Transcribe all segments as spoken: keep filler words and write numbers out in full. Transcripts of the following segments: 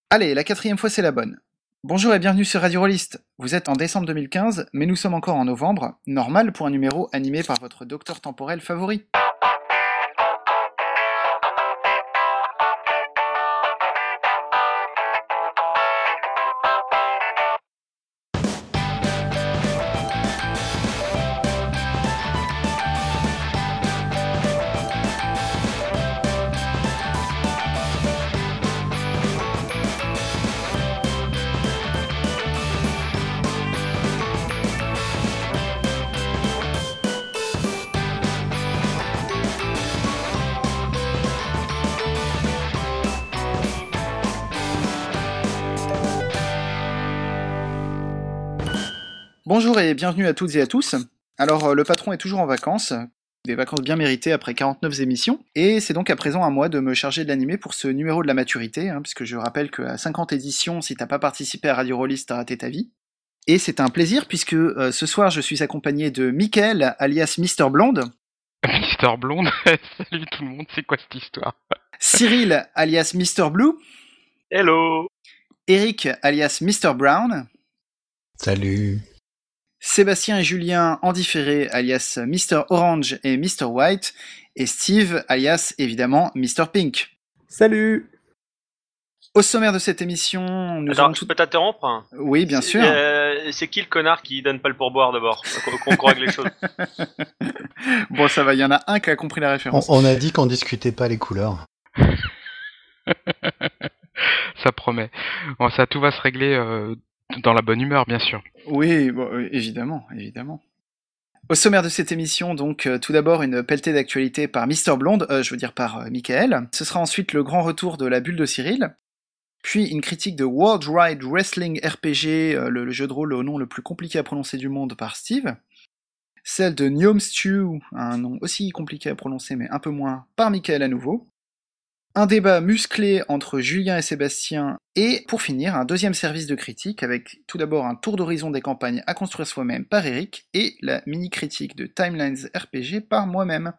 Allez, la quatrième fois c'est la bonne. Bonjour et bienvenue sur Radio Rollist. Vous êtes en décembre deux mille quinze, mais nous sommes encore en novembre, normal pour un numéro animé par votre docteur temporel favori. Bonjour et bienvenue à toutes et à tous. Alors, euh, le patron est toujours en vacances, des vacances bien méritées après quarante-neuf émissions, et c'est donc à présent à moi de me charger de l'animer pour ce numéro de la maturité, hein, puisque je rappelle qu'à cinquante éditions, si t'as pas participé à Radio Rollist, t'as raté ta vie. Et c'est un plaisir puisque euh, ce soir je suis accompagné de Mickaël, alias Mister Blonde, Mister Blonde, salut tout le monde, c'est quoi cette histoire? Cyril, alias Mister Blue, Hello. Eric, alias Mister Brown, Salut. Sébastien et Julien en différé, alias Mister Orange et Mister White, et Steve, alias évidemment Mister Pink. Salut. Au sommaire de cette émission, nous Attends, allons je tout... peux t'interrompre? Oui, bien C'est- sûr. euh, c'est qui le connard qui donne pas le pourboire d'abord? Qu'on qu'on qu'on règle les choses. Bon, ça va, il y en a un qui a compris la On, référence. on a dit qu'on discutait pas les couleurs. Ça promet. Bon, ça, tout va se régler euh, dans la bonne humeur, bien sûr. Oui, bon, euh, évidemment, évidemment. Au sommaire de cette émission, donc, euh, tout d'abord une pelletée d'actualité par Mister Blonde, euh, je veux dire par euh, Mickaël. Ce sera ensuite le grand retour de la bulle de Cyril. Puis une critique de World Wide Wrestling R P G, euh, le, le jeu de rôle au nom le plus compliqué à prononcer du monde, par Steve. Celle de Gnome Stew, un nom aussi compliqué à prononcer mais un peu moins, par Mickaël à nouveau. Un débat musclé entre Julien et Sébastien, et pour finir, un deuxième service de critique avec tout d'abord un tour d'horizon des campagnes à construire soi-même par Eric, et la mini-critique de Timelines R P G par moi-même.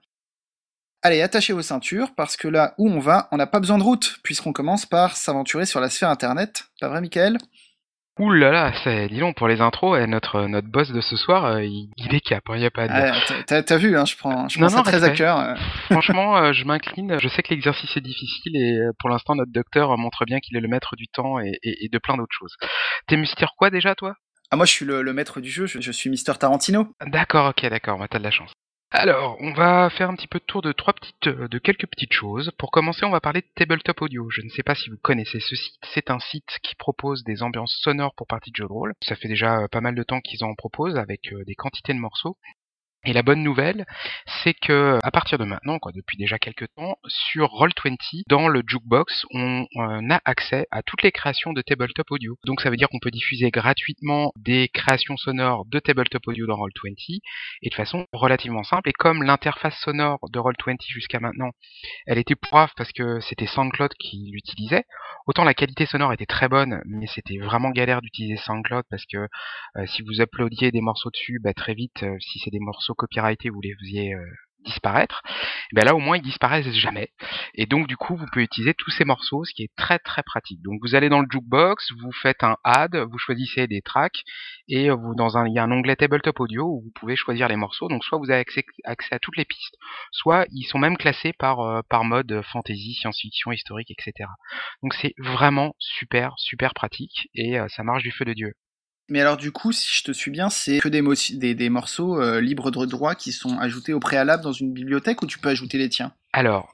Allez, attachez vos ceintures, parce que là où on va, on n'a pas besoin de route, puisqu'on commence par s'aventurer sur la sphère internet. Pas vrai, Mickaël? Ouh là là, c'est, dis donc, pour les intros, eh, notre, notre boss de ce soir, euh, il, il décape, il n'y a pas à dire. Ah, t'as- t'as t'as vu, hein, je prends, je Non, prends ça non, très à respect. cœur. euh. Franchement, euh, je m'incline. Je sais que l'exercice est difficile et euh, pour l'instant, notre docteur euh, montre bien qu'il est le maître du temps et, et- et de plein d'autres choses. T'es Mister quoi déjà, toi? Ah, moi je suis le, le maître du jeu, je, je suis Mister Tarantino. D'accord, ok, d'accord, bah, t'as de la chance. Alors, on va faire un petit peu de tour de trois petites, euh, de quelques petites choses. Pour commencer, on va parler de Tabletop Audio. Je ne sais pas si vous connaissez ce site. C'est un site qui propose des ambiances sonores pour parties de jeux de rôle. Ça fait déjà euh, pas mal de temps qu'ils en proposent avec euh, des quantités de morceaux. Et la bonne nouvelle, c'est que à partir de maintenant, quoi, depuis déjà quelques temps, sur roll vingt, dans le jukebox, on euh, a accès à toutes les créations de Tabletop Audio. Donc ça veut dire qu'on peut diffuser gratuitement des créations sonores de Tabletop Audio dans roll vingt, et de façon relativement simple. Et comme l'interface sonore de roll vingt jusqu'à maintenant, elle était pourrave parce que c'était SoundCloud qui l'utilisait, autant la qualité sonore était très bonne, mais c'était vraiment galère d'utiliser SoundCloud parce que euh, si vous uploadiez des morceaux dessus, bah, très vite, euh, si c'est des morceaux copyrightés, vous les faisiez euh, disparaître. Et ben là, au moins, ils disparaissent jamais. Et donc, du coup, vous pouvez utiliser tous ces morceaux, ce qui est très très pratique. Donc, vous allez dans le jukebox, vous faites un add, vous choisissez des tracks, et euh, vous dans un, il y a un onglet Tabletop Audio où vous pouvez choisir les morceaux. Donc, soit vous avez accès, accès à toutes les pistes, soit ils sont même classés par euh, par mode euh, fantasy, science-fiction, historique, et cetera. Donc, c'est vraiment super super pratique et euh, ça marche du feu de Dieu. Mais alors du coup, si je te suis bien, c'est que des, mo- des, des morceaux euh, libres de droit qui sont ajoutés au préalable dans une bibliothèque ou tu peux ajouter les tiens? Alors,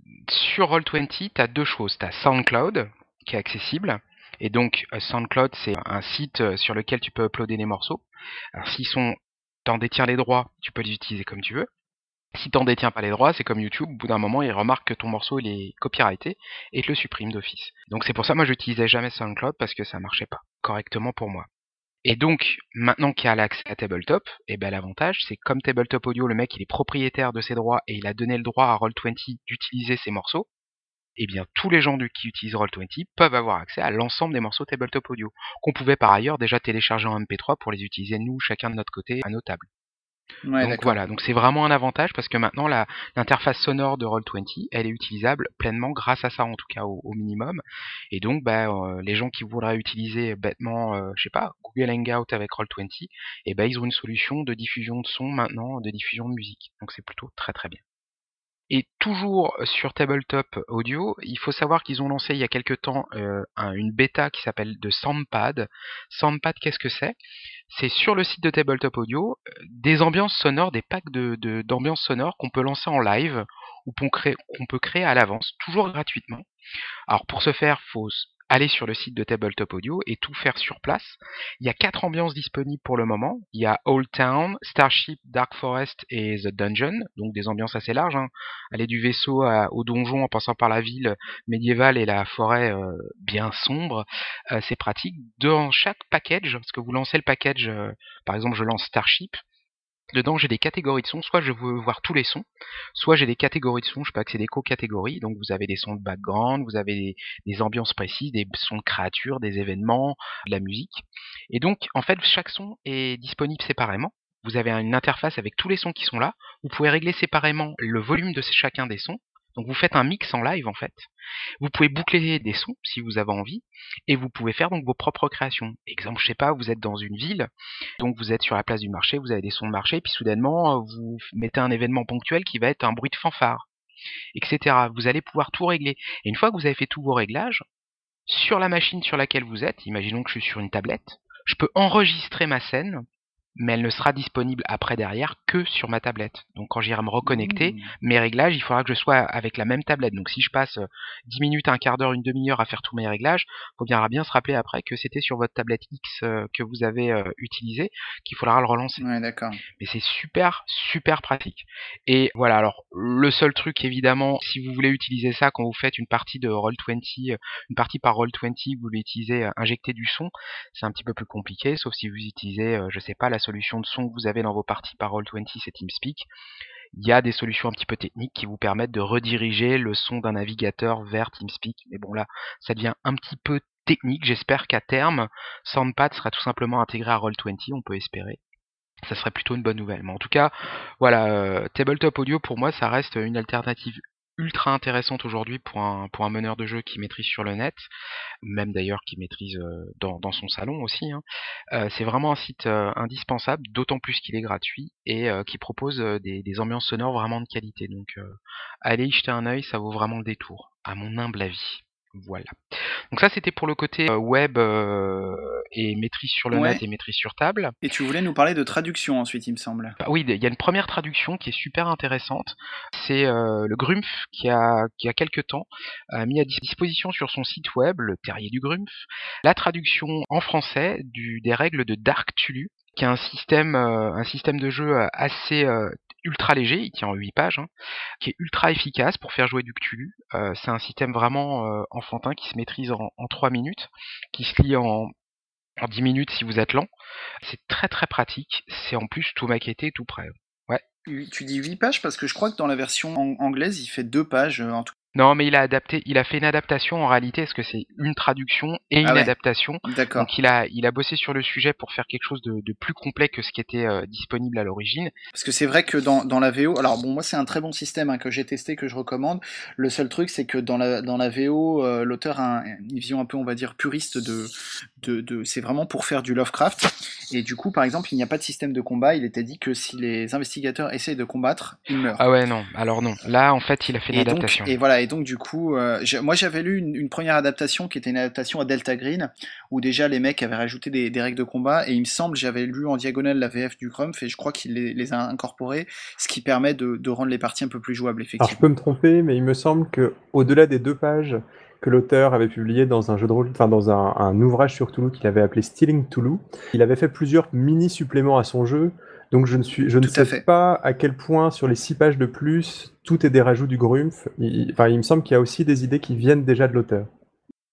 sur roll vingt, tu as deux choses. Tu as SoundCloud, qui est accessible. Et donc, euh, SoundCloud, c'est un site euh, sur lequel tu peux uploader des morceaux. Alors, s'ils sont, t'en détiens les droits, tu peux les utiliser comme tu veux. Si t'en détiens pas les droits, c'est comme YouTube, au bout d'un moment, il remarque que ton morceau, il est copyrighté, et te le supprime d'office. Donc c'est pour ça, moi, j'utilisais jamais SoundCloud, parce que ça marchait pas correctement pour moi. Et donc, maintenant qu'il y a l'accès à Tabletop, et ben l'avantage, c'est comme Tabletop Audio, le mec, il est propriétaire de ses droits, et il a donné le droit à roll vingt d'utiliser ses morceaux, et bien tous les gens du- qui utilisent roll vingt peuvent avoir accès à l'ensemble des morceaux Tabletop Audio, qu'on pouvait par ailleurs déjà télécharger en M P trois pour les utiliser nous, chacun de notre côté, à nos tables. Ouais, Donc d'accord. voilà, donc c'est vraiment un avantage parce que maintenant la, l'interface sonore de Roll vingt, elle est utilisable pleinement grâce à ça en tout cas au, au minimum. Et donc bah, euh, les gens qui voudraient utiliser bêtement, euh, je sais pas, Google Hangout avec Roll vingt, et ben ils ont une solution de diffusion de son maintenant, de diffusion de musique. Donc c'est plutôt très très bien. Et toujours sur Tabletop Audio, il faut savoir qu'ils ont lancé il y a quelque temps euh, un- une bêta qui s'appelle de Soundpad. Soundpad, qu'est-ce que c'est? C'est sur le site de Tabletop Audio euh, des ambiances sonores, des packs de, de- d'ambiances sonores qu'on peut lancer en live ou qu'on crée- qu'on peut créer à l'avance, toujours gratuitement. Alors pour ce faire, faut s- aller sur le site de Tabletop Audio et tout faire sur place. Il y a quatre ambiances disponibles pour le moment. Il y a Old Town, Starship, Dark Forest et The Dungeon, donc des ambiances assez larges, hein. Aller du vaisseau à- au donjon en passant par la ville médiévale et la forêt euh, bien sombre, euh, c'est pratique. Dans chaque package, parce que vous lancez le package, euh, par exemple je lance Starship, dedans, j'ai des catégories de sons. Soit je veux voir tous les sons, soit j'ai des catégories de sons. Je peux accéder qu'aux catégories. Donc, vous avez des sons de background, vous avez des, des ambiances précises, des sons de créatures, des événements, de la musique. Et donc, en fait, chaque son est disponible séparément. Vous avez une interface avec tous les sons qui sont là. Vous pouvez régler séparément le volume de chacun des sons. Donc, vous faites un mix en live, en fait. Vous pouvez boucler des sons si vous avez envie, et vous pouvez faire donc vos propres créations. Exemple, je sais pas, vous êtes dans une ville, donc vous êtes sur la place du marché, vous avez des sons de marché, puis soudainement vous mettez un événement ponctuel qui va être un bruit de fanfare, et cetera. Vous allez pouvoir tout régler. Et une fois que vous avez fait tous vos réglages, sur la machine sur laquelle vous êtes, imaginons que je suis sur une tablette, je peux enregistrer ma scène, mais elle ne sera disponible après derrière que sur ma tablette. Donc quand j'irai me reconnecter, Mmh. mes réglages, il faudra que je sois avec la même tablette. Donc si je passe euh, dix minutes, un quart d'heure, une demi-heure à faire tous mes réglages, il faudra bien se rappeler après que c'était sur votre tablette X euh, que vous avez euh, utilisé, qu'il faudra le relancer. Ouais, d'accord. Mais c'est super, super pratique. Et voilà, alors le seul truc évidemment, si vous voulez utiliser ça quand vous faites une partie de Roll vingt, euh, une partie par Roll vingt, vous voulez utiliser, euh, injecter du son, c'est un petit peu plus compliqué, sauf si vous utilisez, euh, je sais pas, la solution de son que vous avez dans vos parties par Roll vingt, c'est TeamSpeak. Il y a des solutions un petit peu techniques qui vous permettent de rediriger le son d'un navigateur vers TeamSpeak. Mais bon là, ça devient un petit peu technique. J'espère qu'à terme, Soundpad sera tout simplement intégré à Roll vingt, on peut espérer. Ça serait plutôt une bonne nouvelle. Mais en tout cas, voilà, euh, Tabletop Audio pour moi, ça reste une alternative ultra intéressante aujourd'hui pour un pour un meneur de jeu qui maîtrise sur le net, même d'ailleurs qui maîtrise euh, dans, dans son salon aussi, hein. Euh, c'est vraiment un site euh, indispensable, d'autant plus qu'il est gratuit et euh, qui propose euh, des, des ambiances sonores vraiment de qualité. Donc euh, allez y jeter un œil, ça vaut vraiment le détour, à mon humble avis. Voilà. Donc ça c'était pour le côté euh, web euh, et maîtrise sur le net Ouais. et maîtrise sur table. Et tu voulais nous parler de traduction ensuite, il me semble. Bah oui, il y a une première traduction qui est super intéressante. C'est euh, le Grumpf qui a, qui a quelque temps a mis à disposition sur son site web, le Terrier du Grumpf, la traduction en français du, des règles de Dark Tulu, qui est un système, euh, un système de jeu euh, assez euh, ultra léger, il tient en huit pages, hein, qui est ultra efficace pour faire jouer du Cthulhu. Euh, c'est un système vraiment euh, enfantin qui se maîtrise en, en trois minutes, qui se lit en, en dix minutes si vous êtes lent. C'est très très pratique, c'est en plus tout maquetté, tout prêt. Ouais. Tu tu dis huit pages parce que je crois que dans la version ang- anglaise, il fait deux pages euh, en tout. Non, mais il a adapté, il a fait une adaptation en réalité, parce que c'est une traduction et Ah une ouais, adaptation. d'accord. Donc il a, il a bossé sur le sujet pour faire quelque chose de, de plus complet que ce qui était euh, disponible à l'origine. Parce que c'est vrai que dans, dans la V O, alors bon, moi c'est un très bon système hein, que j'ai testé, que je recommande. Le seul truc, c'est que dans la, dans la V O, euh, l'auteur a un- une vision un peu, on va dire, puriste de, de, de c'est vraiment pour faire du Lovecraft. Et du coup, par exemple, il n'y a pas de système de combat. Il était dit que si les investigateurs essayent de combattre, ils meurent. Ah ouais, non, alors non. Là, en fait, il a fait une Et donc, adaptation. et voilà, et donc du coup, euh, j'ai- moi j'avais lu une, une première adaptation qui était une adaptation à Delta Green, où déjà les mecs avaient rajouté des, des règles de combat, et il me semble, j'avais lu en diagonale la V F du Grumpf, et je crois qu'il les, les a incorporées, ce qui permet de, de rendre les parties un peu plus jouables, Alors je effectivement. peux me tromper, mais il me semble que au-delà des deux pages que l'auteur avait publié dans un jeu de rôle, enfin dans un, un ouvrage sur Toulouse qu'il avait appelé Stealing Toulouse, il avait fait plusieurs mini suppléments à son jeu. Donc je ne suis, je ne Tout à sais fait. pas à quel point sur les six pages de plus tout est des rajouts du Grumpf. Il, enfin, il me semble qu'il y a aussi des idées qui viennent déjà de l'auteur.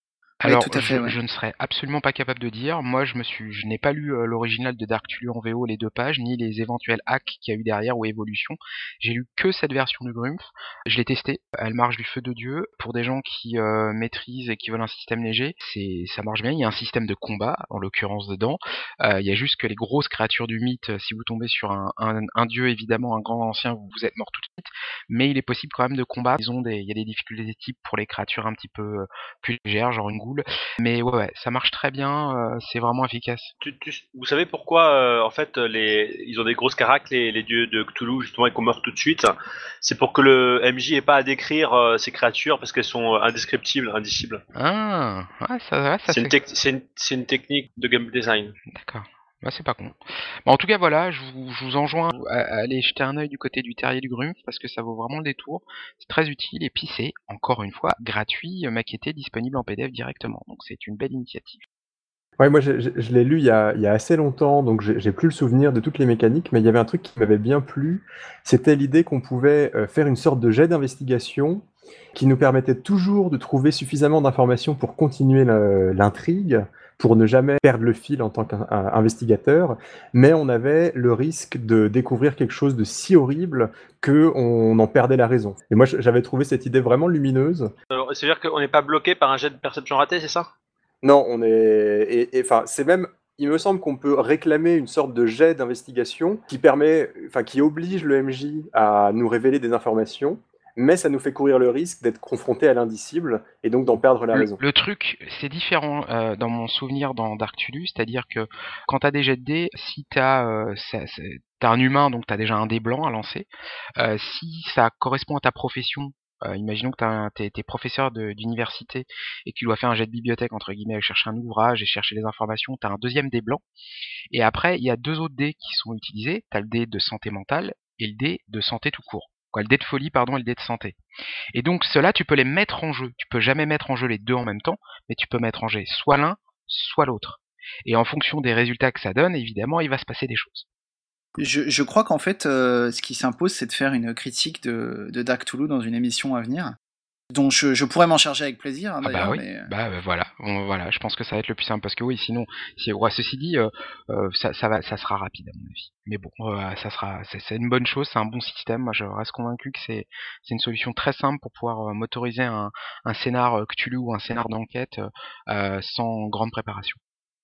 Alors, tout à fait, je, ouais. je ne serais absolument pas capable de dire. Moi, je me suis, je n'ai pas lu euh, l'original de Dark Tulu en V O, les deux pages, ni les éventuels hacks qu'il y a eu derrière ou évolutions. J'ai lu que cette version du Grumpf. Je l'ai testée. Elle marche du feu de Dieu. Pour des gens qui euh, maîtrisent et qui veulent un système léger, c'est, ça marche bien. Il y a un système de combat, en l'occurrence dedans. Euh, il y a juste que les grosses créatures du mythe, euh, si vous tombez sur un, un, un dieu évidemment, un grand ancien, vous, vous êtes mort tout de suite. Mais il est possible quand même de combattre. Ils ont des, il y a des difficultés des types pour les créatures un petit peu euh, plus légères, genre une goule. Mais ouais, ouais, ça marche très bien, euh, c'est vraiment efficace. Tu, tu- vous savez pourquoi euh, en fait les ils ont des grosses caracs les, les dieux de Cthulhu justement et qu'on meurt tout de suite. C'est pour que le M J ait pas à décrire euh, ces créatures parce qu'elles sont indescriptibles, indicibles. Ah, ouais, ça, ouais, ça C'est une, c'est... tec- c'est une, c'est une technique de game design. D'accord. Bah, c'est pas con. Bah, en tout cas, voilà, je vous, je vous enjoins à, à aller jeter un œil du côté du terrier du Grumpf parce que ça vaut vraiment le détour. C'est très utile et puis c'est, encore une fois, gratuit, euh, maquetté, disponible en P D F directement. Donc c'est une belle initiative. Ouais, moi je, je- je l'ai lu il y, a, il y a assez longtemps, donc j'ai j'ai plus le souvenir de toutes les mécaniques, mais il y avait un truc qui m'avait bien plu, c'était l'idée qu'on pouvait euh, faire une sorte de jet d'investigation qui nous permettait toujours de trouver suffisamment d'informations pour continuer le- l'intrigue, pour ne jamais perdre le fil en tant qu'investigateur, mais on avait le risque de découvrir quelque chose de si horrible qu'on en perdait la raison. Et moi je- j'avais trouvé cette idée vraiment lumineuse. Euh, C'est-à-dire qu'on n'est pas bloqué par un jet de perception raté, c'est ça? Non, on est. Et et, enfin, c'est même. Il me semble qu'on peut réclamer une sorte de jet d'investigation qui permet, enfin, qui oblige le M J à nous révéler des informations, mais ça nous fait courir le risque d'être confronté à l'indicible et donc d'en perdre la Le, raison. le truc, c'est différent euh, dans mon souvenir dans Dark Tulu, c'est-à-dire que quand t'as des jets de dés, si t'as, euh, ça- c'est- t'as un humain, donc t'as déjà un dé blanc à lancer, euh, si ça correspond à ta profession, euh, imaginons que t'as un- t'es, t'es professeur de- d'université et que tu dois faire un jet de bibliothèque, entre guillemets, aller chercher un ouvrage et chercher les informations, t'as un deuxième dé blanc, et après, il y a deux autres dés qui sont utilisés, t'as le dé de santé mentale et le dé de santé tout court. Quoi, le dé de folie, pardon, et le dé de santé. Et donc ceux-là, tu peux les mettre en jeu. Tu peux jamais mettre en jeu les deux en même temps, mais tu peux mettre en jeu soit l'un, soit l'autre. Et en fonction des résultats que ça donne, évidemment, il va se passer des choses. Je, je crois qu'en fait, euh, ce qui s'impose, c'est de faire une critique de, de Dark Toulouse dans une émission à venir, dont je, je pourrais m'en charger avec plaisir, hein, Ah bah d'ailleurs, oui, mais... euh, bah, bah, voilà, On- voilà. Je pense que ça va être le plus simple parce que oui, sinon, si, ouais, ceci dit, euh, euh, ça, ça va, ça sera rapide à mon avis. Mais bon, euh, ça sera, c'est c'est une bonne chose, c'est un bon système. Moi, je reste convaincu que c'est, c'est une solution très simple pour pouvoir euh, motoriser un, un scénar euh, Cthulhu ou un scénar d'enquête euh, euh, sans grande préparation.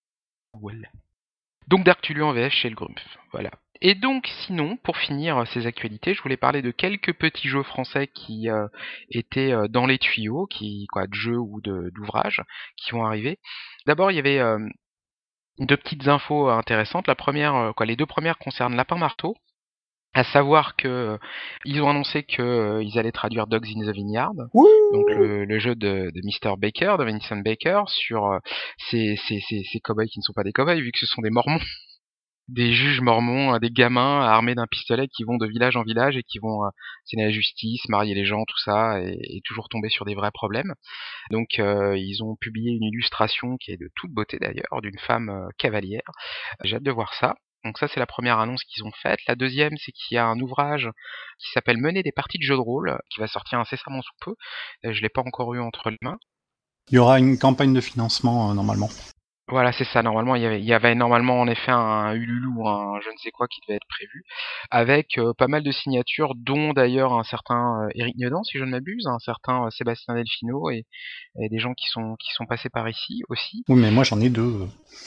Well. Donc Dark Tulu en V F chez le Grumpf, voilà. Et donc sinon, pour finir ces actualités, je voulais parler de quelques petits jeux français qui euh, étaient euh, dans les tuyaux, qui quoi, de jeux ou de d'ouvrages qui vont arriver. D'abord, il y avait euh, deux petites infos intéressantes. La première, euh, quoi, les deux premières concernent Lapin Marteau. À savoir que euh, ils ont annoncé que euh, ils allaient traduire Dogs in the Vineyard, donc le, le jeu de, de mister Baker, de Vincent Baker, sur euh, ces, ces, ces, ces cow-boys qui ne sont pas des cow-boys, vu que ce sont des mormons, des juges mormons, euh, des gamins armés d'un pistolet qui vont de village en village et qui vont euh, sonner la justice, marier les gens, tout ça, et, et toujours tomber sur des vrais problèmes. Donc euh, ils ont publié une illustration qui est de toute beauté d'ailleurs, d'une femme euh, cavalière. J'ai hâte de voir ça. Donc ça c'est la première annonce qu'ils ont faite. La deuxième c'est qu'il y a un ouvrage qui s'appelle Mener des parties de jeux de rôle, qui va sortir incessamment sous peu. Euh, Je l'ai pas encore eu entre les mains. Il y aura une campagne de financement, euh, normalement. Voilà, c'est ça. Normalement, il y avait, il y avait normalement en effet un Ululu ou un je ne sais quoi qui devait être prévu, avec euh, pas mal de signatures, dont d'ailleurs un certain euh, Éric Niedan, si je ne m'abuse, un certain euh, Sébastien Delfino et, et des gens qui sont qui sont passés par ici aussi. Oui, mais moi j'en ai deux.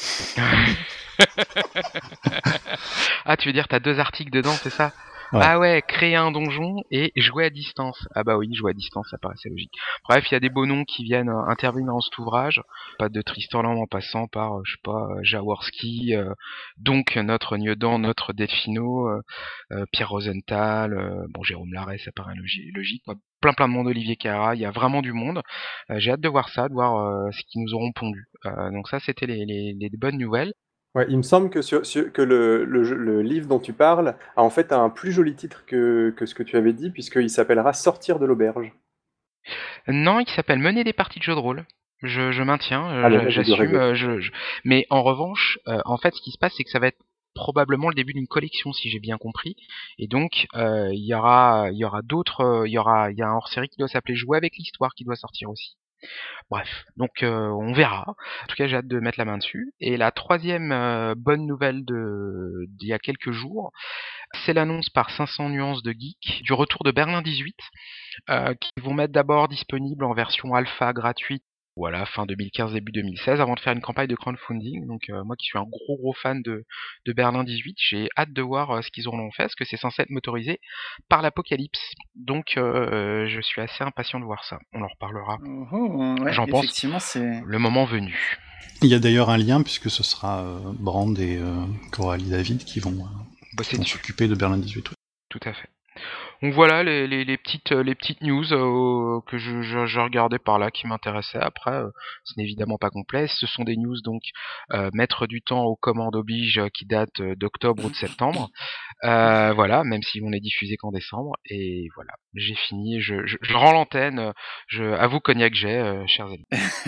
Ah, tu veux dire t'as deux articles dedans, c'est ça? Ouais. Ah ouais, créer un donjon et jouer à distance. Ah bah oui, jouer à distance, ça paraissait logique. Bref, il y a des beaux noms qui viennent euh, intervenir dans cet ouvrage. Pas de Tristan Lamb en passant par, euh, je sais pas, euh, Jaworski, euh, donc notre Niedan, notre Delfino, euh, euh, Pierre Rosenthal, euh, bon Jérôme Larrey, ça paraît logi- logique. Quoi. Plein plein de monde, Olivier Carra, il y a vraiment du monde. Euh, J'ai hâte de voir ça, de voir euh, ce qu'ils nous auront pondu. Euh, donc ça, c'était les, les, les bonnes nouvelles. Ouais, il me semble que, sur, sur- que le, le jeu- le livre dont tu parles a en fait un plus joli titre que, que ce que tu avais dit, puisqu'il s'appellera Sortir de l'auberge. Non, il s'appelle Mener des parties de jeux de rôle. Je, je maintiens, euh, Ah, mais j'a- là, j'ai dû j'assume. rêver. euh, je, je- Mais en revanche, euh, en fait, ce qui se passe, c'est que ça va être probablement le début d'une collection, si j'ai bien compris. Et donc, euh, il y aura, il y aura d'autres, euh, il y aura, il y a un hors-série qui doit s'appeler Jouer avec l'histoire qui doit sortir aussi. Bref, donc euh, on verra. En tout cas, j'ai hâte de mettre la main dessus. Et la troisième euh, bonne nouvelle de d'il y a quelques jours, c'est l'annonce par cinq cents nuances de geek du retour de Berlin dix-huit, euh, qui vont mettre d'abord disponible en version alpha gratuite, voilà, fin deux mille quinze, début deux mille seize, avant de faire une campagne de crowdfunding. Donc euh, moi qui suis un gros gros fan de, de Berlin dix-huit, j'ai hâte de voir euh, ce qu'ils auront fait, parce que c'est censé être motorisé par l'Apocalypse. Donc euh, je suis assez impatient de voir ça. On en reparlera, Oh, oh, ouais, j'en pense, effectivement, c'est. le moment venu. Il y a d'ailleurs un lien, puisque ce sera euh, Brand et euh, Coralie David qui vont, euh, Bosser qui vont dessus, s'occuper de Berlin dix-huit. ouais. tout à fait. Donc voilà les, les, les petites les petites news euh, que je, je, je regardais par là qui m'intéressaient. Après, euh, ce n'est évidemment pas complet. Ce sont des news donc euh, mettre du temps aux commandes oblige euh, qui datent euh, d'octobre ou de septembre. Euh, voilà, même si on est diffusé qu'en décembre. Et voilà, j'ai fini. Je, je, je rends l'antenne. Je à vous Cognac j'ai, euh, chers amis.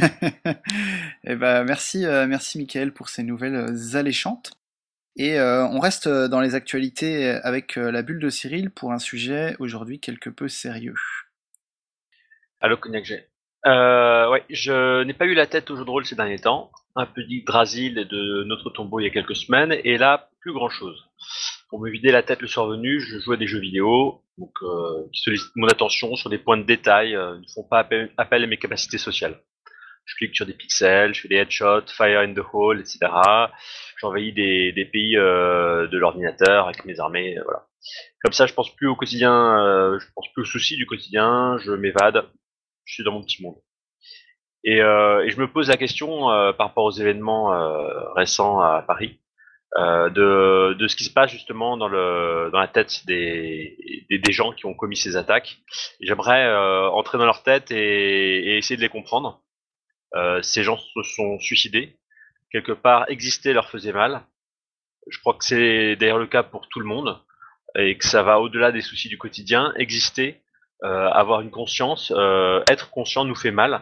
Eh ben, merci, euh, merci Michael pour ces nouvelles euh, alléchantes. Et euh, on reste euh, dans les actualités avec euh, la bulle de Cyril pour un sujet aujourd'hui quelque peu sérieux. Allô, Cognac G. Euh, ouais, je n'ai pas eu la tête au jeu de rôle ces derniers temps. Un peu d'Yggdrasil et de Notre Tombeau il y a quelques semaines, et là, plus grand chose. Pour me vider la tête le soir venu, je joue à des jeux vidéo, donc euh, qui sollicitent mon attention sur des points de détail, euh, ne font pas appel, appel à mes capacités sociales. Je clique sur des pixels, je fais des headshots, fire in the hole, et cetera. J'envahis des, des pays euh, de l'ordinateur avec mes armées, euh, voilà. Comme ça, je pense plus au quotidien, euh, je pense plus aux soucis du quotidien, je m'évade, je suis dans mon petit monde. Et, euh, et je me pose la question euh, par rapport aux événements euh, récents à Paris, euh, de, de ce qui se passe justement dans, le, dans la tête des, des, des gens qui ont commis ces attaques. Et j'aimerais euh, entrer dans leur tête et, et essayer de les comprendre. Euh, ces gens se sont suicidés. Quelque part, exister leur faisait mal. Je crois que c'est d'ailleurs le cas pour tout le monde et que ça va au-delà des soucis du quotidien. Exister, euh, avoir une conscience, euh, être conscient nous fait mal.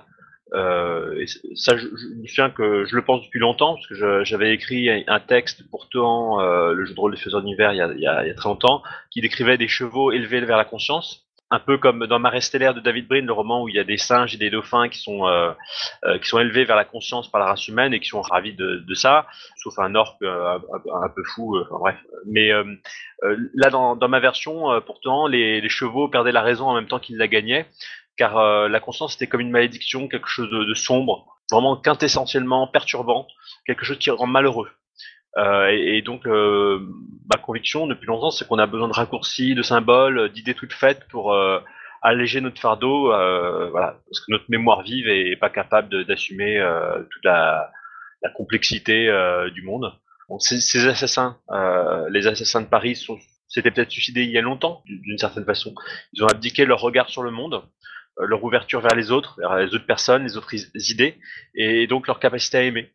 Euh, et ça, je, je me souviens que je le pense depuis longtemps, parce que je, j'avais écrit un texte pour Toan, euh, le jeu de rôle des Faiseurs d'Univers, il y, a, il, y a, il y a très longtemps, qui décrivait des chevaux élevés vers la conscience. Un peu comme dans Marée stellaire de David Brin, le roman où il y a des singes et des dauphins qui sont euh, euh, qui sont élevés vers la conscience par la race humaine et qui sont ravis de, de ça, sauf un orc euh, un, un peu fou, euh, enfin bref. Mais euh, euh, là, dans, dans ma version, euh, pourtant, les, les chevaux perdaient la raison en même temps qu'ils la gagnaient, car euh, la conscience était comme une malédiction, quelque chose de, de sombre, vraiment quintessentiellement perturbant, quelque chose qui rend malheureux. Euh, et, et donc, euh, ma conviction depuis longtemps, c'est qu'on a besoin de raccourcis, de symboles, d'idées toutes faites pour euh, alléger notre fardeau, euh, voilà, parce que notre mémoire vive est pas capable de, d'assumer euh, toute la, la complexité euh, du monde. Donc, ces, ces assassins, euh, les assassins de Paris, sont, s'étaient peut-être suicidés il y a longtemps, d'une certaine façon. Ils ont abdiqué leur regard sur le monde, euh, leur ouverture vers les autres, vers les autres personnes, les autres idées, et donc leur capacité à aimer.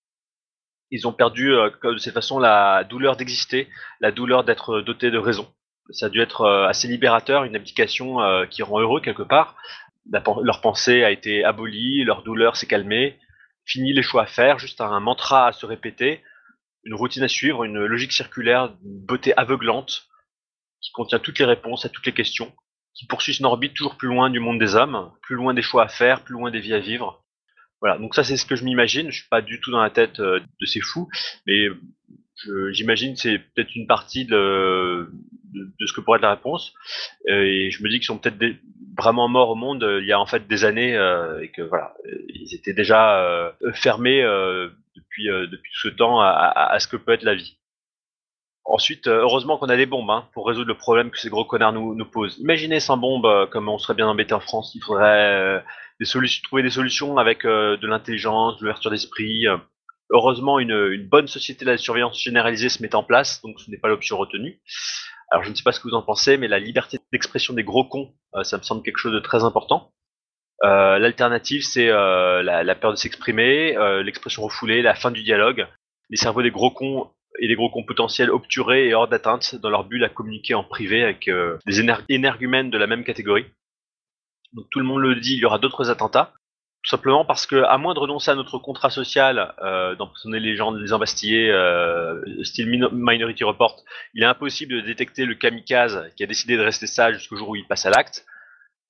Ils ont perdu euh, de cette façon la douleur d'exister, la douleur d'être doté de raison. Ça a dû être euh, assez libérateur, une abdication euh, qui rend heureux quelque part. La, leur pensée a été abolie, leur douleur s'est calmée, fini les choix à faire, juste un mantra à se répéter, une routine à suivre, une logique circulaire, une beauté aveuglante qui contient toutes les réponses à toutes les questions, qui poursuit une orbite toujours plus loin du monde des hommes, plus loin des choix à faire, plus loin des vies à vivre. Voilà, donc ça c'est ce que je m'imagine, je suis pas du tout dans la tête euh, de ces fous, mais je, j'imagine que c'est peut-être une partie de, de, de ce que pourrait être la réponse, euh, et je me dis qu'ils sont peut-être des, vraiment morts au monde euh, il y a en fait des années, euh, et que voilà, ils étaient déjà euh, fermés euh, depuis, euh, depuis tout ce temps à, à, à ce que peut être la vie. Ensuite, euh, heureusement qu'on a des bombes hein, pour résoudre le problème que ces gros connards nous, nous posent. Imaginez sans bombes, euh, comme on serait bien embêté en France. Il faudrait euh, des solutions, trouver des solutions avec euh, de l'intelligence, de l'ouverture d'esprit. Euh. Heureusement, une, une bonne société de la surveillance généralisée se met en place, donc ce n'est pas l'option retenue. Alors je ne sais pas ce que vous en pensez, mais la liberté d'expression des gros cons, euh, ça me semble quelque chose de très important. Euh, l'alternative, c'est euh, la, la peur de s'exprimer, euh, l'expression refoulée, la fin du dialogue. Les cerveaux des gros cons et des gros cons potentiels obturés et hors d'atteinte dans leur bulle à communiquer en privé avec euh, des éner- énergumènes de la même catégorie. Donc tout le monde le dit, il y aura d'autres attentats. Tout simplement parce que, à moins de renoncer à notre contrat social, euh, d'emprisonner les gens, de les embastiller, euh, style Minority Report, il est impossible de détecter le kamikaze qui a décidé de rester sage jusqu'au jour où il passe à l'acte.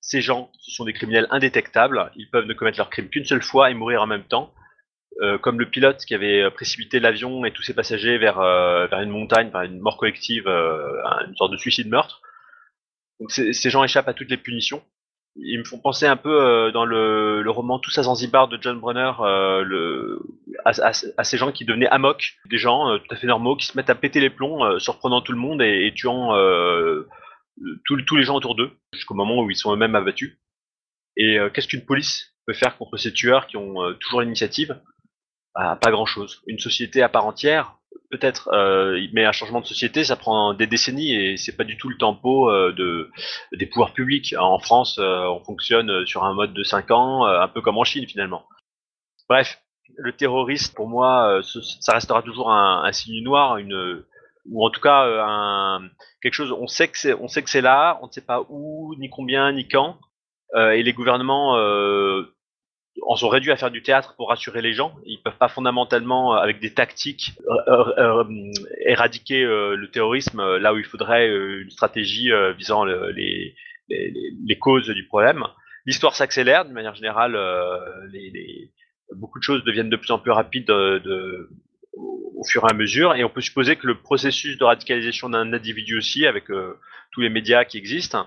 ces gens, ce sont des criminels indétectables, ils peuvent ne commettre leur crime qu'une seule fois et mourir en même temps, euh, comme le pilote qui avait précipité l'avion et tous ses passagers vers, euh, vers une montagne, vers une mort collective, euh, une sorte de suicide-meurtre. Donc ces gens échappent à toutes les punitions. Ils me font penser un peu euh, dans le, le roman Tous à Zanzibar de John Brunner, euh, le, à, à, à ces gens qui devenaient amok, des gens euh, tout à fait normaux qui se mettent à péter les plombs, euh, surprenant tout le monde et, et tuant euh, tous tous les gens autour d'eux, jusqu'au moment où ils sont eux-mêmes abattus. Et euh, qu'est-ce qu'une police peut faire contre ces tueurs qui ont euh, toujours l'initiative? Bah, pas grand-chose. Une société à part entière, peut-être, euh, mais un changement de société, ça prend des décennies et c'est pas du tout le tempo euh, de, des pouvoirs publics. En France, euh, on fonctionne sur un mode de cinq ans, euh, un peu comme en Chine finalement. Bref, le terroriste, pour moi, euh, ça restera toujours un, un signe noir, une, ou en tout cas euh, un, quelque chose. On sait que c'est, on sait que c'est là, on ne sait pas où, ni combien, ni quand, euh, et les gouvernements euh, en sont réduits à faire du théâtre pour rassurer les gens. Ils peuvent pas fondamentalement, avec des tactiques, euh, euh, éradiquer euh, le terrorisme euh, là où il faudrait euh, une stratégie euh, visant le, les, les, les causes du problème. L'histoire s'accélère d'une manière générale. Euh, les, les, beaucoup de choses deviennent de plus en plus rapides de, de, au fur et à mesure, et on peut supposer que le processus de radicalisation d'un individu aussi, avec euh, tous les médias qui existent,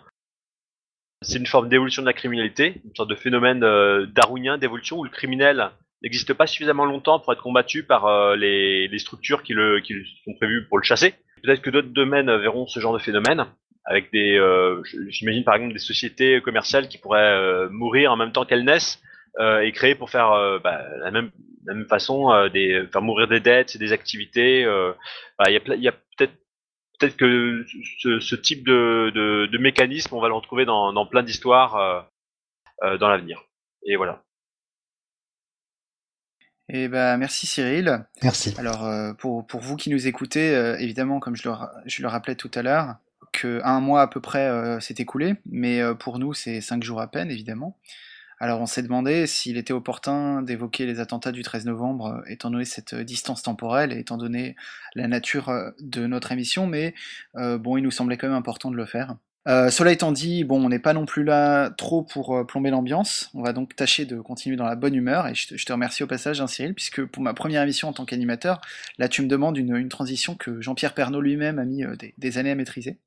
c'est une forme d'évolution de la criminalité, une sorte de phénomène euh, darwinien d'évolution où le criminel n'existe pas suffisamment longtemps pour être combattu par euh, les, les structures qui, le, qui sont prévues pour le chasser. Peut-être que d'autres domaines verront ce genre de phénomène, avec des, euh, j'imagine par exemple des sociétés commerciales qui pourraient euh, mourir en même temps qu'elles naissent euh, et créer pour faire euh, bah, la même la même façon euh, des faire mourir des dettes et des activités. Il euh, bah, y a, y a peut-être peut-être que ce, ce type de, de, de mécanisme, on va le retrouver dans, dans plein d'histoires euh, euh, dans l'avenir. Et voilà. Et bah, merci Cyril. Merci. Alors, euh, pour, pour vous qui nous écoutez, euh, évidemment, comme je le, je le rappelais tout à l'heure, qu'un mois à peu près euh, s'est écoulé, mais euh, pour nous, c'est cinq jours à peine, évidemment. Alors, on s'est demandé s'il était opportun d'évoquer les attentats du treize novembre, euh, étant donné cette euh, distance temporelle et étant donné la nature euh, de notre émission, mais euh, bon, il nous semblait quand même important de le faire. Euh, cela étant dit, bon, on n'est pas non plus là trop pour euh, plomber l'ambiance. On va donc tâcher de continuer dans la bonne humeur. Et je te, je te remercie au passage, hein, Cyril, puisque pour ma première émission en tant qu'animateur, là, tu me demandes une, une transition que Jean-Pierre Pernaut lui-même a mis euh, des, des années à maîtriser.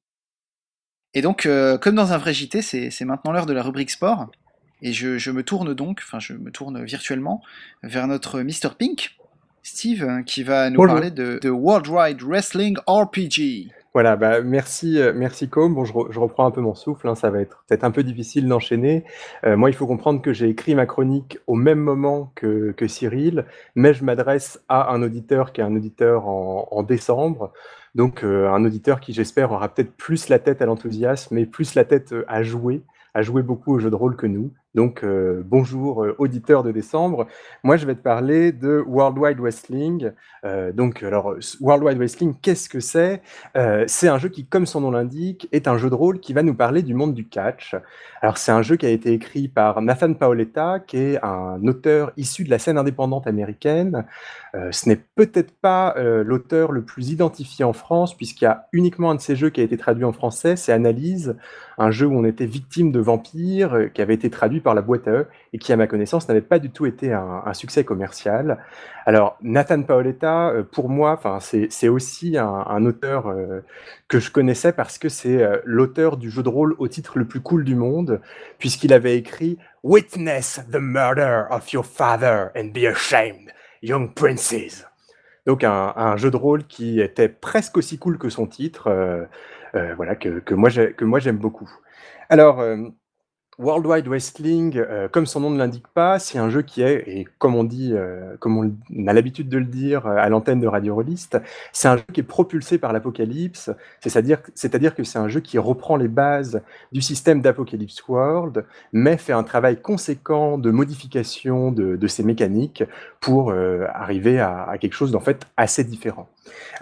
Et donc, euh, comme dans un vrai J T, c'est, c'est maintenant l'heure de la rubrique sport. Et je, je me tourne donc, enfin, je me tourne virtuellement vers notre mister Pink, Steve, hein, qui va nous Bonjour. parler de, de World Wide Wrestling R P G. Voilà, bah, merci, euh, merci Com. Bon, je, re- je reprends un peu mon souffle, hein, ça va être peut-être un peu difficile d'enchaîner. Euh, moi, il faut comprendre que j'ai écrit ma chronique au même moment que, que Cyril, mais je m'adresse à un auditeur qui est un auditeur en, en décembre. Donc, euh, un auditeur qui, j'espère, aura peut-être plus la tête à l'enthousiasme et plus la tête euh, à jouer, à jouer beaucoup au jeu de rôle que nous. Donc, euh, bonjour, euh, auditeur de décembre. Moi, je vais te parler de World Wide Wrestling. Euh, donc, alors, World Wide Wrestling, qu'est-ce que c'est? Euh, c'est un jeu qui, comme son nom l'indique, est un jeu de rôle qui va nous parler du monde du catch. Alors, c'est un jeu qui a été écrit par Nathan Paoletta, qui est un auteur issu de la scène indépendante américaine. Euh, ce n'est peut-être pas euh, l'auteur le plus identifié en France, puisqu'il y a uniquement un de ses jeux qui a été traduit en français, c'est Analyse, un jeu où on était victime de vampires, euh, qui avait été traduit par la boîte à eux, et qui, à ma connaissance, n'avait pas du tout été un, un succès commercial. Alors, Nathan Paoletta, euh, pour moi, c'est, c'est aussi un, un auteur euh, que je connaissais parce que c'est euh, l'auteur du jeu de rôle au titre le plus cool du monde, puisqu'il avait écrit « Witness the murder of your father and be ashamed, young princes ». Donc un, un jeu de rôle qui était presque aussi cool que son titre, euh, euh, voilà, que, que, moi j'ai- que moi j'aime beaucoup. Alors, euh, World Wide Wrestling, euh, comme son nom ne l'indique pas, c'est un jeu qui est, et comme on dit, euh, comme on a l'habitude de le dire euh, à l'antenne de Radio Rollist, c'est un jeu qui est propulsé par l'Apocalypse, c'est-à-dire, c'est-à-dire que c'est un jeu qui reprend les bases du système d'Apocalypse World, mais fait un travail conséquent de modification de, de ses mécaniques pour euh, arriver à, à quelque chose d'en fait assez différent. Alors,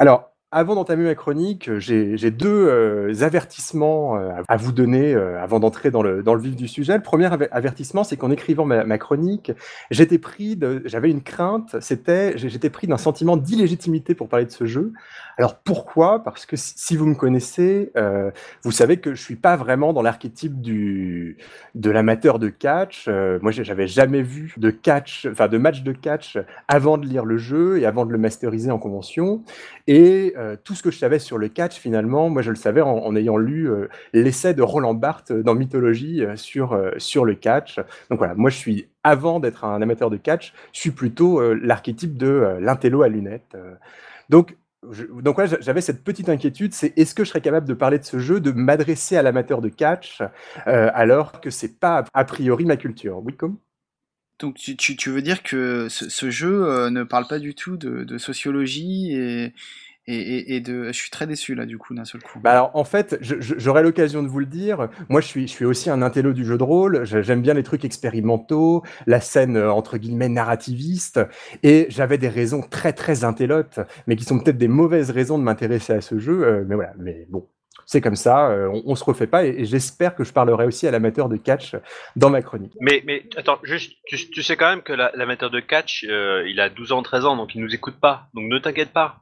avant d'entamer ma chronique, j'ai j'ai deux euh, avertissements euh, à vous donner euh, avant d'entrer dans le, dans le vif du sujet. Le premier aver- avertissement, c'est qu'en écrivant ma, ma chronique, j'étais pris de, j'avais une crainte, c'était, j'ai- j'étais pris d'un sentiment d'illégitimité pour parler de ce jeu. Alors pourquoi? Parce que si, si vous me connaissez, euh, vous savez que je suis pas vraiment dans l'archétype du de l'amateur de catch. Euh, moi, j'ai- j'avais jamais vu de catch, enfin de match de catch avant de lire le jeu et avant de le masteriser en convention. Et euh, tout ce que je savais sur le catch, finalement, moi je le savais en, en ayant lu euh, l'essai de Roland Barthes dans Mythologie euh, sur, euh, sur le catch. Donc voilà, moi je suis, avant d'être un amateur de catch, je suis plutôt euh, l'archétype de euh, l'intello à lunettes. Euh. Donc, je, donc voilà, j'avais cette petite inquiétude, c'est est-ce que je serais capable de parler de ce jeu, de m'adresser à l'amateur de catch, euh, alors que c'est pas a priori ma culture. Oui, comme Donc tu, tu, tu veux dire que ce, ce jeu euh, ne parle pas du tout de, de sociologie et, et, et, et de... Je suis très déçu là du coup d'un seul coup. Bah alors, en fait, je- je- j'aurai l'occasion de vous le dire. Moi, je suis, je suis aussi un intello du jeu de rôle. Je- J'aime bien les trucs expérimentaux, la scène euh, entre guillemets narrativiste. Et j'avais des raisons très très intellotes, mais qui sont peut-être des mauvaises raisons de m'intéresser à ce jeu. euh, mais voilà. Mais bon, c'est comme ça. euh, on, on se refait pas. Et, et j'espère que je parlerai aussi à l'amateur de catch dans ma chronique. Mais, mais attends, juste, tu, tu sais quand même que la- l'amateur de catch, euh, il a douze ans, treize ans, donc il nous écoute pas. Donc ne t'inquiète pas.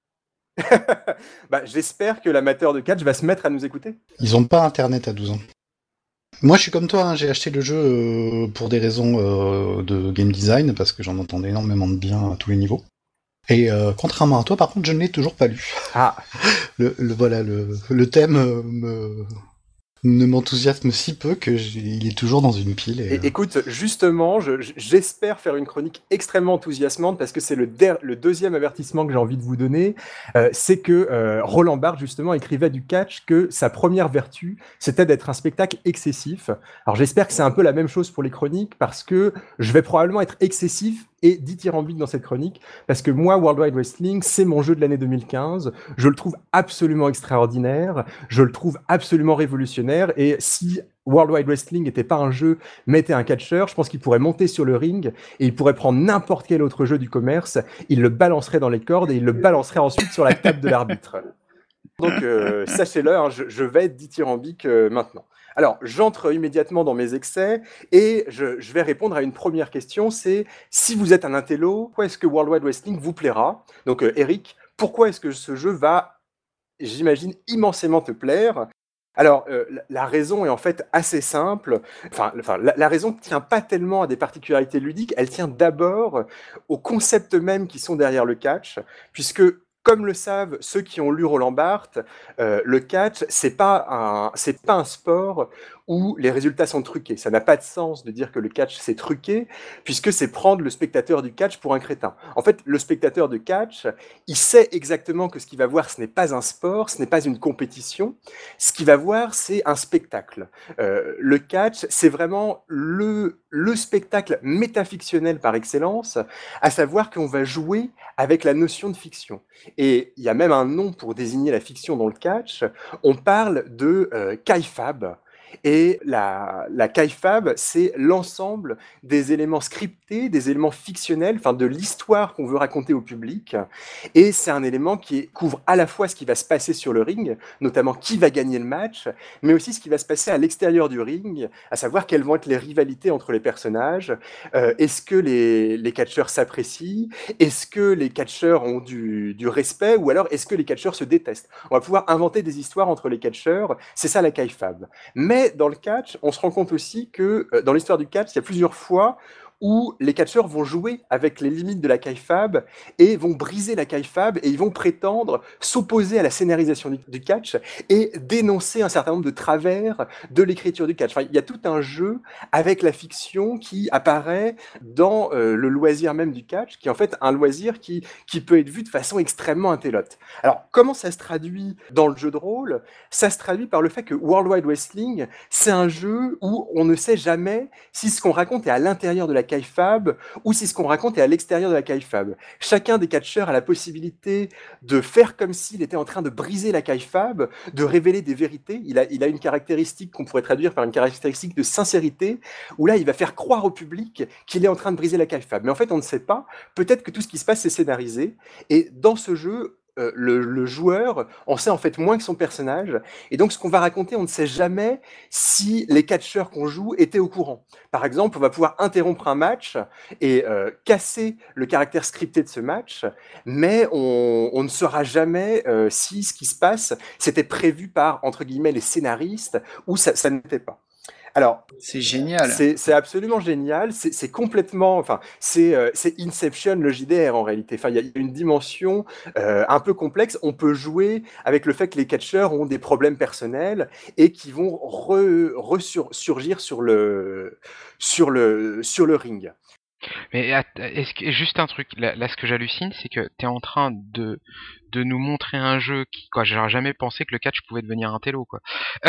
Bah, j'espère que l'amateur de catch va se mettre à nous écouter. Ils ont pas internet à douze ans. Moi, je suis comme toi, hein, j'ai acheté le jeu euh, pour des raisons euh, de game design, parce que j'en entendais énormément de bien à tous les niveaux. Et euh, contrairement à toi, par contre, je ne l'ai toujours pas lu. Ah, Le, le- voilà, le, le thème euh, me, ne m'enthousiasme si peu que j'ai- il est toujours dans une pile. Et, Et, écoute, justement, je- je- j'espère faire une chronique extrêmement enthousiasmante parce que c'est le, der- le deuxième avertissement que j'ai envie de vous donner. Euh, c'est que euh, Roland Barthes, justement, écrivait du catch que sa première vertu, c'était d'être un spectacle excessif. Alors j'espère que c'est un peu la même chose pour les chroniques parce que je vais probablement être excessif et dithyrambique dans cette chronique parce que moi, World Wide Wrestling, c'est mon jeu de l'année deux mille quinze. Je le trouve absolument extraordinaire. Je le trouve absolument révolutionnaire. Et si World Wide Wrestling n'était pas un jeu, mais était un catcheur, je pense qu'il pourrait monter sur le ring et il pourrait prendre n'importe quel autre jeu du commerce, il le balancerait dans les cordes et il le balancerait ensuite sur la table de l'arbitre. Donc euh, sachez-le, hein, je, je vais être dithyrambique euh, maintenant. Alors, j'entre immédiatement dans mes excès et je, je vais répondre à une première question, c'est si vous êtes un intello, pourquoi est-ce que World Wide Wrestling vous plaira? Donc euh, Eric, pourquoi est-ce que ce jeu va, j'imagine, immensément te plaire? Alors, euh, la, la raison est en fait assez simple. Enfin, enfin la, la raison ne tient pas tellement à des particularités ludiques, elle tient d'abord aux concepts mêmes qui sont derrière le catch, puisque, comme le savent ceux qui ont lu Roland Barthes, euh, le catch, c'est pas un, c'est pas un sport où les résultats sont truqués. Ça n'a pas de sens de dire que le catch c'est truqué, puisque c'est prendre le spectateur du catch pour un crétin. En fait, le spectateur de catch, il sait exactement que ce qu'il va voir, ce n'est pas un sport, ce n'est pas une compétition. Ce qu'il va voir, c'est un spectacle. Euh, le catch, c'est vraiment le, le spectacle métafictionnel par excellence, à savoir qu'on va jouer avec la notion de fiction. Et il y a même un nom pour désigner la fiction dans le catch. On parle de euh, kaifab. Et la, la kaifab, c'est l'ensemble des éléments scriptés, des éléments fictionnels, enfin de l'histoire qu'on veut raconter au public. Et c'est un élément qui couvre à la fois ce qui va se passer sur le ring, notamment qui va gagner le match, mais aussi ce qui va se passer à l'extérieur du ring, à savoir quelles vont être les rivalités entre les personnages. Euh, est-ce que les, les catcheurs s'apprécient? Est-ce que les catcheurs ont du, du respect? Ou alors est-ce que les catcheurs se détestent? On va pouvoir inventer des histoires entre les catcheurs. C'est ça la kaifab. Mais dans le catch, on se rend compte aussi que euh, dans l'histoire du catch, il y a plusieurs fois où les catcheurs vont jouer avec les limites de la kaifab et vont briser la kaifab et ils vont prétendre s'opposer à la scénarisation du, du catch et dénoncer un certain nombre de travers de l'écriture du catch. Enfin, il y a tout un jeu avec la fiction qui apparaît dans euh, le loisir même du catch, qui est en fait un loisir qui, qui peut être vu de façon extrêmement intellote. Alors, comment ça se traduit dans le jeu de rôle? Ça se traduit par le fait que World Wide Wrestling, c'est un jeu où on ne sait jamais si ce qu'on raconte est à l'intérieur de la kaifab ou si ce qu'on raconte est à l'extérieur de la kaifab. Chacun des catcheurs a la possibilité de faire comme s'il était en train de briser la kaifab, de révéler des vérités. Il a, il a une caractéristique qu'on pourrait traduire par une caractéristique de sincérité, où là, il va faire croire au public qu'il est en train de briser la kaifab. Mais en fait, on ne sait pas. Peut-être que tout ce qui se passe, c'est scénarisé. Et dans ce jeu, euh, le, le joueur en sait en fait moins que son personnage. Et donc, ce qu'on va raconter, on ne sait jamais si les catcheurs qu'on joue étaient au courant. Par exemple, on va pouvoir interrompre un match et euh, casser le caractère scripté de ce match, mais on, on ne saura jamais euh, si ce qui se passe, c'était prévu par, entre guillemets, les scénaristes ou ça, ça n'était pas. Alors, C'est génial. c'est c'est absolument génial. C'est c'est complètement, enfin, c'est euh, c'est Inception le J D R en réalité. Enfin, il y a une dimension euh, un peu complexe. On peut jouer avec le fait que les catcheurs ont des problèmes personnels et qui vont re, resurgir sur le sur le sur le ring. Mais att- est-ce que, juste un truc, là, là, ce que j'hallucine, c'est que t'es en train de, de nous montrer un jeu qui, quoi, j'aurais jamais pensé que le catch pouvait devenir un télo, quoi.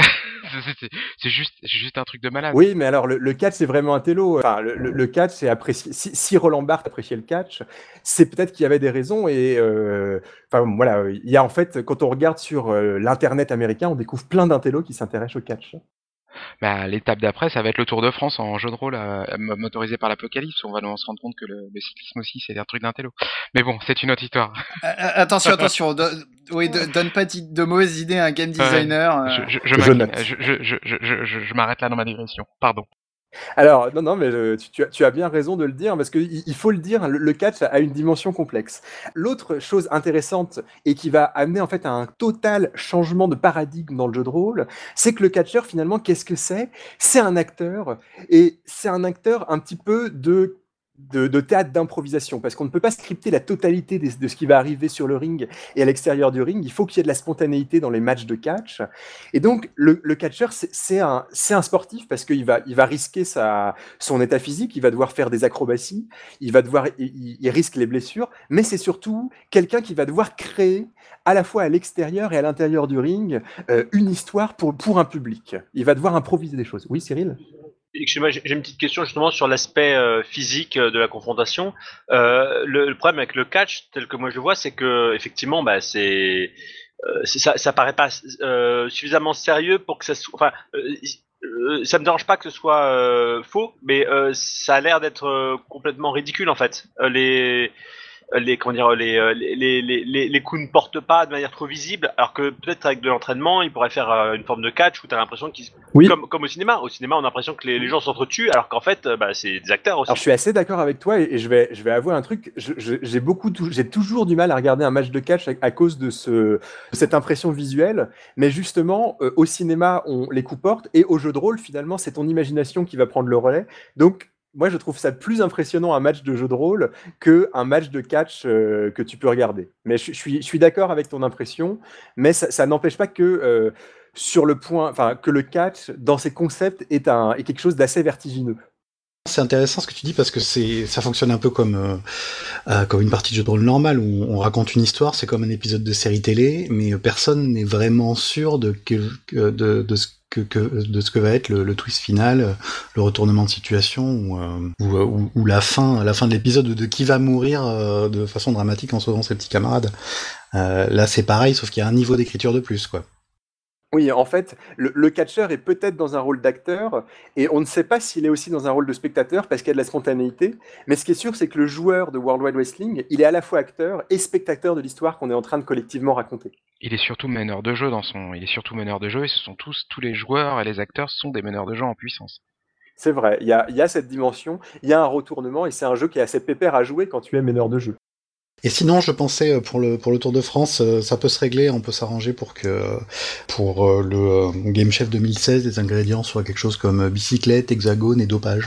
C'est c'est- c'est juste, c'est juste un truc de malade. Oui, mais alors le, le catch c'est vraiment un télo. Enfin, le, le- le catch c'est apprécié. Si, si Roland Barthes appréciait le catch, c'est peut-être qu'il y avait des raisons et euh, enfin voilà, il y a en fait quand on regarde sur euh, l'internet américain, on découvre plein d'intellos qui s'intéressent au catch. Bah, l'étape d'après, ça va être le Tour de France en jeu de rôle euh, mo- motorisé par l'Apocalypse. On va nous- se rendre compte que le, le cyclisme aussi, c'est un truc d'un télo. Mais bon, c'est une autre histoire. Euh, euh, attention, attention. do- oui, do- donne pas d'i- de mauvaises idées à un game designer. euh. Je, je, je, Je m'incline. note. je, je, je, je, je, je- je m'arrête là dans ma digression. Pardon. Alors, non, non, mais euh, tu, tu as, tu as bien raison de le dire, parce qu'il il faut le dire, le, le catch a une dimension complexe. L'autre chose intéressante et qui va amener en fait à un total changement de paradigme dans le jeu de rôle, c'est que le catcheur, finalement, qu'est-ce que c'est? C'est un acteur, et c'est un acteur un petit peu de de, de théâtre d'improvisation, parce qu'on ne peut pas scripter la totalité des- de ce qui va arriver sur le ring et à l'extérieur du ring. Il faut qu'il y ait de la spontanéité dans les matchs de catch. Et donc, le, le catcheur, c'est c'est un, c'est un sportif parce qu'il va, il va risquer sa, son état physique, il va devoir faire des acrobaties, il va devoir, il, il risque les blessures, mais c'est surtout quelqu'un qui va devoir créer à la fois à l'extérieur et à l'intérieur du ring euh, une histoire pour, pour un public. Il va devoir improviser des choses. Oui, Cyril? Excusez-moi, j'ai j'ai une petite question justement sur l'aspect euh, physique euh, de la confrontation. Euh, le, le problème avec le catch, tel que moi je le vois, c'est que effectivement, bah, c'est, euh, c'est- ça, ça paraît pas euh, suffisamment sérieux pour que ça soit. Enfin, euh, euh, ça me dérange pas que ce soit euh, faux, mais euh, ça a l'air d'être euh, complètement ridicule en fait. Euh, les les comment dire les, euh, les, les, les, les coups ne portent pas de manière trop visible, alors que peut-être avec de l'entraînement il pourrait faire euh, une forme de catch où tu as l'impression qu'ils Oui. comme, comme au cinéma au cinéma on a l'impression que les, les gens s'entretuent alors qu'en fait euh, bah, c'est des acteurs aussi. Alors, je suis assez d'accord avec toi et, et je, vais, je vais avouer un truc. Je- je- J'ai beaucoup, tou- j'ai toujours du mal à regarder un match de catch à, à cause de, ce, de cette impression visuelle. Mais justement, euh, au cinéma, on les coups portent et au jeu de rôle, finalement, c'est ton imagination qui va prendre le relais. Donc, moi, je trouve ça plus impressionnant un match de jeu de rôle qu'un match de catch euh, que tu peux regarder. Mais je, je suis, je suis d'accord avec ton impression, mais ça, ça n'empêche pas que euh, sur le point, enfin, que le catch dans ses concepts est, un, est quelque chose d'assez vertigineux. C'est intéressant ce que tu dis parce que c'est ça fonctionne un peu comme euh, euh, comme une partie de jeu de rôle normale où on raconte une histoire, c'est comme un épisode de série télé, mais personne n'est vraiment sûr de que, que- de, de ce que, que de ce que va être le, le twist final, le retournement de situation ou, euh, ou, ou- ou la fin la fin de l'épisode de qui va mourir euh, de façon dramatique en sauvant ses petits camarades. Euh, là c'est pareil sauf qu'il y a un niveau d'écriture de plus quoi. Oui, en fait, le, le catcheur est peut-être dans un rôle d'acteur, et on ne sait pas s'il est aussi dans un rôle de spectateur parce qu'il y a de la spontanéité. Mais ce qui est sûr, c'est que le joueur de World Wide Wrestling, il est à la fois acteur et spectateur de l'histoire qu'on est en train de collectivement raconter. Il est surtout meneur de jeu dans son, il est surtout meneur de jeu et ce sont tous, tous les joueurs et les acteurs sont des meneurs de jeu en puissance. C'est vrai, il y a, il y a cette dimension, il y a un retournement, et c'est un jeu qui est assez pépère à jouer quand tu es meneur de jeu. Et sinon, je pensais euh, pour le pour le Tour de France, euh, ça peut se régler, on peut s'arranger pour que pour euh, le euh, Game Chef deux mille seize, les ingrédients soient quelque chose comme euh, bicyclette, hexagone et dopage.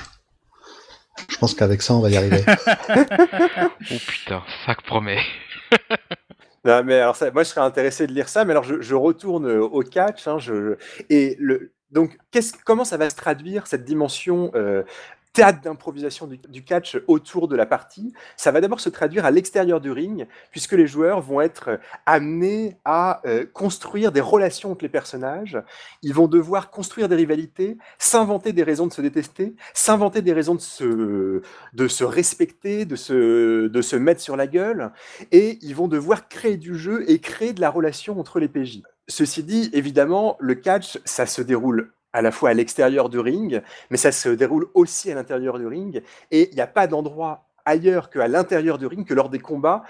Je pense qu'avec ça, on va y arriver. Oh putain, ça que promet. Non, mais alors ça, moi, je serais intéressé de lire ça, mais alors je, je retourne euh, au catch, hein, je, et le, donc qu'est-ce, comment ça va se traduire cette dimension euh, théâtre d'improvisation du, du catch autour de la partie? Ça va d'abord se traduire à l'extérieur du ring, puisque les joueurs vont être amenés à euh, construire des relations entre les personnages. Ils vont devoir construire des rivalités, s'inventer des raisons de se détester, s'inventer des raisons de se, de se respecter, de se, de se mettre sur la gueule, et ils vont devoir créer du jeu et créer de la relation entre les P J. Ceci dit, évidemment, le catch, ça se déroule à la fois à l'extérieur du ring, mais ça se déroule aussi à l'intérieur du ring, et il n'y a pas d'endroit ailleurs qu'à l'intérieur du ring que lors des combats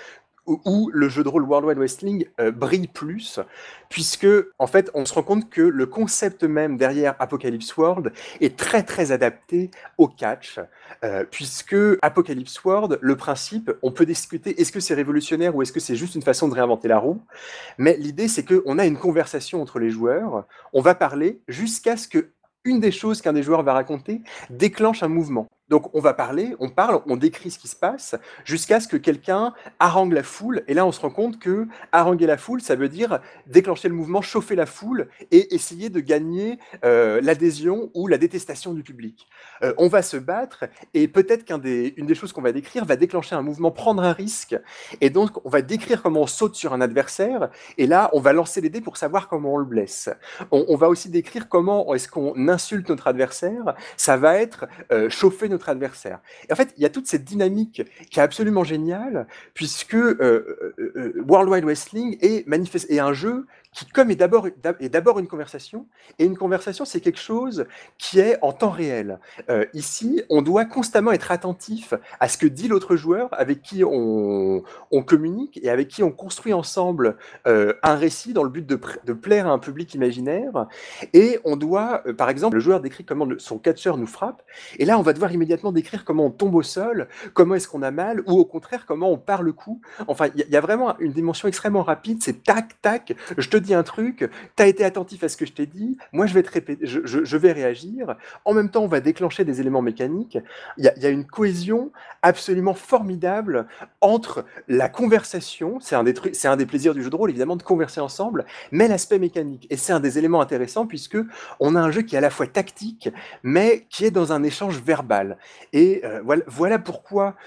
où, où le jeu de rôle World Wide Wrestling euh, brille plus, puisque en fait on se rend compte que le concept même derrière Apocalypse World est très très adapté au catch, euh, puisque Apocalypse World, le principe, on peut discuter est-ce que c'est révolutionnaire ou est-ce que c'est juste une façon de réinventer la roue, mais l'idée c'est qu'on a une conversation entre les joueurs, on va parler jusqu'à ce que une des choses qu'un des joueurs va raconter déclenche un mouvement. Donc on va parler, on parle, on décrit ce qui se passe, jusqu'à ce que quelqu'un harangue la foule. Et là, on se rend compte que haranguer la foule, ça veut dire déclencher le mouvement, chauffer la foule et essayer de gagner euh, l'adhésion ou la détestation du public. Euh, on va se battre et peut-être qu'une des, des choses qu'on va décrire va déclencher un mouvement, prendre un risque. Et donc, on va décrire comment on saute sur un adversaire. Et là, on va lancer les dés pour savoir comment on le blesse. On, on va aussi décrire comment est-ce qu'on insulte notre adversaire. Ça va être euh, chauffer notre adversaire. Et en fait, il y a toute cette dynamique qui est absolument géniale, puisque euh, euh, World Wide Wrestling est, manifeste, est un jeu qui, comme est d'abord, est d'abord une conversation, et une conversation, c'est quelque chose qui est en temps réel. Euh, ici, on doit constamment être attentif à ce que dit l'autre joueur, avec qui on, on communique, et avec qui on construit ensemble euh, un récit dans le but de, de plaire à un public imaginaire, et on doit, euh, par exemple, le joueur décrit comment le, son catcheur nous frappe, et là, on va devoir immédiatement décrire comment on tombe au sol, comment est-ce qu'on a mal, ou au contraire, comment on part le coup. Enfin, il y, y a vraiment une dimension extrêmement rapide, c'est tac, tac, je te dis un truc, tu as été attentif à ce que je t'ai dit, moi je vais, te répéter, je, je, je vais réagir, en même temps on va déclencher des éléments mécaniques, il y, y a une cohésion absolument formidable entre la conversation, c'est un, des trucs, c'est un des plaisirs du jeu de rôle évidemment de converser ensemble, mais l'aspect mécanique, et c'est un des éléments intéressants puisque on a un jeu qui est à la fois tactique, mais qui est dans un échange verbal, et euh, voilà, voilà pourquoi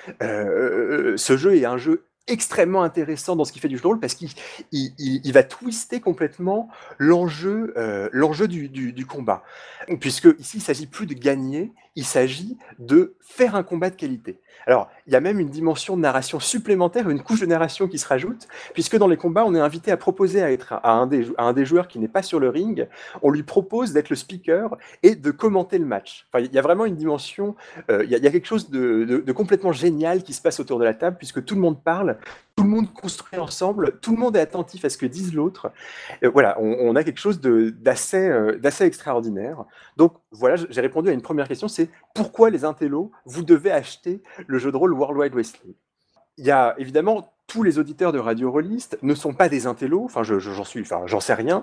euh, ce jeu est un jeu extrêmement intéressant dans ce qu'il fait du jeu de rôle parce qu'il il, il, il va twister complètement l'enjeu euh, l'enjeu du, du, du combat. Puisque ici, il ne s'agit plus de gagner, il s'agit de faire un combat de qualité. Alors, il y a même une dimension de narration supplémentaire, une couche de narration qui se rajoute, puisque dans les combats, on est invité à proposer à, être à, un, des, à un des joueurs qui n'est pas sur le ring, on lui propose d'être le speaker et de commenter le match. Enfin, il y a vraiment une dimension, euh, il, y a, il y a quelque chose de, de, de complètement génial qui se passe autour de la table, puisque tout le monde parle, tout le monde construit ensemble, tout le monde est attentif à ce que dise l'autre. Euh, voilà, on, on a quelque chose de, d'assez, euh, d'assez extraordinaire. Donc voilà, j'ai répondu à une première question, c'est pourquoi les intellos, vous devez acheter le jeu de rôle World Wide Wrestling. Il y a évidemment, tous les auditeurs de Radio Rollist ne sont pas des intellos, enfin je, je, j'en suis, enfin j'en sais rien.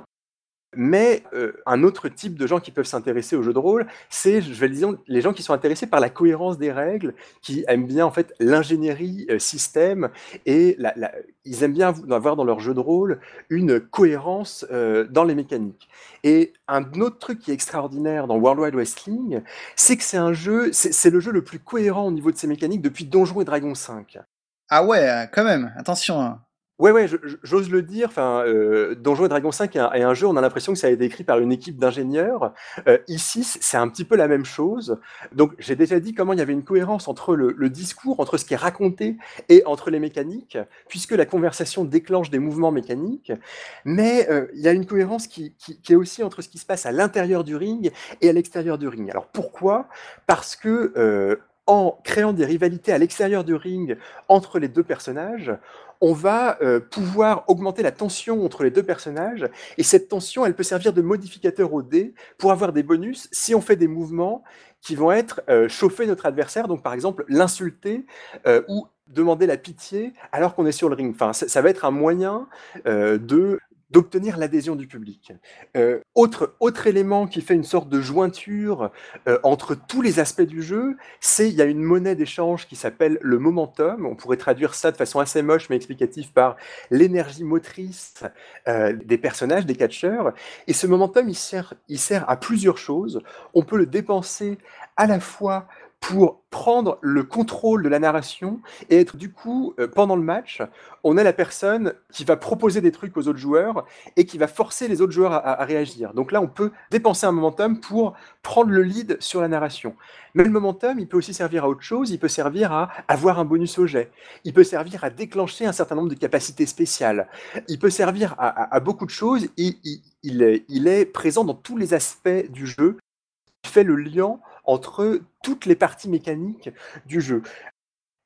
Mais euh, un autre type de gens qui peuvent s'intéresser au jeu de rôle, c'est, je vais le dire, les gens qui sont intéressés par la cohérence des règles, qui aiment bien en fait l'ingénierie euh, système, et la, la, ils aiment bien avoir dans leur jeu de rôle une cohérence euh, dans les mécaniques. Et un autre truc qui est extraordinaire dans World Wide Wrestling, c'est que c'est un jeu, c'est, c'est le jeu le plus cohérent au niveau de ses mécaniques depuis Donjons et Dragons cinq. Ah ouais, quand même, attention. Hein. Ouais, ouais, je, j'ose le dire. Enfin, euh, Donjons et Dragons cinq est un, est un jeu, on a l'impression que ça a été écrit par une équipe d'ingénieurs. Euh, ici, c'est un petit peu la même chose. Donc, j'ai déjà dit comment il y avait une cohérence entre le, le discours, entre ce qui est raconté et entre les mécaniques, puisque la conversation déclenche des mouvements mécaniques. Mais euh, il y a une cohérence qui, qui, qui est aussi entre ce qui se passe à l'intérieur du ring et à l'extérieur du ring. Alors, pourquoi ? Parce que euh, en créant des rivalités à l'extérieur du ring entre les deux personnages, on va euh, pouvoir augmenter la tension entre les deux personnages, et cette tension, elle peut servir de modificateur au dé pour avoir des bonus si on fait des mouvements qui vont être euh, chauffer notre adversaire, donc par exemple l'insulter euh, ou demander la pitié alors qu'on est sur le ring. Enfin, ça, ça va être un moyen euh, de d'obtenir l'adhésion du public. Euh, autre, autre élément qui fait une sorte de jointure euh, entre tous les aspects du jeu, c'est il y a une monnaie d'échange qui s'appelle le momentum. On pourrait traduire ça de façon assez moche mais explicative par l'énergie motrice euh, des personnages, des catcheurs. Et ce momentum, il sert, il sert à plusieurs choses. On peut le dépenser à la fois pour prendre le contrôle de la narration et être du coup, euh, pendant le match, on a la personne qui va proposer des trucs aux autres joueurs et qui va forcer les autres joueurs à, à, à réagir. Donc là, on peut dépenser un momentum pour prendre le lead sur la narration. Mais le momentum, il peut aussi servir à autre chose, il peut servir à avoir un bonus au jet, il peut servir à déclencher un certain nombre de capacités spéciales, il peut servir à, à, à beaucoup de choses, et il, il, est, il est présent dans tous les aspects du jeu, il fait le lien entre toutes les parties mécaniques du jeu.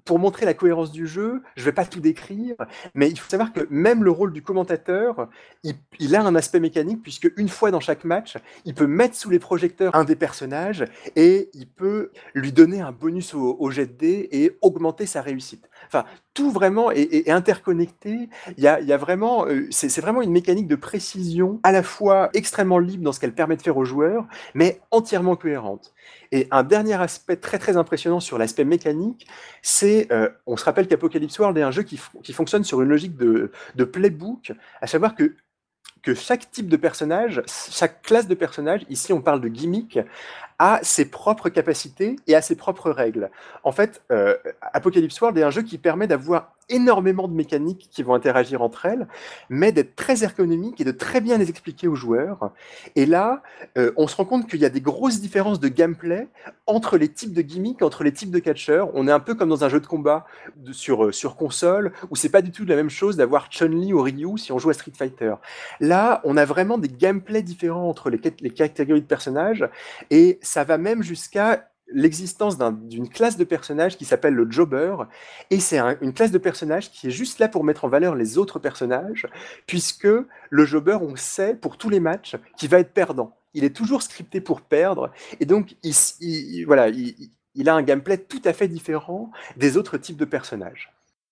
pour montrer la cohérence du jeu, je vais pas tout décrire, mais il faut savoir que même le rôle du commentateur, il, il a un aspect mécanique, puisque une fois dans chaque match, il peut mettre sous les projecteurs un des personnages et il peut lui donner un bonus au, au jet de dés et augmenter sa réussite. Enfin, tout vraiment est, est- est interconnecté. Il y a, il y a vraiment, euh, c'est c'est vraiment une mécanique de précision à la fois extrêmement libre dans ce qu'elle permet de faire aux joueurs, mais entièrement cohérente. Et un dernier aspect très très impressionnant sur l'aspect mécanique, c'est, euh, on se rappelle qu'Apocalypse World est un jeu qui, f- qui fonctionne sur une logique de, de playbook, à savoir que que chaque type de personnage, chaque classe de personnage, ici on parle de gimmick, a ses propres capacités et a ses propres règles. En fait, euh, Apocalypse World est un jeu qui permet d'avoir énormément de mécaniques qui vont interagir entre elles, mais d'être très ergonomique et de très bien les expliquer aux joueurs. Et là, euh, on se rend compte qu'il y a des grosses différences de gameplay entre les types de gimmicks, entre les types de catcheurs. On est un peu comme dans un jeu de combat de- sur, euh, sur console, où c'est pas du tout la même chose d'avoir Chun-Li ou Ryu si on joue à Street Fighter. Là, on a vraiment des gameplays différents entre les, cat- les catégories de personnages, et ça va même jusqu'à l'existence d'un- d'une classe de personnages qui s'appelle le Jobber, et c'est un- une classe de personnages qui est juste là pour mettre en valeur les autres personnages, puisque le Jobber, on sait pour tous les matchs qu'il va être perdant. Il est toujours scripté pour perdre, et donc il, s- il- il- voilà, il, il a un gameplay tout à fait différent des autres types de personnages.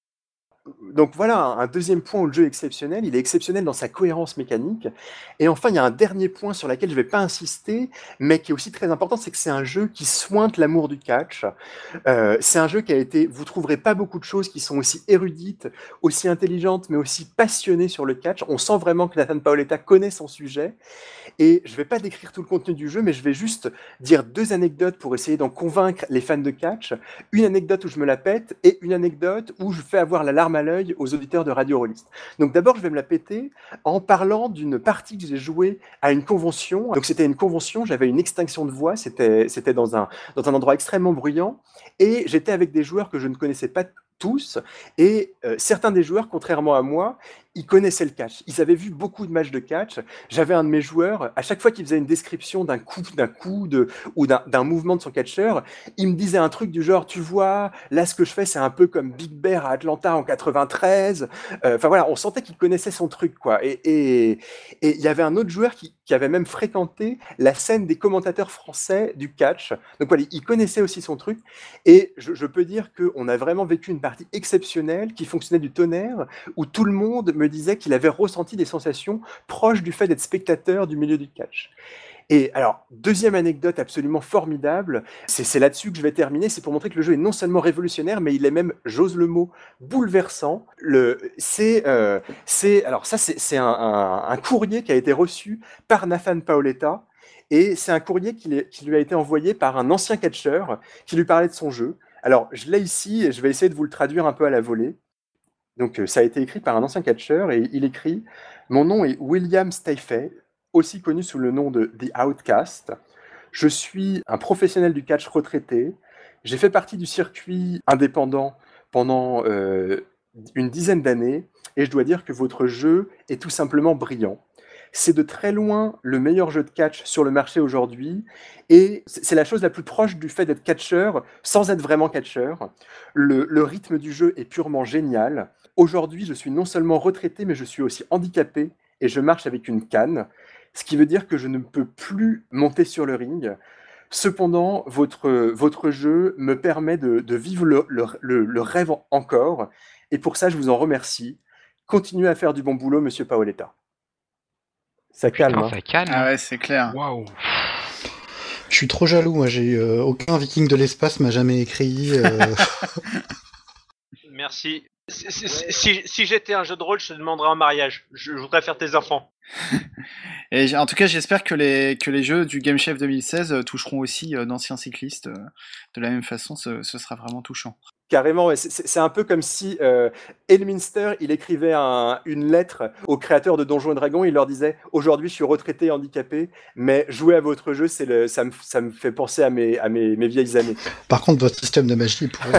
Donc voilà un un deuxième point où le jeu est exceptionnel. Il est exceptionnel dans sa cohérence mécanique. Et enfin, il y a un dernier point sur lequel je ne vais pas insister, mais qui est aussi très important, c'est que c'est un jeu qui sointe l'amour du catch. Euh, c'est un jeu qui a été, vous trouverez pas beaucoup de choses qui sont aussi érudites, aussi intelligentes, mais aussi passionnées sur le catch. On sent vraiment que Nathan Paoletta connaît son sujet. Et je ne vais pas décrire tout le contenu du jeu, mais je vais juste dire deux anecdotes pour essayer d'en convaincre les fans de catch. Une anecdote où je me la pète et une anecdote où je fais avoir la larme à l'œil aux auditeurs de Radio Rollist. Donc d'abord, je vais me la péter en parlant d'une partie que j'ai jouée à une convention. Donc c'était une convention, j'avais une extinction de voix, c'était c'était dans un, dans un endroit extrêmement bruyant, et j'étais avec des joueurs que je ne connaissais pas tous, et euh, certains des joueurs, contrairement à moi, ils connaissaient le catch. Ils avaient vu beaucoup de matchs de catch. J'avais un de mes joueurs, à chaque fois qu'il faisait une description d'un coup, d'un coup de, ou d'un d'un mouvement de son catcheur, il me disait un truc du genre, tu vois, là ce que je fais, c'est un peu comme Big Bear à Atlanta en quatre-vingt-treize. Euh, Enfin voilà, on sentait qu'il connaissait son truc, quoi. Et et- et il y avait un autre joueur qui, qui avait même fréquenté la scène des commentateurs français du catch. Donc voilà, il connaissait aussi son truc. Et je, je peux dire qu'on a vraiment vécu une partie exceptionnelle qui fonctionnait du tonnerre, où tout le monde me disait qu'il avait ressenti des sensations proches du fait d'être spectateur du milieu du catch. Et alors, deuxième anecdote absolument formidable, c'est c'est là-dessus que je vais terminer, c'est pour montrer que le jeu est non seulement révolutionnaire, mais il est même, j'ose le mot, bouleversant. Le, c'est, euh, c'est, alors ça, c'est c'est un, un- un courrier qui a été reçu par Nathan Paoletta, et c'est un courrier qui, l'est- qui lui a été envoyé par un ancien catcheur qui lui parlait de son jeu. Alors, je l'ai ici, et je vais essayer de vous le traduire un peu à la volée. Donc, euh, ça a été écrit par un ancien catcheur, et il écrit: Mon nom est William Stayfay, aussi connu sous le nom de The Outcast. Je suis un professionnel du catch retraité. J'ai fait partie du circuit indépendant pendant euh, une dizaine d'années, et je dois dire que votre jeu est tout simplement brillant. C'est de très loin le meilleur jeu de catch sur le marché aujourd'hui, et c'est c'est la chose la plus proche du fait d'être catcheur sans être vraiment catcheur. Le, le rythme du jeu est purement génial. Aujourd'hui, je suis non seulement retraité, mais je suis aussi handicapé et je marche avec une canne, ce qui veut dire que je ne peux plus monter sur le ring. Cependant, votre, votre jeu me permet de, de vivre le, le- le- le rêve encore, et pour ça, je vous en remercie. Continuez à faire du bon boulot, monsieur Paoletta. Ça calme, Putain, hein. ça calme. Ah hein. ouais, c'est clair. Waouh. Je suis trop jaloux, moi. J'ai euh, aucun viking de l'espace m'a jamais écrit. euh, Merci. Si, si- si- si- si j'étais un jeu de rôle, je te demanderais en mariage. Je, je voudrais faire tes enfants. Et j'- en tout cas, j'espère que les, que les jeux du Game Chef deux mille seize euh, toucheront aussi euh, d'anciens cyclistes. euh, de la même façon, ce, ce sera vraiment touchant. Carrément, ouais. C'est c'est- c'est un peu comme si euh, Elminster, il écrivait un- une lettre aux créateurs de Donjons et Dragons, il leur disait: Aujourd'hui, je suis retraité et handicapé, mais jouer à votre jeu, c'est le, ça, me, ça me fait penser à mes, à mes, mes vieilles années. Par contre, votre système de magie est pourri.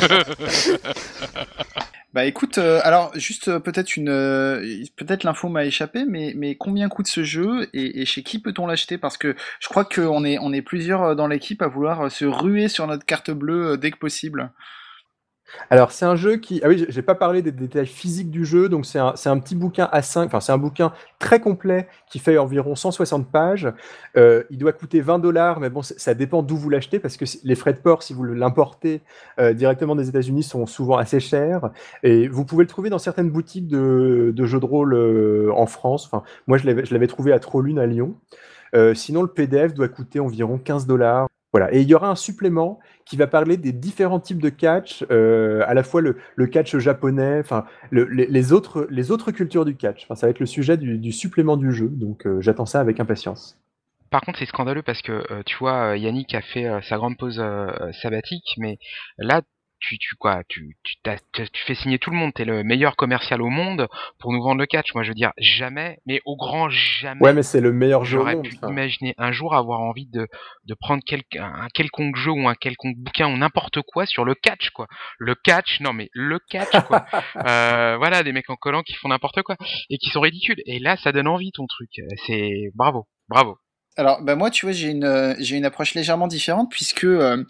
Bah écoute, euh, alors juste euh, peut-être une, euh, peut-être l'info m'a échappé, mais mais combien coûte ce jeu et, et chez qui peut-on l'acheter? Parce que je crois qu'on est on est plusieurs euh, dans l'équipe à vouloir euh, se ruer sur notre carte bleue euh, dès que possible. Alors, c'est un jeu qui... Ah oui, j'ai- j'ai pas parlé des détails physiques du jeu, donc c'est un, c'est un petit bouquin A cinq, enfin c'est un bouquin très complet qui fait environ cent soixante pages. Euh, il doit coûter vingt dollars, mais bon, c'est- ça dépend d'où vous l'achetez, parce que les frais de port, si vous l'importez euh, directement des États-Unis, sont souvent assez chers. Et vous pouvez le trouver dans certaines boutiques de, de jeux de rôle euh, en France. Enfin, moi, je l'avais je l'avais trouvé à Trollune à Lyon. Euh, sinon, le P D F doit coûter environ quinze dollars. Voilà. Et il y aura un supplément qui va parler des différents types de catch, euh, à la fois le, le catch japonais, enfin le- les, les autres, les autres cultures du catch. Enfin, ça va être le sujet du, du supplément du jeu, donc euh, j'attends ça avec impatience. Par contre, c'est scandaleux parce que euh, tu vois, euh, Yannick a fait euh, sa grande pause euh, sabbatique, mais là, tu, tu quoi, tu, tu, t'as- tu tu fais signer tout le monde. T'es le meilleur commercial au monde pour nous vendre le catch. Moi, je veux dire, jamais, mais au grand Ouais, jamais, mais c'est le meilleur jeu au j'aurais monde. pu enfin. imaginer un jour avoir envie de, de prendre quelque, un quelconque jeu ou un quelconque bouquin ou n'importe quoi sur le catch, quoi. Le catch, non mais le catch, quoi. Euh, voilà, des mecs en collant qui font n'importe quoi et qui sont ridicules. Et là, ça donne envie ton truc. C'est bravo, bravo. Alors, bah moi, tu vois, j'ai une, euh, j'ai une approche légèrement différente puisque euh,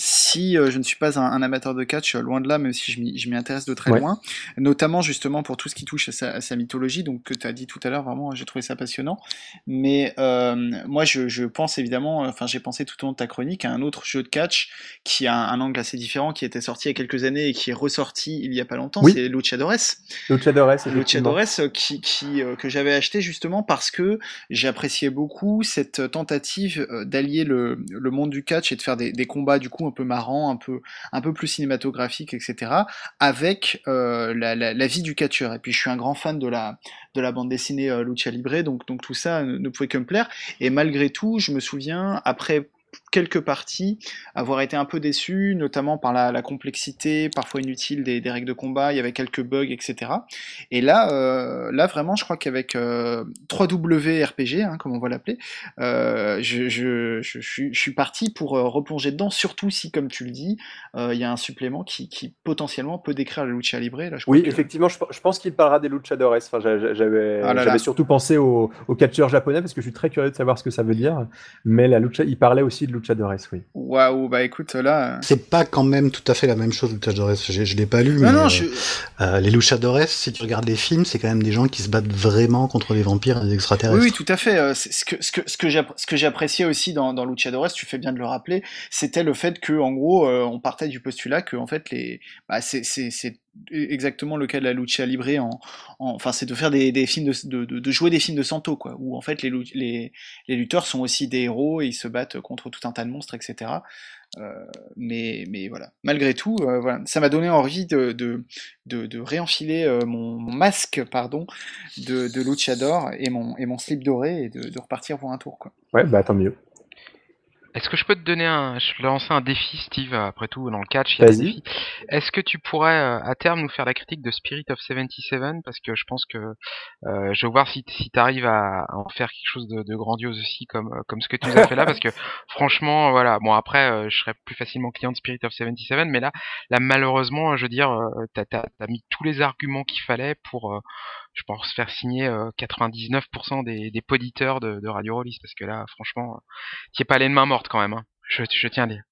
si euh, je ne suis pas un, un amateur de catch, euh, loin de là, même si je m'y, je m'y intéresse de très Ouais. loin, notamment justement pour tout ce qui touche à sa, à sa mythologie, donc que tu as dit tout à l'heure, vraiment, j'ai trouvé ça passionnant. Mais euh, moi, je, je pense évidemment, euh, enfin, j'ai pensé tout au long de ta chronique à un autre jeu de catch qui a un, un angle assez différent, qui était sorti il y a quelques années et qui est ressorti il y a pas longtemps, Oui. c'est Luchadores. Luchadores, effectivement. Luchadores euh, qui, qui, euh, que j'avais acheté justement parce que j'ai apprécié beaucoup cette tentative euh, d'allier le, le monde du catch et de faire des, des combats du coup un peu marrants, un peu, un peu plus cinématographiques, et cetera, avec euh, la, la, la vie du catcheur. Et puis je suis un grand fan de la, de la bande dessinée euh, Lucha Libre, donc, donc tout ça ne, ne pouvait que me plaire. Et malgré tout, je me souviens, après quelques parties, avoir été un peu déçu, notamment par la, la complexité parfois inutile des, des règles de combat, il y avait quelques bugs, et cetera. Et là, euh, là vraiment, je crois qu'avec euh, trois W R P G, hein, comme on va l'appeler, euh, je, je, je, je, suis- je suis parti pour euh, replonger dedans, surtout si, comme tu le dis, euh, il y a un supplément qui, qui potentiellement peut décrire la Lucha Libre. Là, je crois Oui, que... effectivement, je, je pense qu'il parlera des luchadores. Enfin, j'a- j'a- Ah j'avais, là j'avais là. surtout pensé aux au catcheurs japonais parce que je suis très curieux de savoir ce que ça veut dire. Mais la lucha, il parlait aussi de luchadores, oui. Waouh, bah écoute, là... euh, C'est pas quand même tout à fait la même chose, Luchadores. Je, je l'ai pas lu, Non, mais non, euh, je... euh, les Luchadores, si tu regardes les films, c'est quand même des gens qui se battent vraiment contre des vampires et des Oui, extraterrestres. oui, tout à fait. Euh, c'est- Ce que, ce que, ce que j'app- ce que j'appréciais aussi dans, dans Luchadores, tu fais bien de le rappeler, c'était le fait que, en gros, euh, on partait du postulat que, en fait, les, bah, c'est, c'est, c'est exactement le cas de la Lucha Libre en, en- enfin, c'est de faire des, des films de, de, de- de jouer des films de Santo, quoi, où en fait les, lu- les, les lutteurs sont aussi des héros et ils se battent contre tout un tas de monstres, et cetera. Euh, mais, mais voilà. Malgré tout, euh, voilà, ça m'a donné envie de, de, de, de réenfiler euh, mon, mon masque, pardon, de, de Luchador et mon, et mon slip doré et de, de repartir pour un tour, quoi. Ouais, bah tant mieux. Est-ce que je peux te donner un, je vais lancer un défi, Steve, après tout, dans le catch, il y a des Vas-y. défis. Est-ce que tu pourrais, euh, à terme, nous faire la critique de Spirit of soixante-dix-sept? Parce que je pense que, euh, je veux voir si, si t'arrives à, à en faire quelque chose de, de grandiose aussi, comme, euh, comme ce que tu nous as fait là, parce que, franchement, voilà, bon, après, euh, je serais plus facilement client de Spirit of soixante-dix-sept, mais là, là, malheureusement, je veux dire, euh, t'as, t'as, t'as mis tous les arguments qu'il fallait pour, euh, je pense, faire signer euh, quatre-vingt-dix-neuf pour cent des, des poditeurs de, de Radio Rollis, parce que là, franchement, t'y es pas allé de main morte quand même, hein. Je, je tiens à dire.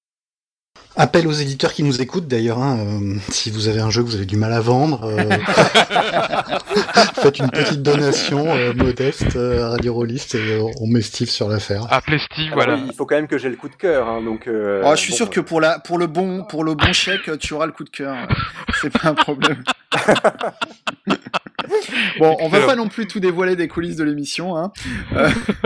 Appel aux éditeurs qui nous écoutent d'ailleurs, hein, euh, si vous avez un jeu que vous avez du mal à vendre, euh, faites une petite donation euh, modeste euh, à Radio Rollist et euh, on met Steve sur l'affaire. Appelez Steve, Alors voilà. oui, il faut quand même que j'ai le coup de cœur, hein, donc. euh, Oh, je suis bon, sûr que pour, la, pour, le bon, pour le bon chèque, tu auras le coup de cœur. euh, C'est pas un problème. Bon, on va Excellent. pas non plus tout dévoiler des coulisses de l'émission, hein. Euh,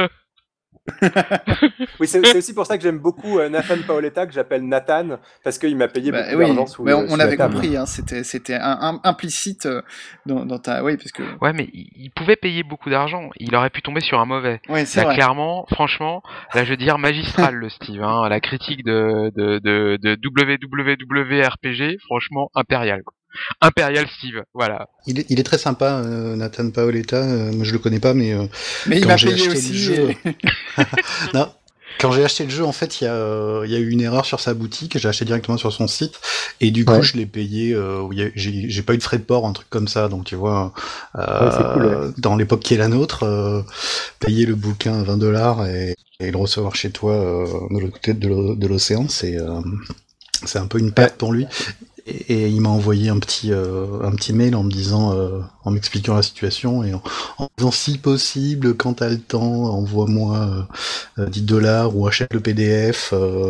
Oui, c'est c'est aussi pour ça que j'aime beaucoup euh, Nathan Paoletta, que j'appelle Nathan, parce qu'il m'a payé bah, beaucoup oui, d'argent sous, mais on, euh, on sous la avait table. compris, hein, c'était, c'était un, un- implicite euh, dans, dans ta... Oui, parce que... Ouais, mais il, il pouvait payer beaucoup d'argent. Il aurait pu tomber sur un mauvais. Oui, c'est Là, vrai. clairement, franchement, là, je veux dire magistral, le Steve. Hein, la critique de, de, de, de W W W R P G, franchement, impérial. Quoi. Impérial Steve, voilà. Il est, il est très sympa, euh, Nathan Paoletta. Euh, moi, je le connais pas, mais euh, Mais il quand m'a j'ai payé acheté aussi. le jeu, et- non, quand j'ai acheté le jeu, en fait, il y a, euh, il y a eu une erreur sur sa boutique. J'ai acheté directement sur son site et du coup, Ouais. je l'ai payé. Euh, où il y a- j'ai, j'ai pas eu de frais de port, un truc comme ça. Donc, tu vois, euh, Ouais, c'est cool, ouais. dans l'époque qui est la nôtre, euh, payer le bouquin à vingt dollars et, et le recevoir chez toi euh, de l'autre côté de, l'o- de l'océan, c'est, euh, c'est un peu une perte pour lui. et, et il m'a envoyé un petit, euh, un petit mail en me disant, euh, en m'expliquant la situation et en, en disant si possible, quand t'as le temps, envoie-moi euh, dix dollars ou achète le P D F. Euh,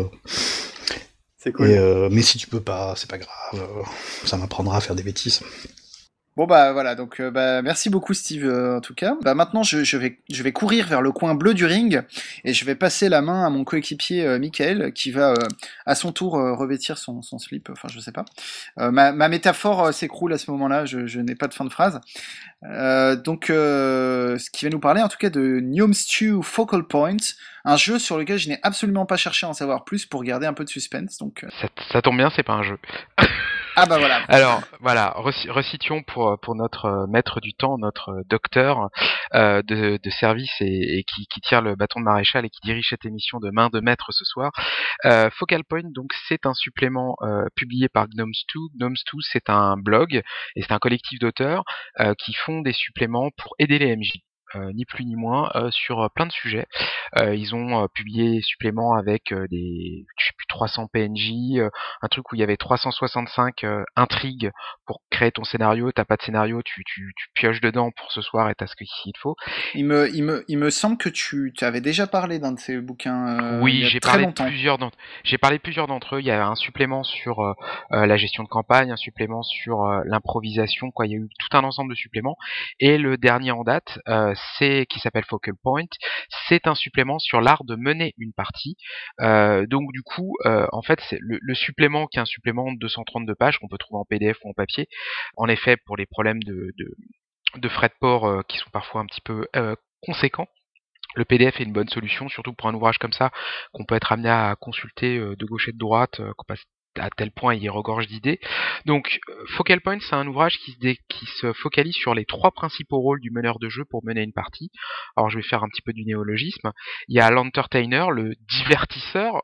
C'est cool. et, euh, mais si tu peux pas, c'est pas grave, euh, ça m'apprendra à faire des bêtises. Bon bah voilà, donc euh, bah, merci beaucoup Steve euh, en tout cas. Bah maintenant je, je, vais, je vais courir vers le coin bleu du ring et je vais passer la main à mon coéquipier euh, Michael qui va euh, à son tour euh, revêtir son, son slip, enfin je sais pas. Euh, ma, ma métaphore euh, s'écroule à ce moment-là, je, je n'ai pas de fin de phrase. Euh, donc euh, ce qui va nous parler en tout cas de Gnome Stew Focal Point, un jeu sur lequel je n'ai absolument pas cherché à en savoir plus pour garder un peu de suspense. Donc, euh... ça, ça tombe bien, c'est pas un jeu. Ah bah voilà. Alors voilà, resituons pour pour notre maître du temps, notre docteur euh, de, de service et, et qui, qui tire le bâton de maréchal et qui dirige cette émission de main de maître ce soir. Euh, Focal Point, donc c'est un supplément euh, publié par Gnome Stew. Gnome Stew, c'est un blog et c'est un collectif d'auteurs euh, qui font des suppléments pour aider les M J. Euh, ni plus ni moins, euh, sur euh, plein de sujets. Euh, ils ont euh, publié des suppléments avec euh, des, je sais plus, trois cents P N J, euh, un truc où il y avait trois cent soixante-cinq euh, intrigues pour créer ton scénario. T'as pas de scénario, tu, tu, tu pioches dedans pour ce soir et t'as ce qu'il te faut. Il me, il me, il me semble que tu, tu avais déjà parlé d'un de ces bouquins. Euh, oui, il y a j'ai très parlé longtemps. de plusieurs d'entre, j'ai parlé de plusieurs d'entre eux. Il y a un supplément sur euh, euh, la gestion de campagne, un supplément sur euh, l'improvisation. Quoi, il y a eu tout un ensemble de suppléments. Et le dernier en date, euh, c'est qui s'appelle Focal Point. C'est un supplément sur l'art de mener une partie. Euh, donc du coup, euh, en fait, c'est le, le supplément qui est un supplément de deux cent trente-deux pages qu'on peut trouver en P D F ou en papier. En effet, pour les problèmes de de, de frais de port euh, qui sont parfois un petit peu euh, conséquents. Le P D F est une bonne solution, surtout pour un ouvrage comme ça, qu'on peut être amené à consulter de gauche et de droite, à tel point il regorge d'idées. Donc, Focal Point, c'est un ouvrage qui se, dé... qui se focalise sur les trois principaux rôles du meneur de jeu pour mener une partie. Alors, je vais faire un petit peu du néologisme. Il y a l'entertainer, le divertisseur.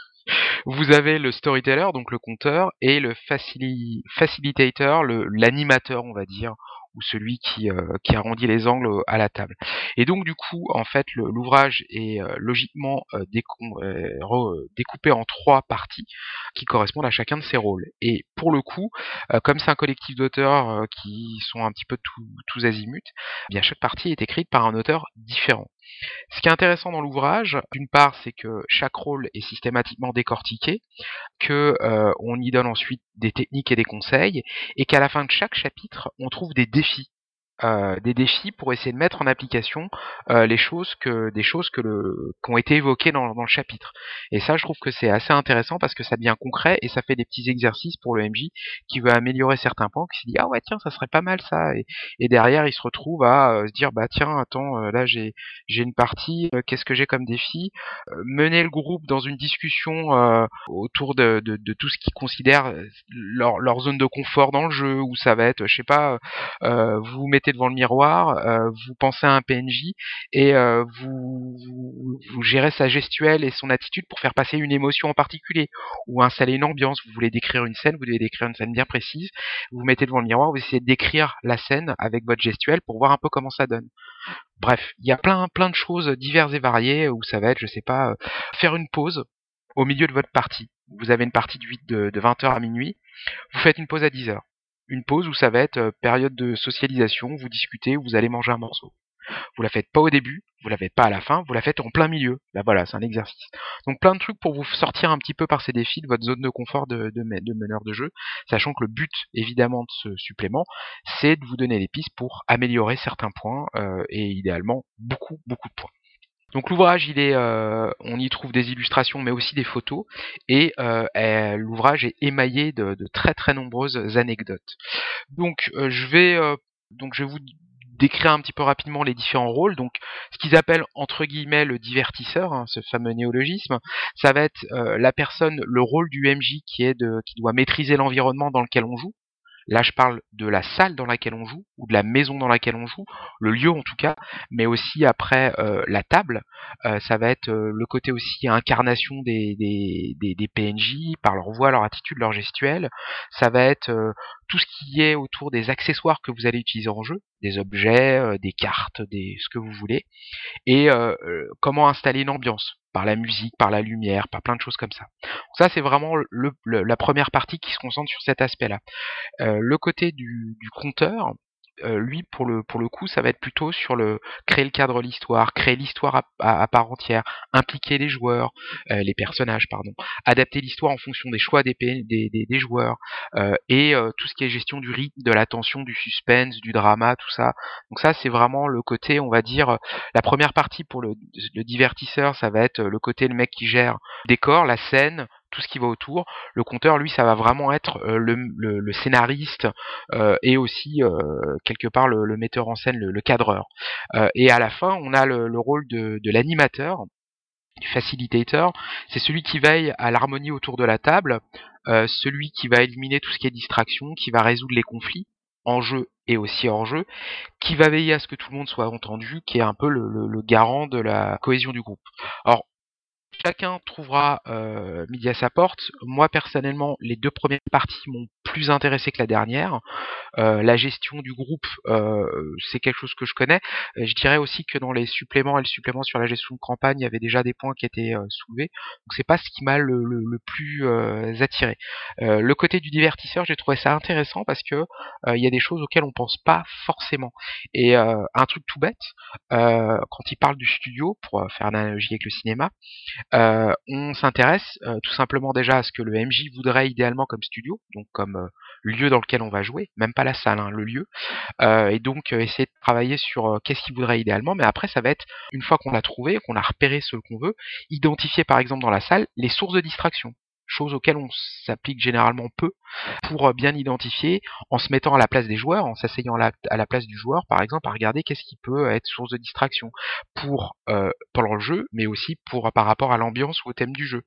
Vous avez le storyteller, donc le conteur, et le facili... facilitator, le... l'animateur, on va dire, ou celui qui, euh, qui arrondit les angles à la table. Et donc du coup, en fait, le, l'ouvrage est euh, logiquement euh, décom- euh, re, découpé en trois parties qui correspondent à chacun de ces rôles. Et pour le coup, euh, comme c'est un collectif d'auteurs euh, qui sont un petit peu tout, tous azimuts, eh bien chaque partie est écrite par un auteur différent. Ce qui est intéressant dans l'ouvrage, d'une part, c'est que chaque rôle est systématiquement décortiqué, que euh, on y donne ensuite des techniques et des conseils, et qu'à la fin de chaque chapitre, on trouve des défis. Euh, des défis pour essayer de mettre en application euh, les choses que des choses que le qui ont été évoquées dans, dans le chapitre. Et ça, je trouve que c'est assez intéressant parce que ça devient concret et ça fait des petits exercices pour le M J qui veut améliorer certains points, qui se dit ah ouais tiens ça serait pas mal ça et, et derrière il se retrouve à euh, se dire bah tiens attends euh, là j'ai j'ai une partie euh, qu'est-ce que j'ai comme défi euh, mener le groupe dans une discussion euh, autour de, de, de tout ce qu'ils considèrent leur, leur zone de confort dans le jeu où ça va être je sais pas euh, vous mettez devant le miroir, euh, vous pensez à un P N J et euh, vous, vous, vous gérez sa gestuelle et son attitude pour faire passer une émotion en particulier ou installer une ambiance. Vous voulez décrire une scène, vous devez décrire une scène bien précise. Vous vous mettez devant le miroir, vous essayez de décrire la scène avec votre gestuelle pour voir un peu comment ça donne. Bref, il y a plein plein de choses diverses et variées où ça va être, je sais pas, euh, faire une pause au milieu de votre partie. Vous avez une partie de, huit, de, de vingt heures à minuit, vous faites une pause à dix heures. Une pause où ça va être euh, période de socialisation, vous discutez, vous allez manger un morceau. Vous la faites pas au début, vous la faites pas à la fin, vous la faites en plein milieu. Là voilà, c'est un exercice. Donc plein de trucs pour vous sortir un petit peu par ces défis de votre zone de confort de, de, de meneur de jeu, sachant que le but évidemment de ce supplément, c'est de vous donner les pistes pour améliorer certains points euh, et idéalement beaucoup beaucoup de points. Donc l'ouvrage, il est, euh, on y trouve des illustrations, mais aussi des photos, et euh, elle, l'ouvrage est émaillé de, de très très nombreuses anecdotes. Donc euh, je vais, euh, donc je vais vous décrire un petit peu rapidement les différents rôles. Donc ce qu'ils appellent entre guillemets le divertisseur, hein, ce fameux néologisme, ça va être euh, la personne, le rôle du M J qui est de, qui doit maîtriser l'environnement dans lequel on joue. Là, je parle de la salle dans laquelle on joue, ou de la maison dans laquelle on joue, le lieu en tout cas, mais aussi après euh, la table. Euh, ça va être euh, le côté aussi incarnation des, des, des, des P N J, par leur voix, leur attitude, leur gestuelle. Ça va être euh, tout ce qui est autour des accessoires que vous allez utiliser en jeu, des objets, euh, des cartes, des ce que vous voulez, et euh, euh, comment installer une ambiance par la musique, par la lumière, par plein de choses comme ça. Donc ça, c'est vraiment le, le, la première partie qui se concentre sur cet aspect-là. Euh, le côté du, du compteur, euh, lui, pour le, pour le coup, ça va être plutôt sur le créer le cadre de l'histoire, créer l'histoire à, à, à part entière, impliquer les joueurs, euh, les personnages, pardon, adapter l'histoire en fonction des choix des, des, des, des joueurs, euh, et euh, tout ce qui est gestion du rythme, de la tension, du suspense, du drama, tout ça. Donc ça, c'est vraiment le côté, on va dire, la première partie pour le, le divertisseur, ça va être le côté le mec qui gère le décor, la scène, tout ce qui va autour. Le compteur, lui, ça va vraiment être euh, le, le, le scénariste euh, et aussi euh, quelque part le, le metteur en scène, le, le cadreur. Euh, et à la fin, on a le, le rôle de, de l'animateur, du facilitator. C'est celui qui veille à l'harmonie autour de la table, euh, celui qui va éliminer tout ce qui est distraction, qui va résoudre les conflits en jeu et aussi hors jeu, qui va veiller à ce que tout le monde soit entendu, qui est un peu le, le, le garant de la cohésion du groupe. Alors, chacun trouvera euh, midi à sa porte. Moi, personnellement, les deux premières parties m'ont plus intéressé que la dernière. Euh, la gestion du groupe, euh, c'est quelque chose que je connais. Euh, je dirais aussi que dans les suppléments et le supplément sur la gestion de campagne, il y avait déjà des points qui étaient euh, soulevés. Donc c'est pas ce qui m'a le, le, le plus euh, attiré. Euh, le côté du divertisseur, j'ai trouvé ça intéressant parce que euh, il y a des choses auxquelles on pense pas forcément. Et euh, un truc tout bête, euh, quand il parle du studio, pour faire une analogie avec le cinéma, euh, on s'intéresse euh, tout simplement déjà à ce que le M J voudrait idéalement comme studio, donc comme euh, lieu dans lequel on va jouer, même pas la salle, hein, le lieu, euh, et donc euh, essayer de travailler sur euh, qu'est-ce qu'il voudrait idéalement, mais après ça va être, une fois qu'on l'a trouvé, qu'on a repéré ce qu'on veut, identifier par exemple dans la salle les sources de distraction, choses auxquelles on s'applique généralement peu, pour bien identifier, en se mettant à la place des joueurs, en s'asseyant à la, à la place du joueur, par exemple, à regarder qu'est-ce qui peut être source de distraction, pour euh, pendant le jeu, mais aussi pour par rapport à l'ambiance ou au thème du jeu.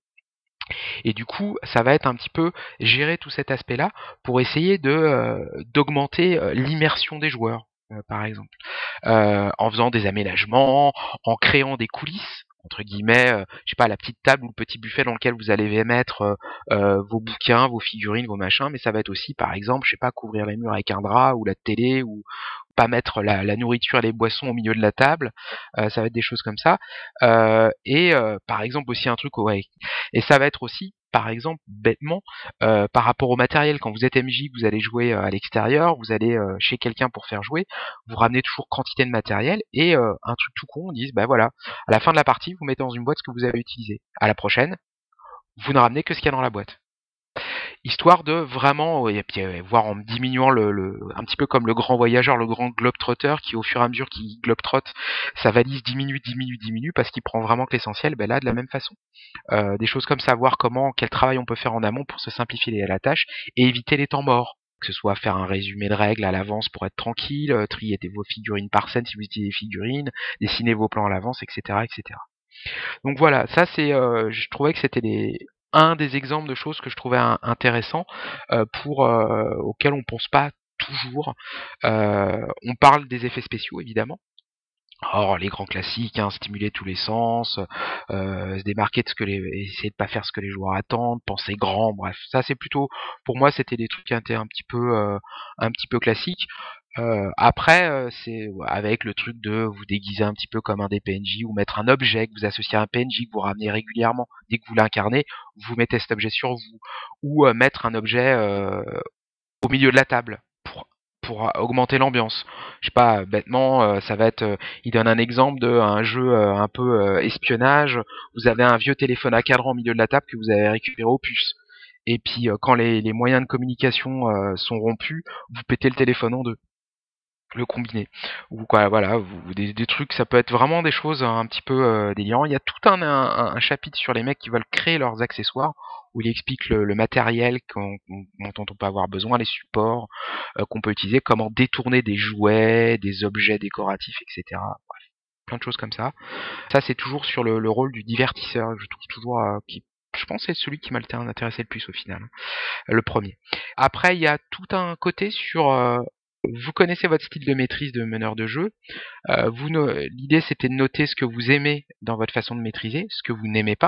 Et du coup, ça va être un petit peu gérer tout cet aspect-là pour essayer de euh, d'augmenter euh, l'immersion des joueurs, euh, par exemple, euh, en faisant des aménagements, en créant des coulisses entre guillemets, euh, je sais pas, la petite table ou le petit buffet dans lequel vous allez mettre euh, euh, vos bouquins, vos figurines, vos machins, mais ça va être aussi, par exemple, je sais pas, couvrir les murs avec un drap ou la télé, ou pas mettre la, la nourriture et les boissons au milieu de la table, euh, ça va être des choses comme ça. Euh, et euh, par exemple aussi un truc, ouais, et ça va être aussi, par exemple, bêtement, euh, par rapport au matériel, quand vous êtes M J, vous allez jouer euh, à l'extérieur, vous allez euh, chez quelqu'un pour faire jouer, vous ramenez toujours quantité de matériel, et euh, un truc tout con, on dit, bah voilà, à la fin de la partie, vous mettez dans une boîte ce que vous avez utilisé. À la prochaine, vous ne ramenez que ce qu'il y a dans la boîte. Histoire de vraiment, et puis euh, voir en diminuant le, le, un petit peu comme le grand voyageur, le grand globetrotter, qui au fur et à mesure qu'il globetrotte, sa valise diminue, diminue, diminue, parce qu'il prend vraiment que l'essentiel, ben là, de la même façon. Euh, des choses comme ça, voir comment, quel travail on peut faire en amont pour se simplifier la tâche et éviter les temps morts. Que ce soit faire un résumé de règles à l'avance pour être tranquille, euh, trier vos figurines par scène si vous utilisez des figurines, dessiner vos plans à l'avance, et cetera, et cetera. Donc voilà, ça c'est, euh, je trouvais que c'était les, un des exemples de choses que je trouvais un, intéressant euh, pour euh, auxquels on pense pas toujours. Euh, on parle des effets spéciaux évidemment. Or les grands classiques, hein, stimuler tous les sens, euh, se démarquer de ce que les, essayer de pas faire ce que les joueurs attendent, penser grand, bref, ça c'est plutôt, pour moi c'était des trucs qui étaient un petit peu, euh, un petit peu classiques. Euh, après, euh, c'est avec le truc de vous déguiser un petit peu comme un des P N J ou mettre un objet que vous associez à un P N J que vous ramenez régulièrement dès que vous l'incarnez, vous mettez cet objet sur vous, ou euh, mettre un objet euh, au milieu de la table pour pour augmenter l'ambiance. Je sais pas, bêtement, euh, ça va être, euh, il donne un exemple de un jeu euh, un peu euh, espionnage. Vous avez un vieux téléphone à cadran au milieu de la table que vous avez récupéré au puce. Et puis euh, quand les, les moyens de communication euh, sont rompus, vous pétez le téléphone en deux. Le combiner, ou quoi, voilà, vous, des, des trucs, ça peut être vraiment des choses un petit peu euh, délirantes. Il y a tout un, un, un chapitre sur les mecs qui veulent créer leurs accessoires, où il explique le, le matériel qu'on, dont on peut avoir besoin, les supports euh, qu'on peut utiliser, comment détourner des jouets, des objets décoratifs, et cetera. Bref, plein de choses comme ça. Ça, c'est toujours sur le, le rôle du divertisseur, je trouve toujours euh, qui, je pense, c'est celui qui m'a intéressé le plus au final, le premier. Après, il y a tout un côté sur euh, vous connaissez votre style de maîtrise de meneur de jeu. Euh, vous, l'idée, c'était de noter ce que vous aimez dans votre façon de maîtriser, ce que vous n'aimez pas.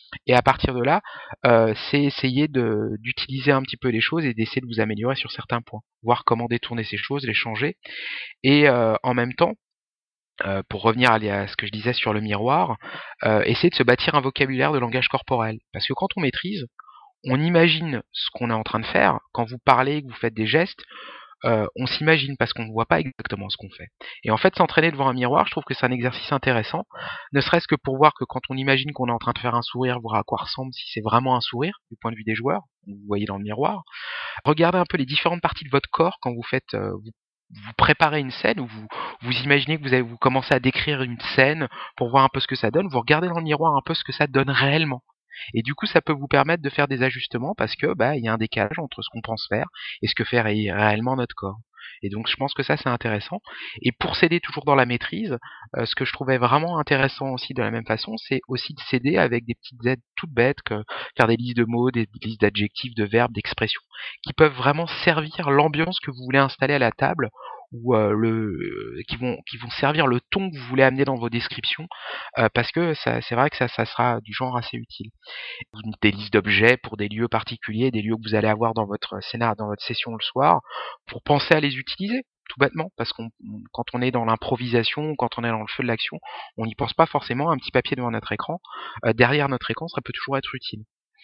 Et à partir de là, euh, c'est essayer de, d'utiliser un petit peu les choses et d'essayer de vous améliorer sur certains points, voir comment détourner ces choses, les changer, et euh, en même temps, euh, pour revenir à, à ce que je disais sur le miroir, euh, essayer de se bâtir un vocabulaire de langage corporel. Parce que quand on maîtrise, on imagine ce qu'on est en train de faire. Quand vous parlez, que vous faites des gestes, euh, on s'imagine parce qu'on ne voit pas exactement ce qu'on fait. Et en fait, s'entraîner devant un miroir, je trouve que c'est un exercice intéressant, ne serait-ce que pour voir que quand on imagine qu'on est en train de faire un sourire, voir à quoi ressemble, si c'est vraiment un sourire, du point de vue des joueurs, vous voyez dans le miroir. Regardez un peu les différentes parties de votre corps quand vous faites, euh, vous, vous préparez une scène, ou vous, vous imaginez que vous, avez, vous commencez à décrire une scène pour voir un peu ce que ça donne, vous regardez dans le miroir un peu ce que ça donne réellement. Et du coup, ça peut vous permettre de faire des ajustements parce que bah il y a un décalage entre ce qu'on pense faire et ce que fait ré- réellement notre corps. Et donc, je pense que ça, c'est intéressant. Et pour s'aider toujours dans la maîtrise, euh, ce que je trouvais vraiment intéressant aussi de la même façon, c'est aussi de s'aider avec des petites aides toutes bêtes, que faire des listes de mots, des listes d'adjectifs, de verbes, d'expressions, qui peuvent vraiment servir l'ambiance que vous voulez installer à la table, ou euh, le, qui vont qui vont servir le ton que vous voulez amener dans vos descriptions, euh, parce que ça, c'est vrai que ça, ça sera du genre assez utile. Des listes d'objets pour des lieux particuliers, des lieux que vous allez avoir dans votre scénar, dans votre session le soir, pour penser à les utiliser, tout bêtement, parce qu'on, quand on est dans l'improvisation, quand on est dans le feu de l'action, on n'y pense pas forcément. Un petit papier devant notre écran, euh, derrière notre écran, ça peut toujours être utile.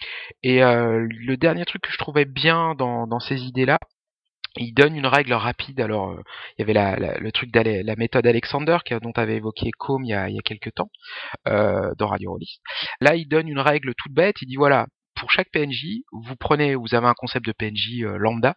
Et euh, le dernier truc que je trouvais bien dans, dans ces idées-là, il donne une règle rapide. Alors, euh, il y avait la, la, le truc de la méthode Alexander, dont avait évoqué Com il y a, il y a quelques temps, euh, dans Radio Rollist. Là, il donne une règle toute bête. Il dit voilà, pour chaque P N J, vous prenez, vous avez un concept de P N J euh, lambda,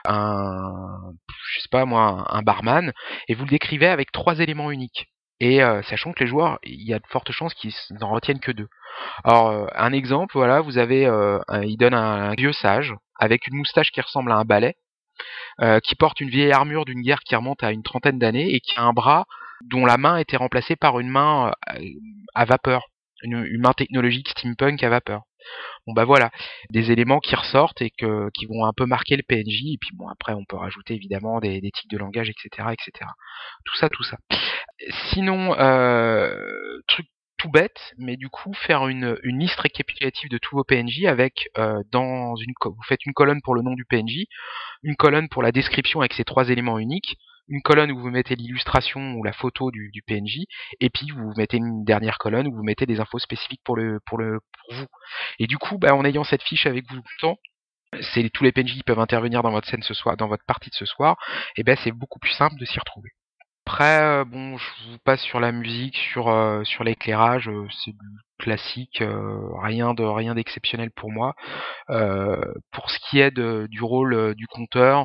un, je sais pas moi, un barman, et vous le décrivez avec trois éléments uniques. Et euh, sachant que les joueurs, il y a de fortes chances qu'ils n'en retiennent que deux. Alors, euh, un exemple, voilà, vous avez, euh, un, il donne un, un vieux sage avec une moustache qui ressemble à un balai, euh, qui porte une vieille armure d'une guerre qui remonte à une trentaine d'années et qui a un bras dont la main était remplacée par une main euh, à vapeur, une, une main technologique steampunk à vapeur. Bon bah voilà, des éléments qui ressortent et que, qui vont un peu marquer le P N J, et puis bon après on peut rajouter évidemment des, des tics de langage, et cetera, et cetera. Tout ça, tout ça. Sinon, euh, truc tout bête, mais du coup faire une, une liste récapitulative de tous vos P N J avec euh, dans une, vous faites une colonne pour le nom du P N J, une colonne pour la description avec ces trois éléments uniques, une colonne où vous mettez l'illustration ou la photo du, du P N J, et puis vous mettez une dernière colonne où vous mettez des infos spécifiques pour le pour le pour vous. Et du coup, bah, en ayant cette fiche avec vous tout le temps, c'est tous les P N J qui peuvent intervenir dans votre scène ce soir, dans votre partie de ce soir, et ben c'est beaucoup plus simple de s'y retrouver. Après, euh, bon, je vous passe sur la musique, sur euh, sur l'éclairage, euh, c'est du classique, euh, rien de rien d'exceptionnel pour moi. Euh, pour ce qui est de, du rôle euh, du conteur,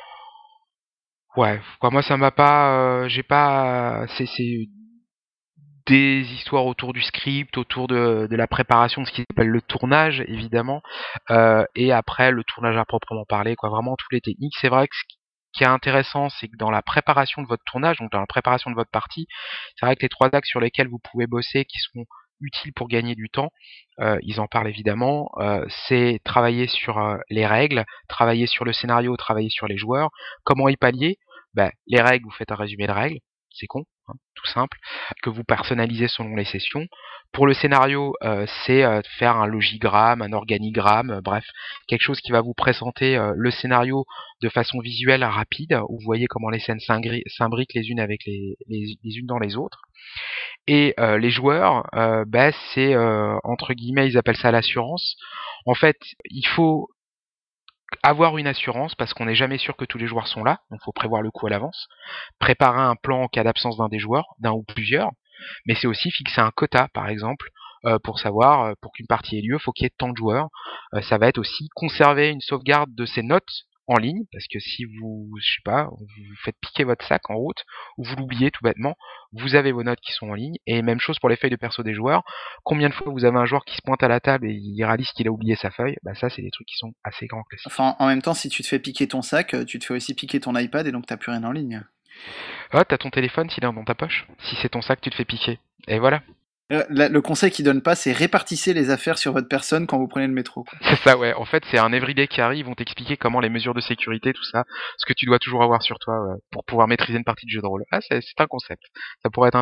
ouais, quoi, moi ça m'a pas, euh, j'ai pas, c'est c'est des histoires autour du script, autour de, de la préparation de ce qui s'appelle le tournage évidemment, euh, et après le tournage à proprement parler, quoi, vraiment toutes les techniques. C'est vrai que ce qui est intéressant, c'est que dans la préparation de votre tournage, donc dans la préparation de votre partie, c'est vrai que les trois axes sur lesquels vous pouvez bosser, qui sont utiles pour gagner du temps, euh, ils en parlent évidemment, euh, c'est travailler sur euh, les règles, travailler sur le scénario, travailler sur les joueurs. Comment y pallier? Ben, les règles, vous faites un résumé de règles, c'est con, hein, tout simple, que vous personnalisez selon les sessions. Pour le scénario, euh, c'est euh, faire un logigramme, un organigramme, euh, bref, quelque chose qui va vous présenter euh, le scénario de façon visuelle rapide, où vous voyez comment les scènes s'imbriquent les unes avec les, les, les unes dans les autres. Et euh, les joueurs, euh, bah, c'est euh, entre guillemets, ils appellent ça l'assurance. En fait, il faut avoir une assurance parce qu'on n'est jamais sûr que tous les joueurs sont là, donc il faut prévoir le coup à l'avance, préparer un plan en cas d'absence d'un des joueurs, d'un ou plusieurs, mais c'est aussi fixer un quota, par exemple, euh, pour savoir, euh, pour qu'une partie ait lieu, faut qu'il y ait tant de joueurs. Euh, ça va être aussi conserver une sauvegarde de ses notes en ligne, parce que si vous, je sais pas, vous faites piquer votre sac en route, ou vous l'oubliez tout bêtement, vous avez vos notes qui sont en ligne, et même chose pour les feuilles de perso des joueurs. Combien de fois vous avez un joueur qui se pointe à la table et il réalise qu'il a oublié sa feuille? Bah ça, c'est des trucs qui sont assez grands classiques. Enfin, en même temps, si tu te fais piquer ton sac, tu te fais aussi piquer ton iPad et donc t'as plus rien en ligne. Ah, t'as ton téléphone s'il est dans ta poche. Si c'est ton sac, tu te fais piquer. Et voilà. Euh, la- le conseil qu'ils donnent pas, c'est répartissez les affaires sur votre personne quand vous prenez le métro, quoi. C'est ça, ouais. En fait, c'est un everyday qui arrive, ils vont t'expliquer comment les mesures de sécurité, tout ça, ce que tu dois toujours avoir sur toi ouais, pour pouvoir maîtriser une partie de jeu de rôle. Ah, c'est c'est un concept. Ça pourrait être intéressant.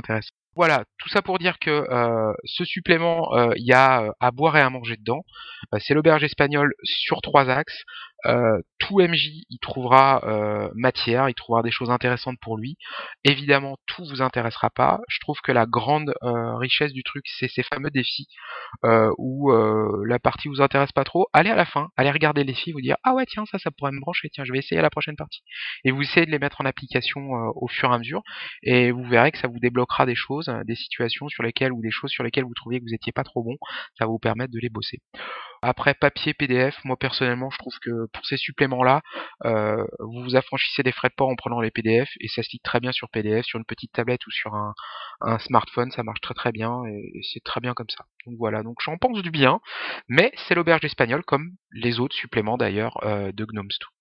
Voilà, tout ça pour dire que euh, ce supplément, il euh, y a euh, à boire et à manger dedans. Euh, c'est l'auberge espagnole sur trois axes. Euh, tout M J il trouvera euh, matière, il trouvera des choses intéressantes pour lui. Évidemment, tout vous intéressera pas. Je trouve que la grande euh, richesse du truc, c'est ces fameux défis euh, où euh, la partie vous intéresse pas trop. Allez à la fin, allez regarder les défis, vous dire ah ouais tiens ça ça pourrait me brancher, tiens je vais essayer à la prochaine partie. Et vous essayez de les mettre en application euh, au fur et à mesure, et vous verrez que ça vous débloquera des choses, des situations sur lesquelles ou des choses sur lesquelles vous trouviez que vous étiez pas trop bon. Ça va vous permettre de les bosser. Après, papier, P D F, moi personnellement, je trouve que pour ces suppléments-là, euh, vous vous affranchissez des frais de port en prenant les P D F, et ça se lit très bien sur P D F, sur une petite tablette ou sur un, un smartphone, ça marche très très bien, et, et c'est très bien comme ça. Donc voilà, donc j'en pense du bien, mais c'est l'auberge espagnole, comme les autres suppléments d'ailleurs euh, de Gnomes deux.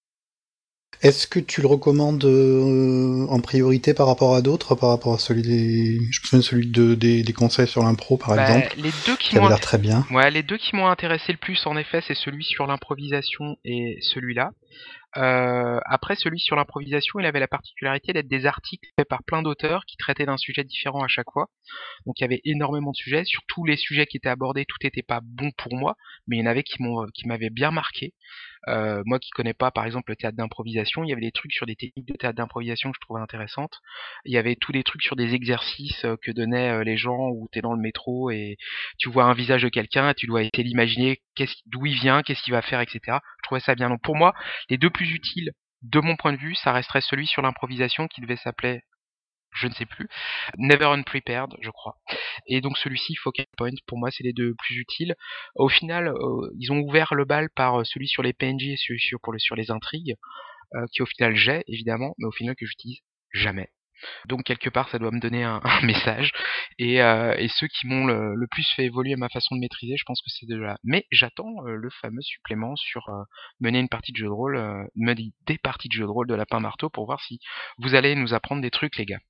Est-ce que tu le recommandes euh, en priorité par rapport à d'autres, par rapport à celui des, je me souviens de celui de, des, des conseils sur l'impro par bah, exemple, les deux qui, qui avait m'ont l'air très bien. Ouais, les deux qui m'ont intéressé le plus en effet, c'est celui sur l'improvisation et celui-là. Euh, après, celui sur l'improvisation, il avait la particularité d'être des articles faits par plein d'auteurs qui traitaient d'un sujet différent à chaque fois. Donc il y avait énormément de sujets. Sur tous les sujets qui étaient abordés, tout n'était pas bon pour moi, mais il y en avait qui m'ont, qui m'avaient bien marqué. Euh, moi qui connais pas par exemple le théâtre d'improvisation, il y avait des trucs sur des techniques de théâtre d'improvisation que je trouvais intéressantes. Il y avait tous des trucs sur des exercices que donnaient les gens où t'es dans le métro et tu vois un visage de quelqu'un et tu dois essayer d'imaginer qu'est-ce, d'où il vient, qu'est-ce qu'il va faire, et cetera. Je trouvais ça bien. Donc pour moi, les deux plus utiles de mon point de vue, ça resterait celui sur l'improvisation qui devait s'appeler, je ne sais plus, Never Unprepared, je crois. Et donc celui-ci, Focal Point, pour moi, c'est les deux plus utiles. Au final, euh, ils ont ouvert le bal par celui sur les P N J et celui sur, pour le, sur les intrigues, euh, qui au final j'ai, évidemment, mais au final que j'utilise jamais. Donc quelque part, ça doit me donner un, un message. Et, euh, et ceux qui m'ont le, le plus fait évoluer ma façon de maîtriser, je pense que c'est de là. Mais j'attends euh, le fameux supplément sur euh, mener une partie de jeu de rôle, euh, mener des parties de jeu de rôle de Lapin Marteau pour voir si vous allez nous apprendre des trucs, les gars.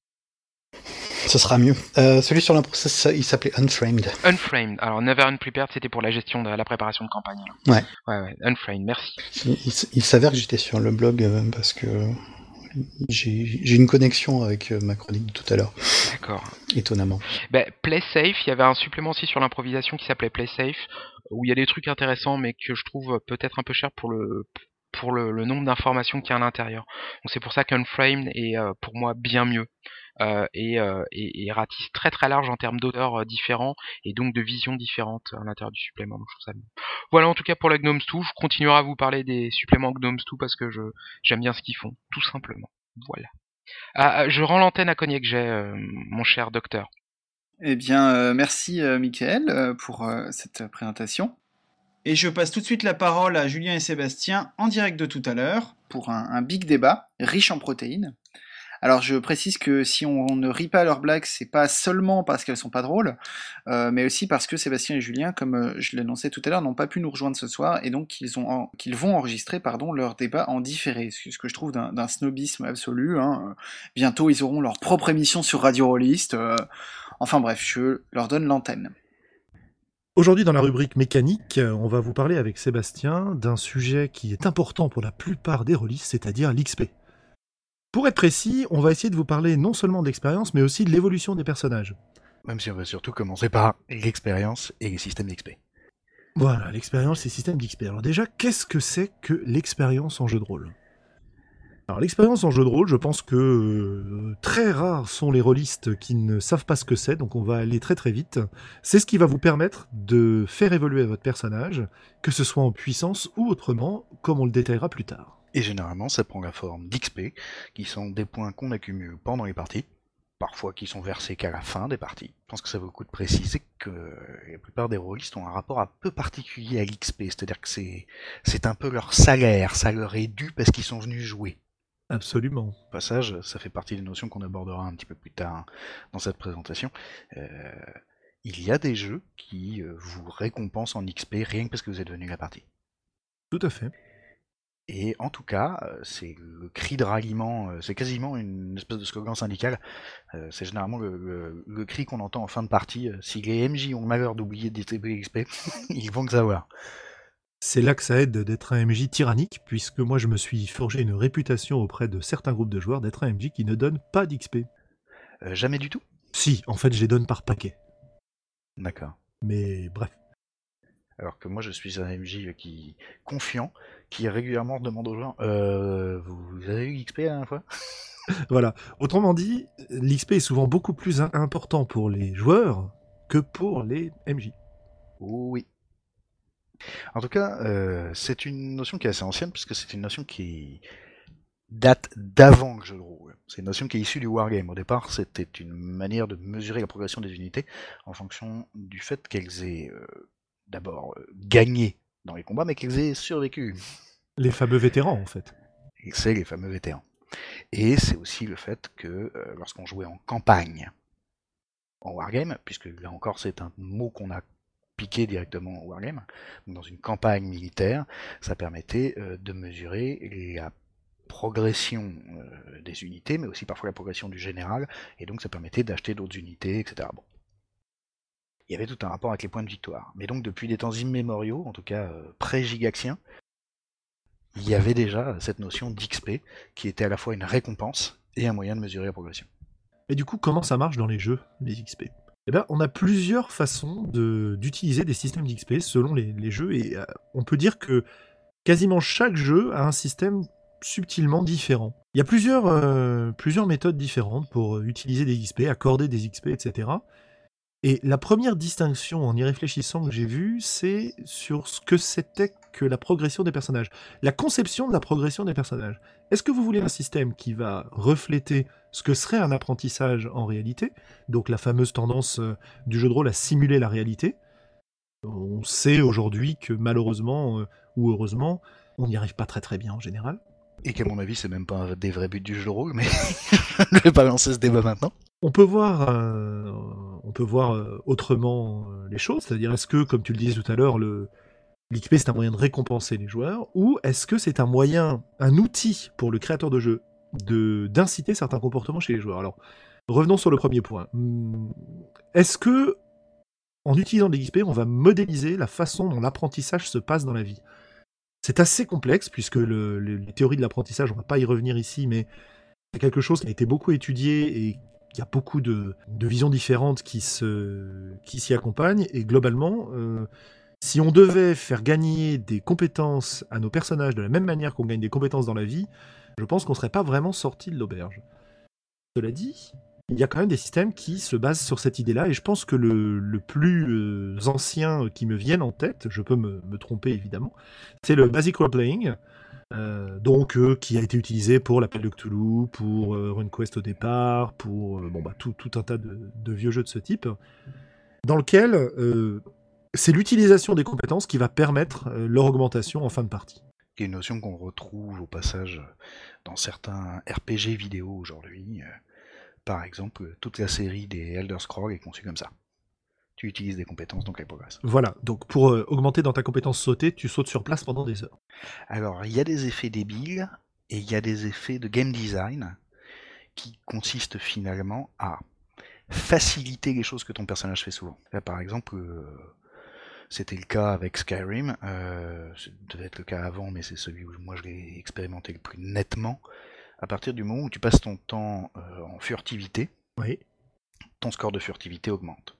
Ce sera mieux. Euh, celui sur l'impro, il s'appelait Unframed. Unframed. Alors, Never Unprepared, c'était pour la gestion de la préparation de campagne. Alors. Ouais. Ouais, ouais. Unframed, merci. Il, il, il s'avère que j'étais sur le blog euh, parce que j'ai, j'ai une connexion avec euh, ma chronique de tout à l'heure. D'accord. Étonnamment. Ben, Play Safe, il y avait un supplément aussi sur l'improvisation qui s'appelait Play Safe, où il y a des trucs intéressants, mais que je trouve peut-être un peu cher pour le pour le, le nombre d'informations qu'il y a à l'intérieur. Donc c'est pour ça qu'Unframed est euh, pour moi bien mieux. Euh, et, euh, et, et ratisse très très large en termes d'auteurs euh, différents et donc de visions différentes à l'intérieur du supplément. Donc je trouve ça bien. Voilà en tout cas pour la Gnomes deux. Je continuerai à vous parler des suppléments Gnomes deux parce que je j'aime bien ce qu'ils font, tout simplement. Voilà. Ah, je rends l'antenne à Cognac Jet, euh, mon cher docteur. Eh bien, euh, merci euh, Mickaël euh, pour euh, cette présentation. Et je passe tout de suite la parole à Julien et Sébastien en direct de tout à l'heure pour un, un big débat riche en protéines. Alors je précise que si on, on ne rit pas à leurs blagues, c'est pas seulement parce qu'elles sont pas drôles, euh, mais aussi parce que Sébastien et Julien, comme euh, je l'annonçais tout à l'heure, n'ont pas pu nous rejoindre ce soir et donc qu'ils, ont en, qu'ils vont enregistrer pardon, leur débat en différé, ce que je trouve d'un, d'un snobisme absolu. Hein. Bientôt ils auront leur propre émission sur Radio Rollist. Euh, enfin bref, je leur donne l'antenne. Aujourd'hui, dans la rubrique mécanique, on va vous parler avec Sébastien d'un sujet qui est important pour la plupart des rôlistes, c'est-à-dire l'X P. Pour être précis, on va essayer de vous parler non seulement de l'expérience, mais aussi de l'évolution des personnages. Même si on va surtout commencer par l'expérience et les systèmes d'X P. Voilà, l'expérience et les systèmes d'X P. Alors déjà, qu'est-ce que c'est que l'expérience en jeu de rôle ? Alors l'expérience en jeu de rôle, je pense que euh, très rares sont les rôlistes qui ne savent pas ce que c'est, donc on va aller très très vite. C'est ce qui va vous permettre de faire évoluer votre personnage, que ce soit en puissance ou autrement, comme on le détaillera plus tard. Et généralement, ça prend la forme d'X P, qui sont des points qu'on accumule pendant les parties, parfois qui sont versés qu'à la fin des parties. Je pense que ça vaut le coup de préciser que la plupart des rôlistes ont un rapport un peu particulier à l'X P, c'est-à-dire que c'est, c'est un peu leur salaire, ça leur est dû parce qu'ils sont venus jouer. Absolument. Au passage, ça fait partie des notions qu'on abordera un petit peu plus tard dans cette présentation. Euh, il y a des jeux qui vous récompensent en X P rien que parce que vous êtes venu à la partie. Tout à fait. Et en tout cas, c'est le cri de ralliement, c'est quasiment une espèce de slogan syndical, c'est généralement le, le, le cri qu'on entend en fin de partie. Si les M J ont le malheur d'oublier de distribuer l'X P, ils vont le savoir. C'est là que ça aide d'être un M J tyrannique, puisque moi je me suis forgé une réputation auprès de certains groupes de joueurs d'être un M J qui ne donne pas d'X P. Euh, jamais du tout ? Si, en fait, je les donne par paquet. D'accord. Mais bref. Alors que moi, je suis un M J qui confiant, qui régulièrement demande aux joueurs euh, vous avez eu X P la dernière fois? Voilà. Autrement dit, l'X P est souvent beaucoup plus in- important pour les joueurs que pour les M J. Oui. En tout cas, euh, c'est une notion qui est assez ancienne, puisque c'est une notion qui date d'avant le jeu de rôle. C'est une notion qui est issue du wargame. Au départ, c'était une manière de mesurer la progression des unités en fonction du fait qu'elles aient euh, d'abord euh, gagné dans les combats, mais qu'elles aient survécu. Les fameux vétérans, en fait. Et c'est les fameux vétérans. Et c'est aussi le fait que euh, lorsqu'on jouait en campagne, en wargame, puisque là encore c'est un mot qu'on a piqué directement au wargame, dans une campagne militaire, ça permettait euh, de mesurer la progression euh, des unités, mais aussi parfois la progression du général, et donc ça permettait d'acheter d'autres unités, et cetera. Bon. Il y avait tout un rapport avec les points de victoire. Mais donc depuis des temps immémoriaux, en tout cas euh, pré-gigaxiens, il y avait déjà cette notion d'X P, qui était à la fois une récompense et un moyen de mesurer la progression. Et du coup, comment ça marche dans les jeux, les X P? Eh ben, on a plusieurs façons de, d'utiliser des systèmes d'X P selon les, les jeux, et euh, on peut dire que quasiment chaque jeu a un système subtilement différent. Il y a plusieurs, euh, plusieurs méthodes différentes pour utiliser des X P, accorder des X P, et cetera. Et la première distinction, en y réfléchissant, que j'ai vue, c'est sur ce que c'était que la progression des personnages. La conception de la progression des personnages. Est-ce que vous voulez un système qui va refléter ce que serait un apprentissage en réalité, donc la fameuse tendance euh, du jeu de rôle à simuler la réalité? On sait aujourd'hui que malheureusement, euh, ou heureusement, on n'y arrive pas très très bien en général. Et qu'à mon avis, c'est même pas un des vrais buts du jeu de rôle, mais je vais pas lancer ce débat maintenant. On peut voir, euh, on peut voir euh, autrement euh, les choses, c'est-à-dire est-ce que, comme tu le disais tout à l'heure, le, l'X P c'est un moyen de récompenser les joueurs, ou est-ce que c'est un moyen, un outil pour le créateur de jeu de, d'inciter certains comportements chez les joueurs? Alors, revenons sur le premier point. Hum, Est-ce que, en utilisant l'X P, on va modéliser la façon dont l'apprentissage se passe dans la vie? C'est assez complexe, puisque le, le- les théories de l'apprentissage, on va pas y revenir ici, mais c'est quelque chose qui a été beaucoup étudié et il y a beaucoup de, de visions différentes qui, se, qui s'y accompagnent. Et globalement, euh, si on devait faire gagner des compétences à nos personnages de la même manière qu'on gagne des compétences dans la vie, je pense qu'on ne serait pas vraiment sorti de l'auberge. Cela dit, il y a quand même des systèmes qui se basent sur cette idée-là, et je pense que le, le plus euh, ancien qui me vienne en tête, je peux me, me tromper évidemment, c'est le Basic Role-Playing, euh, donc euh, qui a été utilisé pour l'Appel de Cthulhu, pour euh, RuneQuest au départ, pour euh, bon, bah, tout, tout un tas de, de vieux jeux de ce type, dans lequel euh, c'est l'utilisation des compétences qui va permettre euh, leur augmentation en fin de partie. Qui est une notion qu'on retrouve au passage dans certains R P G vidéo aujourd'hui. Par exemple, toute la série des Elder Scrolls est conçue comme ça. Tu utilises des compétences, donc elles progressent. Voilà, donc pour euh, augmenter dans ta compétence sauter, tu sautes sur place pendant des heures. Alors, il y a des effets débiles, et il y a des effets de game design qui consistent finalement à faciliter les choses que ton personnage fait souvent. Là, par exemple, euh, c'était le cas avec Skyrim, euh, ça devait être le cas avant, mais c'est celui où moi je l'ai expérimenté le plus nettement. À partir du moment où tu passes ton temps euh, en furtivité, Oui. ton score de furtivité augmente.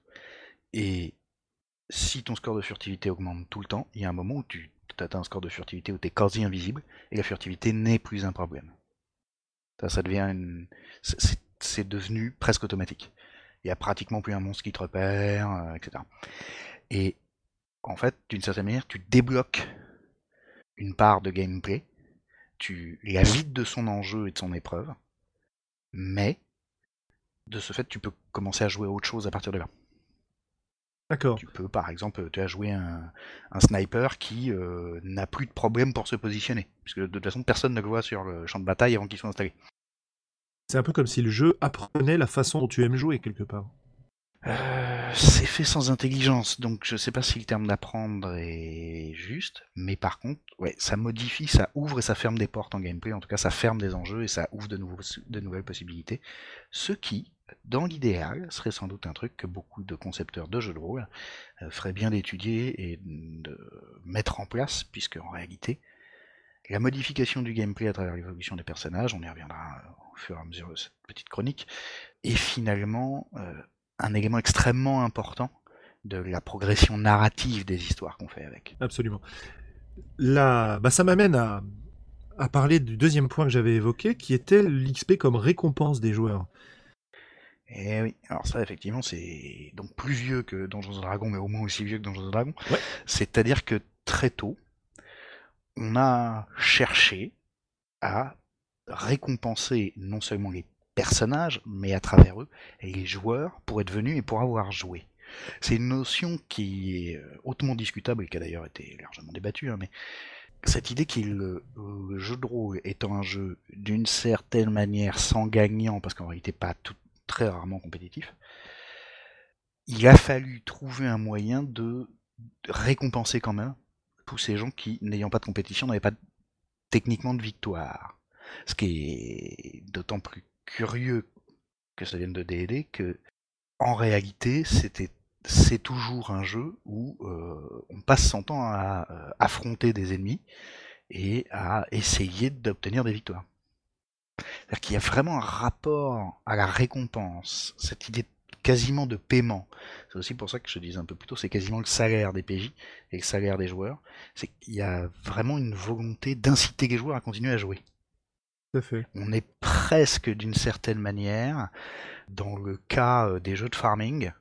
Et si ton score de furtivité augmente tout le temps, il y a un moment où tu atteins un score de furtivité où tu es quasi invisible, et la furtivité n'est plus un problème. Ça, ça devient une... C'est, c'est devenu presque automatique. Il n'y a pratiquement plus un monstre qui te repère, euh, et cetera. Et en fait, d'une certaine manière, tu débloques une part de gameplay, tu la vides de son enjeu et de son épreuve, mais de ce fait, tu peux commencer à jouer à autre chose à partir de là. D'accord. Tu peux, par exemple, tu as joué un, un sniper qui euh, n'a plus de problème pour se positionner, puisque de toute façon, personne ne le voit sur le champ de bataille avant qu'il soit installé. C'est un peu comme si le jeu apprenait la façon dont tu aimes jouer, quelque part. Euh, c'est fait sans intelligence, donc je sais pas si le terme d'apprendre est juste, mais par contre, ouais, ça modifie, ça ouvre et ça ferme des portes en gameplay, en tout cas ça ferme des enjeux et ça ouvre de, nouveaux, de nouvelles possibilités, ce qui, dans l'idéal, serait sans doute un truc que beaucoup de concepteurs de jeux de rôle euh, feraient bien d'étudier et de mettre en place, puisque en réalité, la modification du gameplay à travers l'évolution des personnages, on y reviendra au fur et à mesure de cette petite chronique, est finalement euh, un élément extrêmement important de la progression narrative des histoires qu'on fait avec. Absolument. Là, bah, ça m'amène à, à parler du deuxième point que j'avais évoqué, qui était l'X P comme récompense des joueurs. Et oui, alors ça effectivement c'est donc plus vieux que Donjons et Dragons, mais au moins aussi vieux que Donjons et Dragons. Ouais. C'est-à-dire que très tôt, on a cherché à récompenser non seulement les personnages, mais à travers eux, les joueurs pour être venus et pour avoir joué. C'est une notion qui est hautement discutable et qui a d'ailleurs été largement débattue, hein, mais cette idée que le, le jeu de rôle étant un jeu d'une certaine manière sans gagnant, parce qu'en réalité pas tout, très rarement compétitif, il a fallu trouver un moyen de récompenser quand même tous ces gens qui, n'ayant pas de compétition, n'avaient pas techniquement de victoire. Ce qui est d'autant plus curieux que ça vienne de D et D que, en réalité, c'était c'est toujours un jeu où euh, on passe son temps à euh, affronter des ennemis et à essayer d'obtenir des victoires. C'est-à-dire qu'il y a vraiment un rapport à la récompense, cette idée quasiment de paiement. C'est aussi pour ça que je disais un peu plus tôt, c'est quasiment le salaire des P J et le salaire des joueurs. C'est qu'il y a vraiment une volonté d'inciter les joueurs à continuer à jouer. Tout à fait. On est presque d'une certaine manière dans le cas des jeux de farming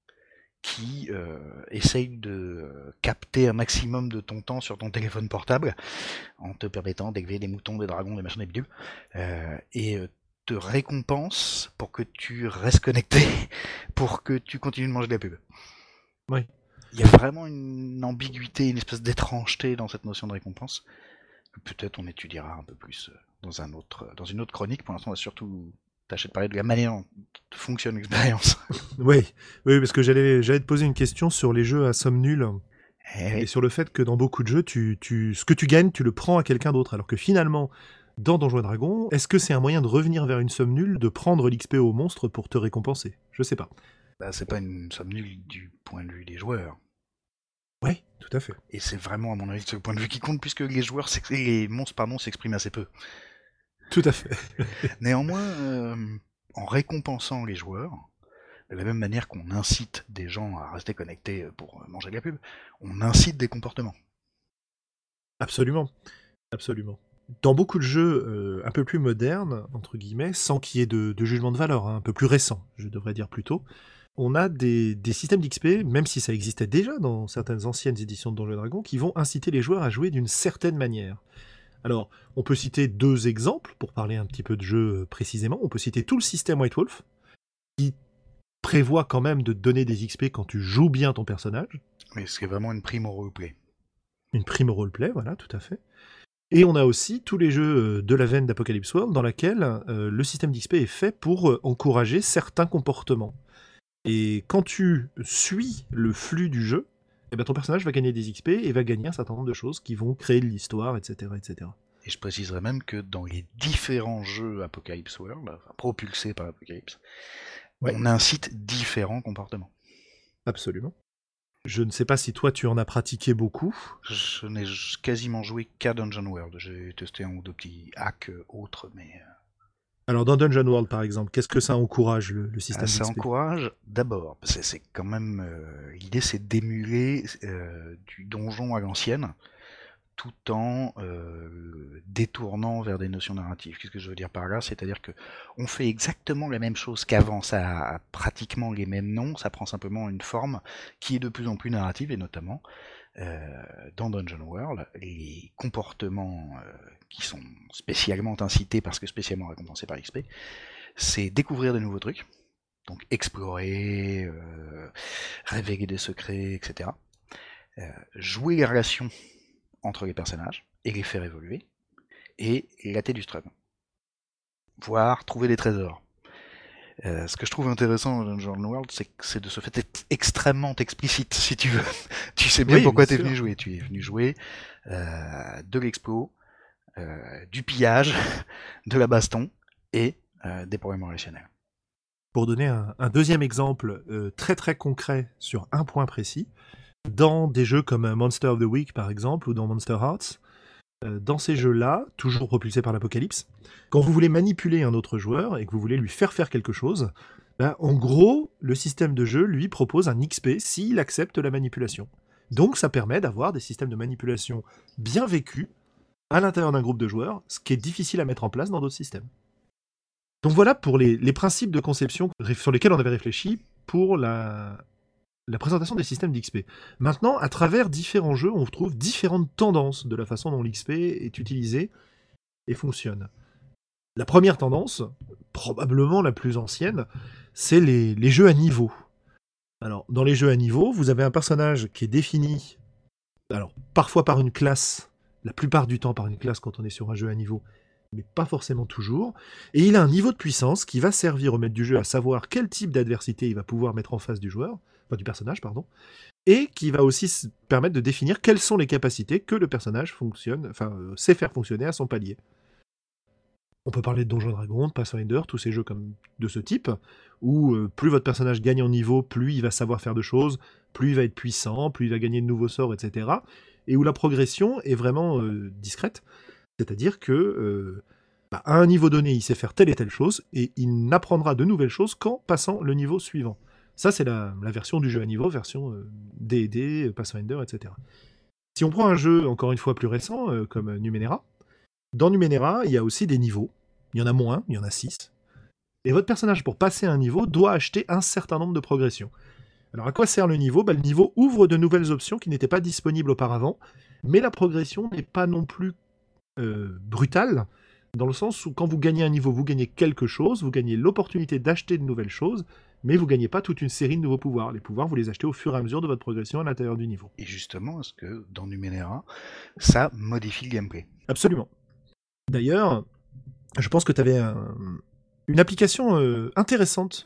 qui euh, essayent de capter un maximum de ton temps sur ton téléphone portable en te permettant d'élever des moutons, des dragons, des machins, des bidules, euh, et te récompense pour que tu restes connecté, pour que tu continues de manger de la pub. Oui. Il y a vraiment une ambiguïté, une espèce d'étrangeté dans cette notion de récompense, que peut-être on étudiera un peu plus dans, un autre, dans une autre chronique. Pour l'instant, on va surtout tâcher de parler de la manière dont fonctionne l'expérience. Oui, oui, parce que j'allais, j'allais te poser une question sur les jeux à somme nulle. Et, et sur le fait que dans beaucoup de jeux, tu, tu, ce que tu gagnes, tu le prends à quelqu'un d'autre. Alors que finalement, dans Donjons et Dragons, est-ce que c'est un moyen de revenir vers une somme nulle, de prendre l'X P au monstre pour te récompenser? Je sais pas. Bah, c'est pas une somme nulle du point de vue des joueurs. Oui, tout à fait. Et c'est vraiment, à mon avis, ce point de vue qui compte, puisque les joueurs, les monstres, pardon, s'expriment assez peu. Tout à fait. Néanmoins, euh, en récompensant les joueurs, de la même manière qu'on incite des gens à rester connectés pour manger de la pub, on incite des comportements. Absolument. Absolument. Dans beaucoup de jeux euh, un peu plus modernes, entre guillemets, sans qu'il y ait de, de jugement de valeur, hein, un peu plus récent, je devrais dire plutôt, on a des, des systèmes d'X P, même si ça existait déjà dans certaines anciennes éditions de Donjons et Dragons, qui vont inciter les joueurs à jouer d'une certaine manière. Alors, on peut citer deux exemples, pour parler un petit peu de jeu précisément. On peut citer tout le système White Wolf, qui prévoit quand même de te donner des X P quand tu joues bien ton personnage. Oui, c'est vraiment une prime au roleplay. Une prime au roleplay, voilà, tout à fait. Et on a aussi tous les jeux de la veine d'Apocalypse World, dans laquelle euh, le système d'X P est fait pour euh, encourager certains comportements. Et quand tu suis le flux du jeu, eh ben ton personnage va gagner des X P et va gagner un certain nombre de choses qui vont créer de l'histoire, et cetera, et cetera. Et je préciserai même que dans les différents jeux Apocalypse World, enfin, propulsés par Apocalypse, ouais. on incite différents comportements. Absolument. Je ne sais pas si toi tu en as pratiqué beaucoup. Je n'ai quasiment joué qu'à Dungeon World. J'ai testé un ou deux petits hacks autres, mais... Alors dans Dungeon World par exemple, qu'est-ce que ça encourage le, le système Ça d'X P? encourage d'abord, c'est, c'est quand même euh, l'idée, c'est d'émuler euh, du donjon à l'ancienne, tout en euh, détournant vers des notions narratives. Qu'est-ce que je veux dire par là? C'est-à-dire que on fait exactement la même chose qu'avant, ça a pratiquement les mêmes noms, ça prend simplement une forme qui est de plus en plus narrative, et notamment euh, dans Dungeon World, les comportements euh, qui sont spécialement incités parce que spécialement récompensés par X P, c'est découvrir de nouveaux trucs, donc explorer, euh, révéler des secrets, et cetera. Euh, jouer les relations entre les personnages et les faire évoluer, et latter du strum. Voire trouver des trésors. Euh, ce que je trouve intéressant dans Dungeon World, c'est que c'est de ce fait être extrêmement explicite, si tu veux. Tu sais bien oui, pourquoi tu es venu jouer. Tu es venu jouer euh, de l'expo, euh, du pillage, de la baston et euh, des problèmes relationnels. Pour donner un, un deuxième exemple euh, très très concret sur un point précis, dans des jeux comme Monster of the Week par exemple, ou dans Monster Hearts, euh, dans ces jeux-là, toujours propulsés par l'apocalypse, quand vous voulez manipuler un autre joueur et que vous voulez lui faire faire quelque chose, ben, en gros, le système de jeu lui propose un X P s'il accepte la manipulation. Donc ça permet d'avoir des systèmes de manipulation bien vécus à l'intérieur d'un groupe de joueurs, ce qui est difficile à mettre en place dans d'autres systèmes. Donc voilà pour les, les principes de conception sur lesquels on avait réfléchi pour la, la présentation des systèmes d'X P. Maintenant, à travers différents jeux, on trouve différentes tendances de la façon dont l'X P est utilisé et fonctionne. La première tendance, probablement la plus ancienne, c'est les, les jeux à niveau. Alors, dans les jeux à niveau, vous avez un personnage qui est défini, alors parfois par une classe, la plupart du temps par une classe quand on est sur un jeu à niveau, mais pas forcément toujours, et il a un niveau de puissance qui va servir au maître du jeu à savoir quel type d'adversité il va pouvoir mettre en face du joueur, enfin du personnage, pardon, et qui va aussi s- permettre de définir quelles sont les capacités que le personnage fonctionne, enfin, euh, sait faire fonctionner à son palier. On peut parler de Donjons et Dragons, de Pathfinder, tous ces jeux comme de ce type, où euh, plus votre personnage gagne en niveau, plus il va savoir faire de choses, plus il va être puissant, plus il va gagner de nouveaux sorts, et cetera. Et où la progression est vraiment euh, discrète, c'est-à-dire que euh, bah, à un niveau donné, il sait faire telle et telle chose, et il n'apprendra de nouvelles choses qu'en passant le niveau suivant. Ça, c'est la, la version du jeu à niveau, version euh, D et D, Pathfinder, et cetera. Si on prend un jeu, encore une fois, plus récent, euh, comme Numenera, dans Numenera, il y a aussi des niveaux. Il y en a moins, il y en a six. Et votre personnage, pour passer un niveau, doit acheter un certain nombre de progressions. Alors à quoi sert le niveau ? Bah, le niveau ouvre de nouvelles options qui n'étaient pas disponibles auparavant, mais la progression n'est pas non plus euh, brutale, dans le sens où quand vous gagnez un niveau, vous gagnez quelque chose, vous gagnez l'opportunité d'acheter de nouvelles choses, mais vous gagnez pas toute une série de nouveaux pouvoirs. Les pouvoirs, vous les achetez au fur et à mesure de votre progression à l'intérieur du niveau. Et justement, est-ce que dans Numenera, ça modifie le gameplay ? Absolument. D'ailleurs, je pense que tu avais un- une application euh, intéressante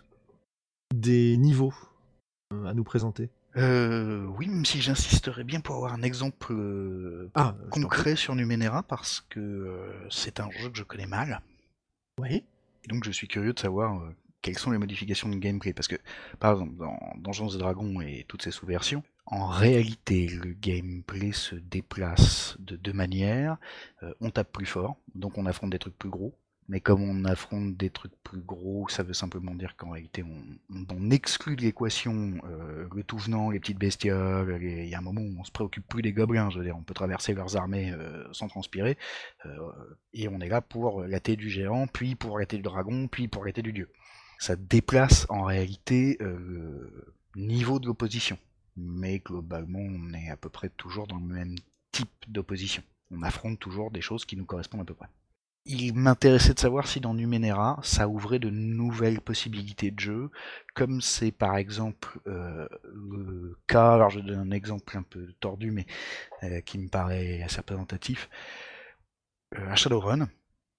des niveaux euh, à nous présenter. Euh, oui, même si j'insisterais bien pour avoir un exemple euh, Ah, je t'en concret sur Numenera, parce que euh, c'est un jeu que je connais mal, prie. Oui. et donc je suis curieux de savoir euh, quelles sont les modifications de gameplay, parce que, par exemple, dans Donjons et Dragons et toutes ses sous-versions, en réalité, le gameplay se déplace de deux manières. Euh, on tape plus fort, donc on affronte des trucs plus gros. Mais comme on affronte des trucs plus gros, ça veut simplement dire qu'en réalité, on, on, on exclut de l'équation euh, le tout venant, les petites bestioles. les- Il y a un moment où on se préoccupe plus des gobelins. Je veux dire, on peut traverser leurs armées euh, sans transpirer. euh, et on est là pour la tête du géant, puis pour la tête du dragon, puis pour la tête du dieu. Ça déplace en réalité euh, le niveau de l'opposition. Mais globalement, on est à peu près toujours dans le même type d'opposition. On affronte toujours des choses qui nous correspondent à peu près. Il m'intéressait de savoir si dans Numenera, ça ouvrait de nouvelles possibilités de jeu, comme c'est par exemple euh, le cas, alors je donne un exemple un peu tordu, mais euh, qui me paraît assez représentatif, euh, à Shadowrun,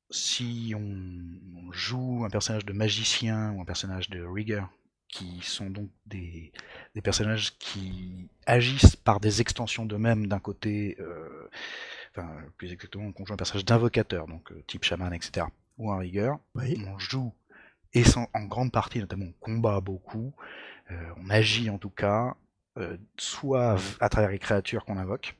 si on joue un personnage de magicien ou un personnage de rigger, qui sont donc des, des personnages qui agissent par des extensions d'eux-mêmes d'un côté, euh, enfin plus exactement, on joue un personnage d'invocateur, donc euh, type chaman, et cetera, ou un rigger, Oui. on joue et sans- en grande partie, notamment on combat beaucoup, euh, on agit en tout cas, euh, soit à travers les créatures qu'on invoque,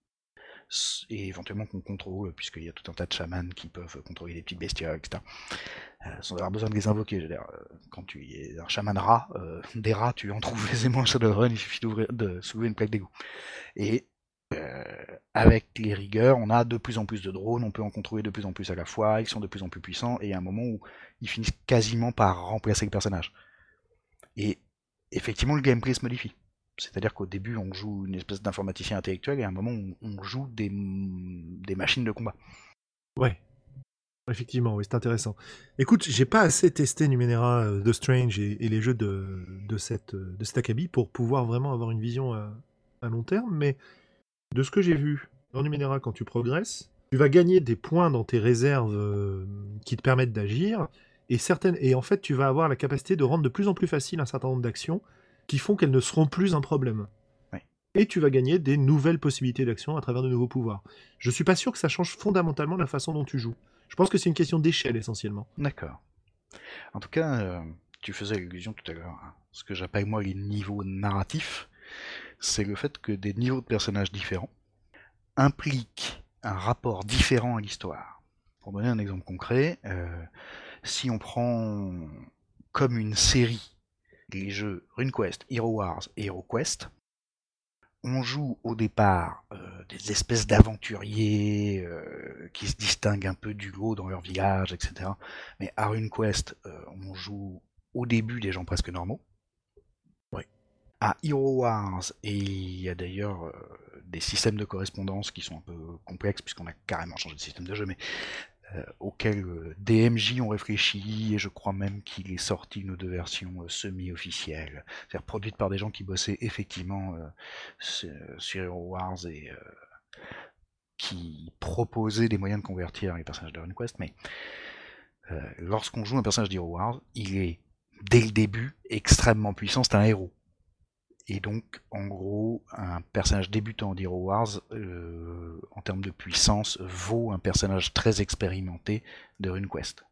s- et éventuellement qu'on contrôle, puisqu'il y a tout un tas de chamans qui peuvent contrôler des petites bestioles, et cetera. Euh, sans avoir besoin de les invoquer. Je veux dire, euh, quand tu es un chaman rat, euh, des rats, tu en trouves aisément à Shadowrun, il suffit d'ouvrir, de soulever une plaque d'égout. Et euh, avec les rigueurs, on a de plus en plus de drones, on peut en contrôler de plus en plus à la fois, ils sont de plus en plus puissants, et il y a un moment où ils finissent quasiment par remplacer le personnage. Et effectivement, le gameplay se modifie. C'est-à-dire qu'au début, on joue une espèce d'informaticien intellectuel, et à un moment, on, on joue des, des machines de combat. Ouais. Effectivement, oui, c'est intéressant. Écoute, j'ai pas assez testé Numenera, euh, The Strange et, et les jeux de, de, cette, euh, de cet acabit pour pouvoir vraiment avoir une vision à, à long terme, mais de ce que j'ai vu dans Numenera, quand tu progresses, tu vas gagner des points dans tes réserves euh, qui te permettent d'agir, et, certaines, et en fait, tu vas avoir la capacité de rendre de plus en plus facile un certain nombre d'actions qui font qu'elles ne seront plus un problème. Ouais. Et tu vas gagner des nouvelles possibilités d'action à travers de nouveaux pouvoirs. Je suis pas sûr que ça change fondamentalement la façon dont tu joues. Je pense que c'est une question d'échelle essentiellement. D'accord. En tout cas, euh, tu faisais allusion tout à l'heure à ce que j'appelle moi les niveaux narratifs. C'est le fait que des niveaux de personnages différents impliquent un rapport différent à l'histoire. Pour donner un exemple concret, euh, si on prend comme une série les jeux RuneQuest, Hero Wars et HeroQuest, on joue au départ euh, des espèces d'aventuriers euh, qui se distinguent un peu du lot dans leur village, et cetera. Mais à RuneQuest, euh, on joue au début des gens presque normaux. Ouais. À Hero Wars, et il y a d'ailleurs euh, des systèmes de correspondance qui sont un peu complexes, puisqu'on a carrément changé de système de jeu, mais euh, auxquels euh, des M J ont réfléchi, et je crois même qu'il est sorti une ou deux versions euh, semi-officielles, c'est-à-dire produites par des gens qui bossaient effectivement euh, sur Hero Wars et euh, qui proposaient des moyens de convertir les personnages de RuneQuest, mais euh, lorsqu'on joue un personnage d'Hero Wars, il est, dès le début, extrêmement puissant, c'est un héros. Et donc, en gros, un personnage débutant d'Hero Wars, euh, en termes de puissance, vaut un personnage très expérimenté de RuneQuest.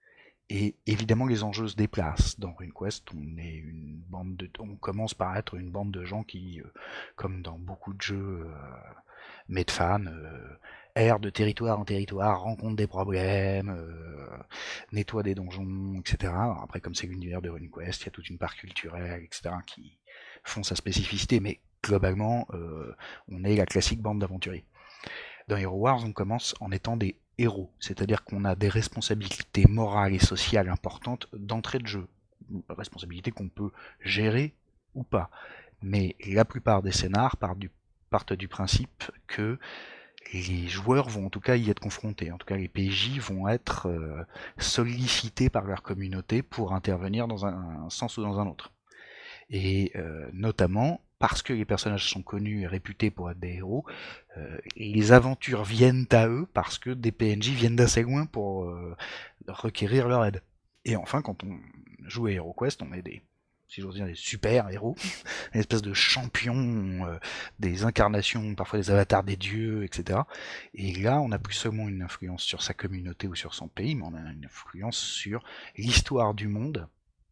Et évidemment, les enjeux se déplacent. Dans RuneQuest, on est une bande de, on commence par être une bande de gens qui, euh, comme dans beaucoup de jeux euh, Medfan, euh, errent de territoire en territoire, rencontrent des problèmes, euh, nettoient des donjons, et cetera. Alors après, comme c'est l'univers de RuneQuest, il y a toute une part culturelle, et cetera, qui font sa spécificité, mais globalement, euh, on est la classique bande d'aventuriers. Dans Hero Wars, on commence en étant des héros, c'est-à-dire qu'on a des responsabilités morales et sociales importantes d'entrée de jeu, responsabilités qu'on peut gérer ou pas. Mais la plupart des scénars partent du, partent du principe que les joueurs vont en tout cas y être confrontés, en tout cas les P J vont être euh, sollicités par leur communauté pour intervenir dans un, un sens ou dans un autre. Et euh, notamment, parce que les personnages sont connus et réputés pour être des héros, euh, les aventures viennent à eux parce que des P N J viennent d'assez loin pour euh, requérir leur aide. Et enfin, quand on joue à HeroQuest, on est des, si j'ose dire, des super héros, une espèce de champions, euh, des incarnations, parfois des avatars des dieux, et cetera. Et là, on n'a plus seulement une influence sur sa communauté ou sur son pays, mais on a une influence sur l'histoire du monde,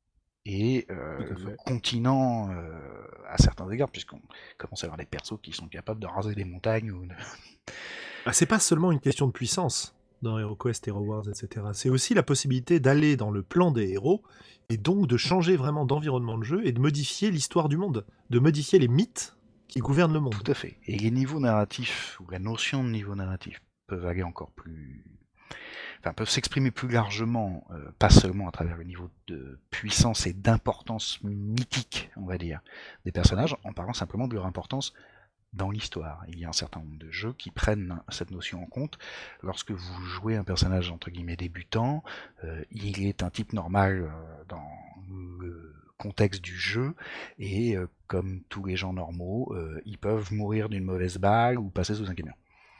et euh, le continent euh, à certains égards, puisqu'on commence à avoir des persos qui sont capables de raser des montagnes. Ou de... ah, c'est pas seulement une question de puissance dans HeroQuest, Hero Wars, et cetera. C'est aussi la possibilité d'aller dans le plan des héros, et donc de changer vraiment d'environnement de jeu, et de modifier l'histoire du monde, de modifier les mythes qui gouvernent le monde. Tout à fait. Et les niveaux narratifs, ou la notion de niveau narratif, peuvent aller encore plus... Enfin, peuvent s'exprimer plus largement, euh, pas seulement à travers le niveau de puissance et d'importance mythique, on va dire, des personnages, en parlant simplement de leur importance dans l'histoire. Il y a un certain nombre de jeux qui prennent cette notion en compte. Lorsque vous jouez un personnage entre guillemets débutant, euh, il est un type normal euh, dans le contexte du jeu, et euh, comme tous les gens normaux, euh, ils peuvent mourir d'une mauvaise balle ou passer sous un camion.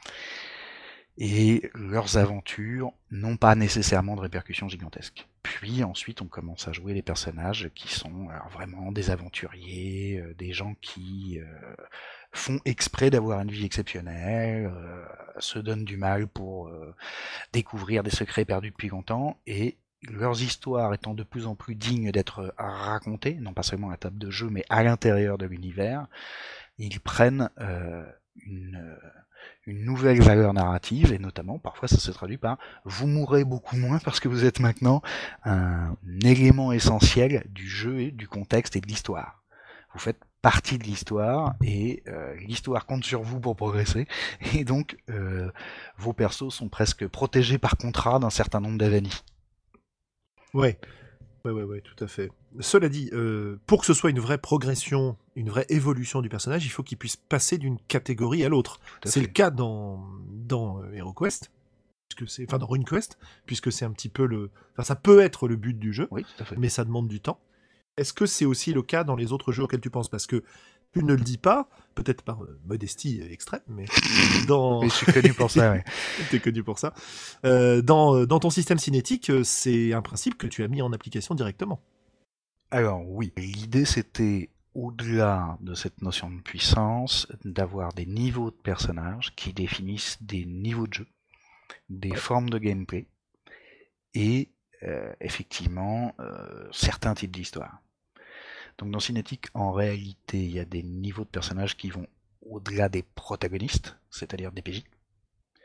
Et leurs aventures n'ont pas nécessairement de répercussions gigantesques. Puis ensuite on commence à jouer les personnages qui sont alors, vraiment des aventuriers, euh, des gens qui euh, font exprès d'avoir une vie exceptionnelle, euh, se donnent du mal pour euh, découvrir des secrets perdus depuis longtemps, et leurs histoires étant de plus en plus dignes d'être racontées, non pas seulement à la table de jeu, mais à l'intérieur de l'univers, ils prennent euh, une... Euh, une nouvelle valeur narrative, et notamment, parfois ça se traduit par « vous mourrez beaucoup moins parce que vous êtes maintenant un élément essentiel du jeu et du contexte et de l'histoire. Vous faites partie de l'histoire, et euh, l'histoire compte sur vous pour progresser, et donc euh, vos persos sont presque protégés par contrat d'un certain nombre d'avanies. » Ouais. Ouais, ouais, ouais, tout à fait. Cela dit, euh, pour que ce soit une vraie progression, une vraie évolution du personnage, il faut qu'il puisse passer d'une catégorie à l'autre. C'est le cas dans, dans euh, HeroQuest, puisque c'est, enfin dans RuneQuest, puisque c'est un petit peu le... Enfin, ça peut être le but du jeu, oui, tout à fait. Mais ça demande du temps. Est-ce que c'est aussi le cas dans les autres jeux auxquels tu penses ? Parce que tu ne le dis pas, peut-être par euh, modestie extrême, mais dans... Je suis connu pour ça, ouais. T'es connu pour ça. Euh, dans, dans ton système cinétique, c'est un principe que tu as mis en application directement. Alors oui, l'idée c'était, au-delà de cette notion de puissance, d'avoir des niveaux de personnages qui définissent des niveaux de jeu, des formes de gameplay, et euh, effectivement euh, certains types d'histoires. Donc dans Cinétique, en réalité, il y a des niveaux de personnages qui vont au-delà des protagonistes, c'est-à-dire des P J.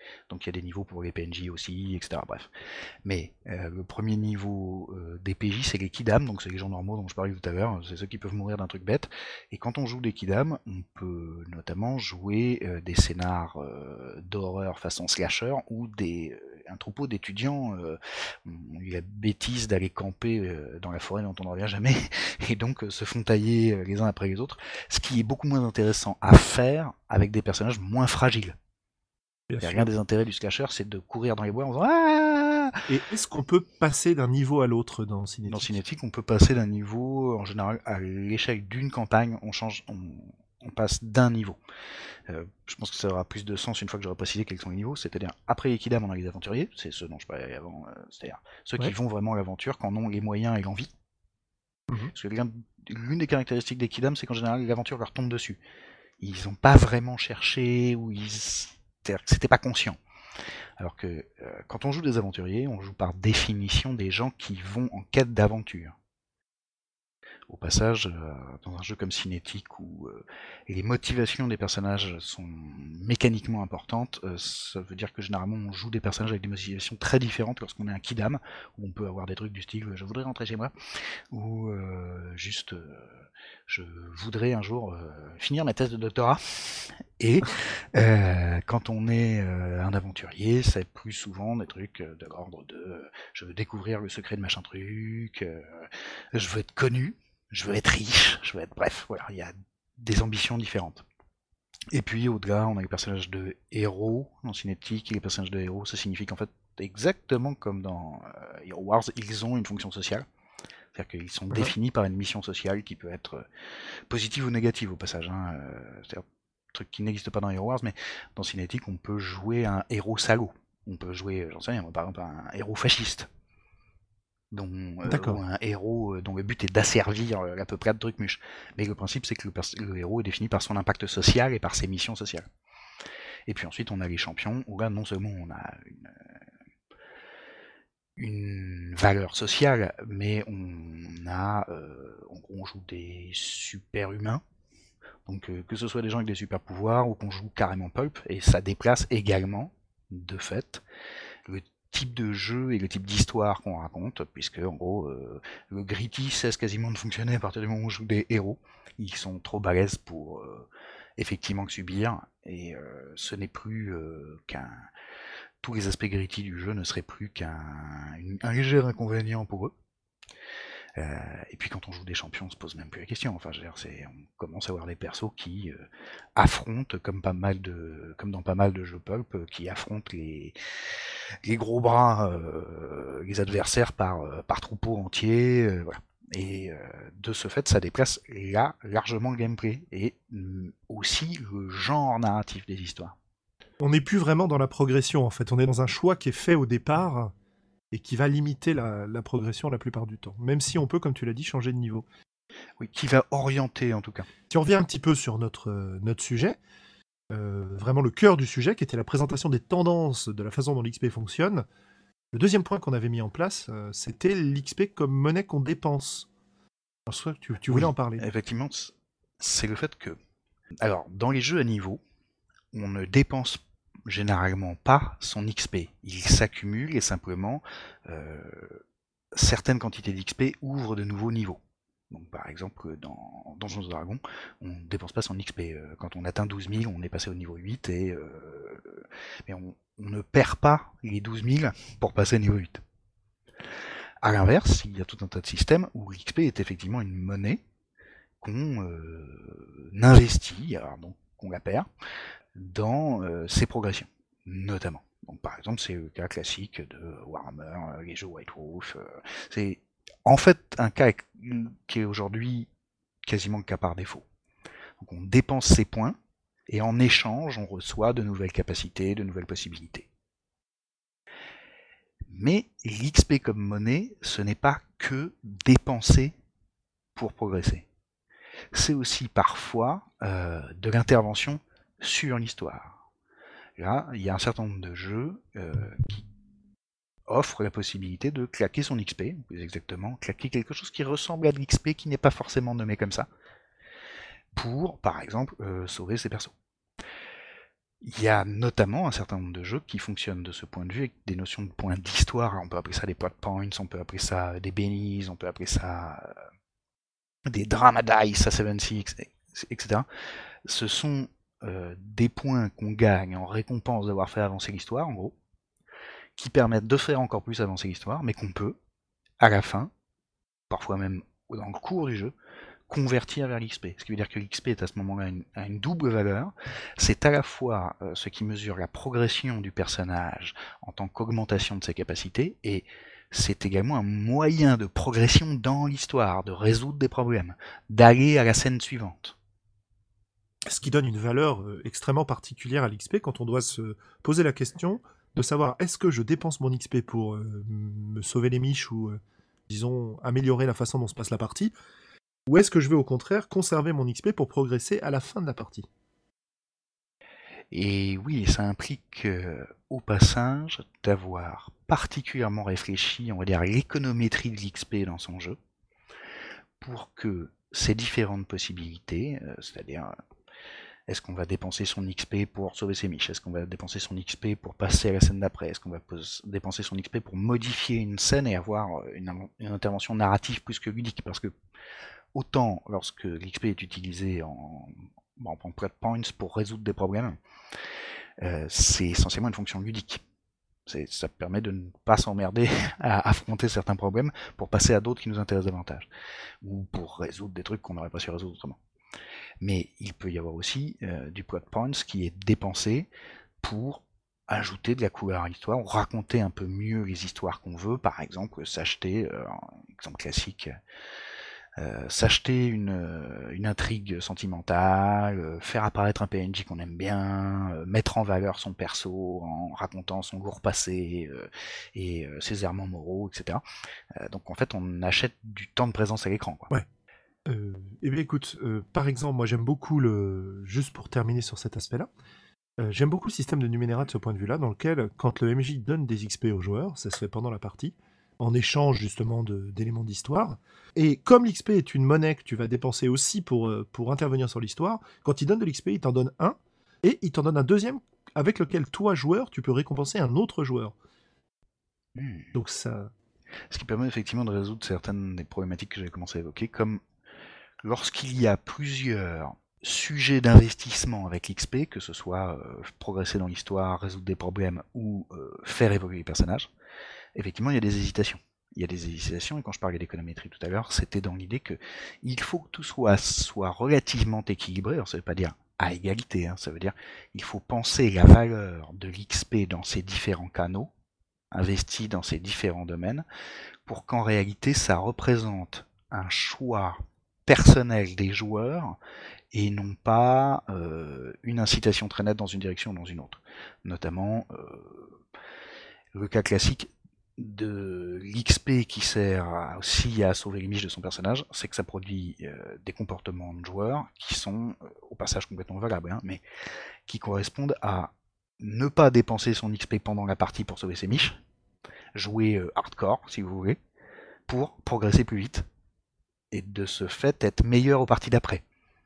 Donc il y a des niveaux pour les P N J aussi, et cetera. Bref. Mais euh, le premier niveau euh, des P J, c'est les Kidam, donc c'est les gens normaux dont je parlais tout à l'heure, c'est ceux qui peuvent mourir d'un truc bête. Et quand on joue des Kidam, on peut notamment jouer euh, des scénars euh, d'horreur façon slasher ou des, euh, un troupeau d'étudiants euh, ont eu la bêtise d'aller camper euh, dans la forêt dont on ne revient jamais, et donc euh, se font tailler euh, les uns après les autres, ce qui est beaucoup moins intéressant à faire avec des personnages moins fragiles. L'un des intérêts du slasher, c'est de courir dans les bois en faisant ah. Et est-ce qu'on peut passer d'un niveau à l'autre dans Cinétique ? Dans Cinétique, on peut passer d'un niveau, en général, à l'échelle d'une campagne, on change, on, on passe d'un niveau. Euh, je pense que ça aura plus de sens une fois que j'aurai précisé quels sont les niveaux, c'est-à-dire après les Kidam, on a les aventuriers, c'est ceux dont je parlais avant, euh, c'est-à-dire ceux ouais. qui vont vraiment à l'aventure, quand ont les moyens et l'envie. Mmh. Parce que l'une des caractéristiques des Kidam, c'est qu'en général, l'aventure leur tombe dessus. Ils n'ont pas vraiment cherché, ou ils... c'était pas conscient. Alors que euh, quand on joue des aventuriers, on joue par définition des gens qui vont en quête d'aventure. Au passage, euh, dans un jeu comme Cinétique où euh, les motivations des personnages sont mécaniquement importantes, euh, ça veut dire que généralement on joue des personnages avec des motivations très différentes lorsqu'on est un Kidam, où on peut avoir des trucs du style « je voudrais rentrer chez moi » ou euh, juste euh, « je voudrais un jour euh, finir ma thèse de doctorat ». Et euh, quand on est euh, un aventurier, c'est plus souvent des trucs de l'ordre de euh, « je veux découvrir le secret de machin truc euh, »,« je veux être connu ». Je veux être riche, je veux être... Bref, voilà, il y a des ambitions différentes. Et puis, au-delà, on a les personnages de héros dans Cinétique, et les personnages de héros, ça signifie qu'en fait, exactement comme dans euh, Hero Wars, ils ont une fonction sociale. C'est-à-dire qu'ils sont mmh. définis par une mission sociale qui peut être positive ou négative, au passage. Hein. C'est-à-dire un truc qui n'existe pas dans Hero Wars, mais dans Cinétique, on peut jouer un héros salaud. On peut jouer, j'en sais rien, par exemple, un héros fasciste. Dont, euh, ou un héros euh, dont le but est d'asservir euh, à peu près de Druckmush. Mais le principe, c'est que le, pers- le héros est défini par son impact social et par ses missions sociales. Et puis ensuite, on a les champions, où là, non seulement on a une, une valeur sociale, mais on a, euh, on, on joue des super-humains. Donc euh, que ce soit des gens avec des super-pouvoirs, ou qu'on joue carrément pulp, et ça déplace également, de fait, le type de jeu et le type d'histoire qu'on raconte, puisque en gros euh, le gritty cesse quasiment de fonctionner à partir du moment où on joue des héros. Ils sont trop balèzes pour euh, effectivement que subir, et euh, ce n'est plus euh, qu'un... Tous les aspects gritty du jeu ne seraient plus qu'un un léger inconvénient pour eux. Euh, et puis quand on joue des champions, on se pose même plus la question. Enfin, je veux dire, c'est, on commence à avoir des persos qui euh, affrontent, comme pas mal de, comme dans pas mal de jeux pulp, euh, qui affrontent les, les gros bras, euh, les adversaires par, euh, par troupeau entier. Euh, voilà. Et euh, de ce fait, ça déplace là largement le gameplay et mm, aussi le genre narratif des histoires. On n'est plus vraiment dans la progression, en fait. On est dans un choix qui est fait au départ et qui va limiter la, la progression la plupart du temps. Même si on peut, comme tu l'as dit, changer de niveau. Oui, qui va orienter en tout cas. Si on revient un petit peu sur notre, euh, notre sujet, euh, vraiment le cœur du sujet, qui était la présentation des tendances de la façon dont l'X P fonctionne, le deuxième point qu'on avait mis en place, euh, c'était l'X P comme monnaie qu'on dépense. Alors, soit tu, tu voulais oui, en parler. Effectivement, c'est le fait que... Alors, dans les jeux à niveau, on ne dépense généralement pas son X P. Il s'accumule et simplement euh, certaines quantités d'X P ouvrent de nouveaux niveaux. Donc par exemple dans Donjons et Dragons, on ne dépense pas son X P. Quand on atteint douze mille, on est passé au niveau huit et euh, mais on, on ne perd pas les douze mille pour passer au niveau huit. A l'inverse, il y a tout un tas de systèmes où l'X P est effectivement une monnaie qu'on euh, investit, alors donc qu'on la perd, dans euh, ses progressions, notamment. Donc, par exemple, c'est le cas classique de Warhammer, les jeux White Wolf. Euh, c'est en fait un cas qui est aujourd'hui quasiment le cas par défaut. Donc, on dépense ses points et en échange, on reçoit de nouvelles capacités, de nouvelles possibilités. Mais l'X P comme monnaie, ce n'est pas que dépenser pour progresser. C'est aussi parfois euh, de l'intervention sur l'histoire. Là, il y a un certain nombre de jeux euh, qui offrent la possibilité de claquer son X P, plus exactement, claquer quelque chose qui ressemble à de l'X P qui n'est pas forcément nommé comme ça, pour, par exemple, euh, sauver ses persos. Il y a notamment un certain nombre de jeux qui fonctionnent de ce point de vue avec des notions de points d'histoire. On peut appeler ça des plot points, on peut appeler ça des bennies, on peut appeler ça euh, des drama dice à seven six, et cetera. Ce sont euh, des points qu'on gagne en récompense d'avoir fait avancer l'histoire, en gros, qui permettent de faire encore plus avancer l'histoire, mais qu'on peut, à la fin, parfois même dans le cours du jeu, convertir vers l'X P. Ce qui veut dire que l'X P est à ce moment-là une, a une double valeur. C'est à la fois euh, ce qui mesure la progression du personnage en tant qu'augmentation de ses capacités, et c'est également un moyen de progression dans l'histoire, de résoudre des problèmes, d'aller à la scène suivante. Ce qui donne une valeur euh, extrêmement particulière à l'X P quand on doit se poser la question de savoir est-ce que je dépense mon X P pour euh, me sauver les miches ou, euh, disons, améliorer la façon dont se passe la partie, ou est-ce que je vais au contraire conserver mon X P pour progresser à la fin de la partie? Et oui, ça implique euh, au passage d'avoir particulièrement réfléchi, on va dire, à l'économétrie de l'X P dans son jeu, pour que ces différentes possibilités, euh, c'est-à-dire euh, est-ce qu'on va dépenser son X P pour sauver ses miches, est-ce qu'on va dépenser son X P pour passer à la scène d'après, est-ce qu'on va dépenser son X P pour modifier une scène et avoir une, une intervention narrative plus que ludique, parce que autant lorsque l'X P est utilisé en, en, en plot points pour résoudre des problèmes, euh, c'est essentiellement une fonction ludique. C'est, ça permet de ne pas s'emmerder à affronter certains problèmes pour passer à d'autres qui nous intéressent davantage, ou pour résoudre des trucs qu'on n'aurait pas su résoudre autrement. Mais il peut y avoir aussi euh, du plot points qui est dépensé pour ajouter de la couleur à l'histoire, ou raconter un peu mieux les histoires qu'on veut, par exemple s'acheter, euh, un exemple classique, Euh, s'acheter une, une intrigue sentimentale, euh, faire apparaître un P N J qu'on aime bien, euh, mettre en valeur son perso en racontant son lourd passé euh, et euh, ses errements moraux, et cetera. Euh, donc en fait, on achète du temps de présence à l'écran, quoi. Ouais. Euh, eh bien écoute, euh, par exemple, moi j'aime beaucoup le... Juste pour terminer sur cet aspect-là, euh, j'aime beaucoup le système de Numenera de ce point de vue-là, dans lequel, quand le M J donne des X P aux joueurs, ça se fait pendant la partie, en échange justement de, d'éléments d'histoire. Et comme l'X P est une monnaie que tu vas dépenser aussi pour, euh, pour intervenir sur l'histoire, quand il donne de l'X P, il t'en donne un, et il t'en donne un deuxième avec lequel toi, joueur, tu peux récompenser un autre joueur. Mmh. Donc ça... Ce qui permet effectivement de résoudre certaines des problématiques que j'avais commencé à évoquer, comme lorsqu'il y a plusieurs sujets d'investissement avec l'X P, que ce soit euh, progresser dans l'histoire, résoudre des problèmes ou euh, faire évoluer les personnages, effectivement, il y a des hésitations. Il y a des hésitations, et quand je parlais d'économétrie tout à l'heure, c'était dans l'idée que il faut que tout soit, soit relativement équilibré. Alors, ça ne veut pas dire à égalité, hein, ça veut dire il faut penser la valeur de l'X P dans ces différents canaux, investis dans ces différents domaines, pour qu'en réalité, ça représente un choix personnel des joueurs et non pas euh, une incitation très nette dans une direction ou dans une autre. Notamment, euh, le cas classique de l'X P qui sert aussi à sauver les miches de son personnage, c'est que ça produit euh, des comportements de joueurs qui sont, euh, au passage complètement valables, hein, mais qui correspondent à ne pas dépenser son X P pendant la partie pour sauver ses miches, jouer euh, hardcore, si vous voulez, pour progresser plus vite, et de ce fait être meilleur aux parties d'après.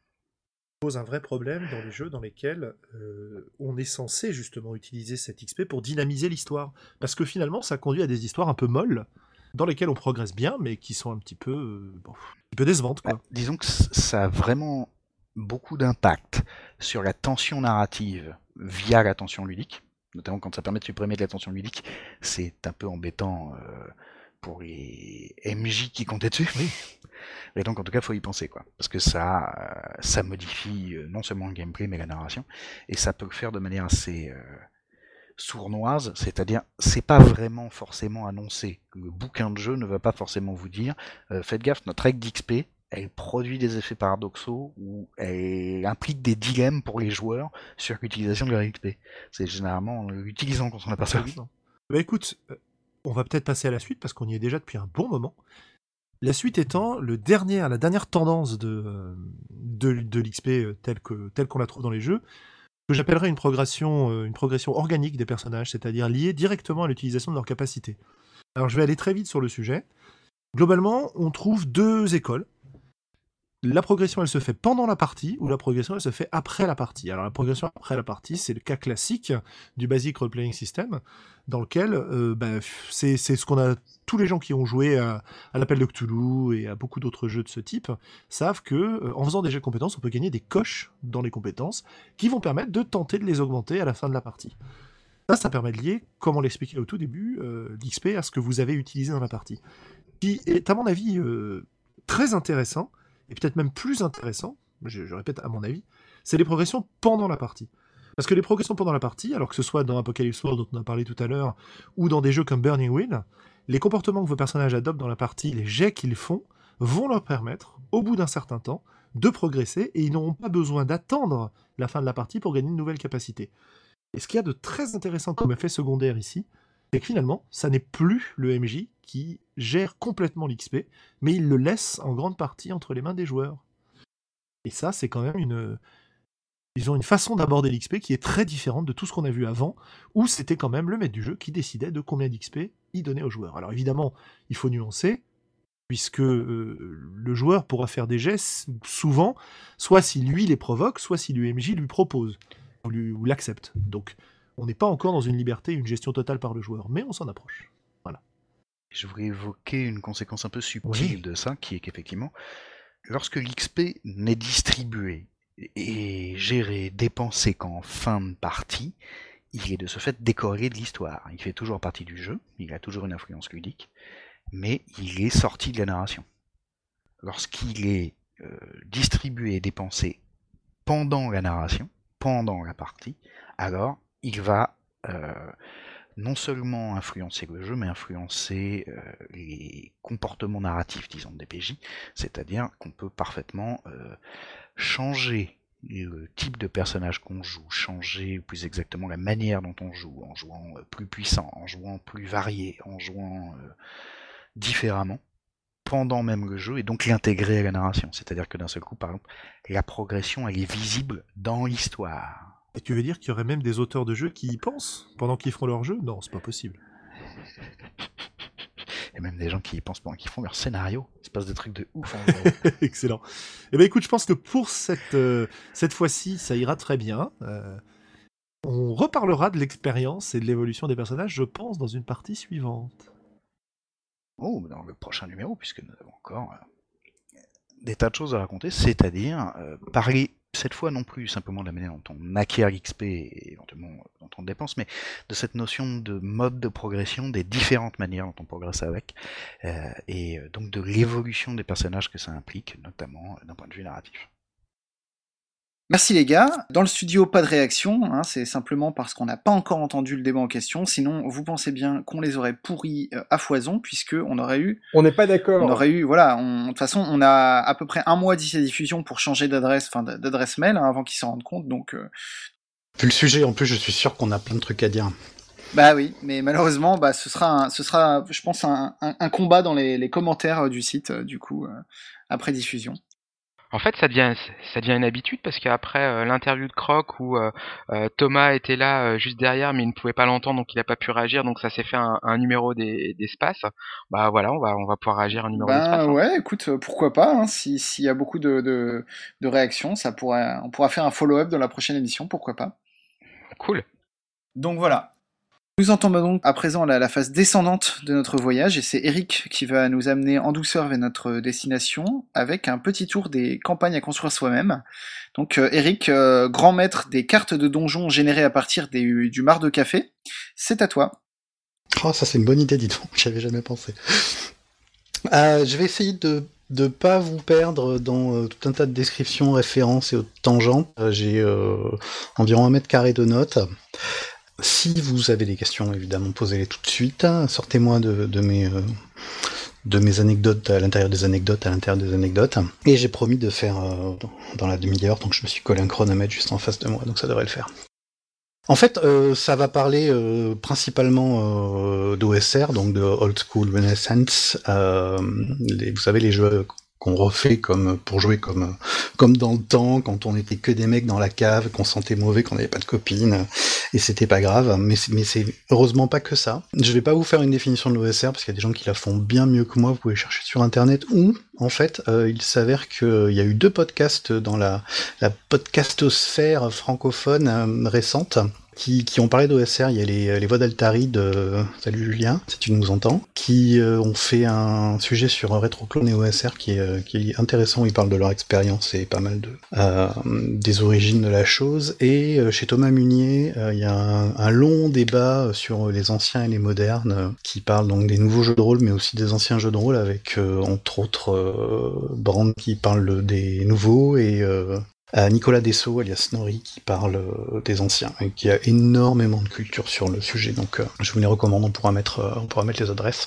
Pose un vrai problème dans les jeux dans lesquels euh, on est censé justement utiliser cet X P pour dynamiser l'histoire. Parce que finalement, ça conduit à des histoires un peu molles, dans lesquelles on progresse bien, mais qui sont un petit peu, euh, bon, un petit peu décevantes, quoi. Bah, disons que ça a vraiment beaucoup d'impact sur la tension narrative via la tension ludique, notamment quand ça permet de supprimer de la tension ludique. C'est un peu embêtant euh, pour les M J qui comptaient dessus. Oui. Et donc en tout cas, il faut y penser, quoi, parce que ça, euh, ça modifie euh, non seulement le gameplay mais la narration, et ça peut le faire de manière assez euh, sournoise, c'est-à-dire c'est pas vraiment forcément annoncé. Le bouquin de jeu ne va pas forcément vous dire euh, faites gaffe, notre règle d'X P, elle produit des effets paradoxaux ou elle implique des dilemmes pour les joueurs sur l'utilisation de leur X P. C'est généralement en l'utilisant qu'on s'en aperçoit. Bah écoute, on va peut-être passer à la suite parce qu'on y est déjà depuis un bon moment. La suite étant le dernier, la dernière tendance de, de, de l'X P telle, que, telle qu'on la trouve dans les jeux, que j'appellerais une progression, une progression organique des personnages, c'est-à-dire liée directement à l'utilisation de leurs capacités. Alors je vais aller très vite sur le sujet. Globalement, on trouve deux écoles. la progression, elle se fait pendant la partie, ou la progression, elle se fait après la partie. Alors, la progression après la partie, c'est le cas classique du Basic Role Playing System, dans lequel euh, bah, c'est, c'est ce qu'on a... Tous les gens qui ont joué à, à l'Appel de Cthulhu et à beaucoup d'autres jeux de ce type savent que, euh, en faisant des jets de compétences, on peut gagner des coches dans les compétences qui vont permettre de tenter de les augmenter à la fin de la partie. Ça, ça permet de lier, comme on l'expliquait au tout début, euh, l'X P à ce que vous avez utilisé dans la partie. Qui est, à mon avis, euh, très intéressant, et peut-être même plus intéressant, je, je répète à mon avis, c'est les progressions pendant la partie. Parce que les progressions pendant la partie, alors que ce soit dans Apocalypse World dont on a parlé tout à l'heure, ou dans des jeux comme Burning Wheel, les comportements que vos personnages adoptent dans la partie, les jets qu'ils font, vont leur permettre, au bout d'un certain temps, de progresser, et ils n'auront pas besoin d'attendre la fin de la partie pour gagner une nouvelle capacité. Et ce qu'il y a de très intéressant comme effet secondaire ici, c'est que finalement, ça n'est plus le M J qui gère complètement l'X P, mais il le laisse en grande partie entre les mains des joueurs. Et ça, c'est quand même une... Ils ont une façon d'aborder l'X P qui est très différente de tout ce qu'on a vu avant, où c'était quand même le maître du jeu qui décidait de combien d'X P il donnait aux joueurs. Alors évidemment, il faut nuancer, puisque euh, le joueur pourra faire des gestes souvent, soit si lui les provoque, soit si l'U M J lui propose, ou, lui, ou l'accepte. Donc on n'est pas encore dans une liberté, une gestion totale par le joueur, mais on s'en approche. Voilà. Je voudrais évoquer une conséquence un peu subtile Oui. de ça, qui est qu'effectivement, lorsque l'X P n'est distribué et géré, dépensé qu'en fin de partie, il est de ce fait décorrélé de l'histoire. Il fait toujours partie du jeu, il a toujours une influence ludique, mais il est sorti de la narration. Lorsqu'il est euh, distribué et dépensé pendant la narration, pendant la partie, alors il va euh, non seulement influencer le jeu, mais influencer euh, les comportements narratifs, disons, des P J, c'est-à-dire qu'on peut parfaitement euh, changer le type de personnage qu'on joue, changer plus exactement la manière dont on joue, en jouant plus puissant, en jouant plus varié, en jouant euh, différemment, pendant même le jeu, et donc l'intégrer à la narration. C'est-à-dire que d'un seul coup, par exemple, la progression, elle est visible dans l'histoire. Et tu veux dire qu'il y aurait même des auteurs de jeux qui y pensent pendant qu'ils font leur jeu ? Non, c'est pas possible. Il y a même des gens qui y pensent pendant qu'ils font leur scénario. Il se passe des trucs de ouf. En vrai. Excellent. Eh ben écoute, je pense que pour cette, euh, cette fois-ci, ça ira très bien. Euh, on reparlera de l'expérience et de l'évolution des personnages, je pense, dans une partie suivante. Oh, dans le prochain numéro, puisque nous avons encore euh, des tas de choses à raconter, c'est-à-dire euh, parler cette fois non plus simplement de la manière dont on acquiert l'X P et éventuellement dont on dépense, mais de cette notion de mode de progression, des différentes manières dont on progresse avec, euh, et donc de l'évolution des personnages que ça implique, notamment d'un point de vue narratif. Merci les gars. Dans le studio, pas de réaction, hein, c'est simplement parce qu'on n'a pas encore entendu le débat en question, sinon vous pensez bien qu'on les aurait pourris euh, à foison, puisque on aurait eu... On n'est pas d'accord. On aurait eu, voilà, on- de toute façon, on a à peu près un mois d'ici la diffusion pour changer d'adresse, enfin d- d'adresse mail, hein, avant qu'ils s'en rendent compte, donc... euh, Vu le sujet, en plus, je suis sûr qu'on a plein de trucs à dire. Bah oui, mais malheureusement, bah, ce sera, un- ce sera, je pense, un, un- un combat dans les, les commentaires euh, du site, euh, du coup, euh, après diffusion. En fait, ça devient, ça devient une habitude parce qu'après euh, l'interview de Croc où euh, euh, Thomas était là euh, juste derrière mais il ne pouvait pas l'entendre donc il n'a pas pu réagir donc ça s'est fait un, un numéro des- d'espace. Bah voilà, on va, on va pouvoir réagir à un numéro Ben d'espace. hein. ouais, écoute, euh, pourquoi pas, hein, si, s'il y a beaucoup de, de, de réactions, ça pourrait, on pourra faire un follow-up dans la prochaine émission, pourquoi pas. Cool. Donc voilà. Nous entamons donc à présent la, la phase descendante de notre voyage, et c'est Eric qui va nous amener en douceur vers notre destination, avec un petit tour des campagnes à construire soi-même. Donc euh, Eric, euh, grand maître des cartes de donjons générées à partir des, du mar de café, c'est à toi. Oh, ça c'est une bonne idée, dis donc, j'y avais jamais pensé. Euh, je vais essayer de ne pas vous perdre dans euh, tout un tas de descriptions, références et autres tangentes. Euh, j'ai euh, environ un mètre carré de notes. Si vous avez des questions, évidemment, posez-les tout de suite. Sortez-moi de, de mes... euh, de mes anecdotes à l'intérieur des anecdotes à l'intérieur des anecdotes. Et j'ai promis de faire euh, dans, dans la demi-heure, donc je me suis collé un chronomètre juste en face de moi, donc ça devrait le faire. En fait, euh, ça va parler euh, principalement euh, d'O S R, donc de Old School Renaissance. Euh, les, vous savez, les jeux qu'on refait comme pour jouer comme comme dans le temps, quand on était que des mecs dans la cave, qu'on sentait mauvais, qu'on n'avait pas de copines, et c'était pas grave, mais c'est, mais c'est heureusement pas que ça. Je vais pas vous faire une définition de l'O S R, parce qu'il y a des gens qui la font bien mieux que moi, vous pouvez chercher sur internet, ou, en fait, euh, il s'avère qu'il y a eu deux podcasts dans la, la podcastosphère francophone euh, récente, Qui, qui ont parlé d'O S R. Il y a les, les voix d'Altari de Salut Julien, si tu nous entends, qui euh, ont fait un sujet sur Retroclone et O S R qui est, euh, qui est intéressant. Ils parlent de leur expérience et pas mal de euh, des origines de la chose. Et euh, chez Thomas Munier, euh, il y a un, un long débat sur les anciens et les modernes euh, qui parle donc des nouveaux jeux de rôle, mais aussi des anciens jeux de rôle, avec euh, entre autres euh, Brand qui parle des nouveaux et euh, à Nicolas Dessau, alias Nori, qui parle euh, des anciens, et qui a énormément de culture sur le sujet, donc euh, je vous les recommande, on pourra mettre, euh, on pourra mettre les adresses.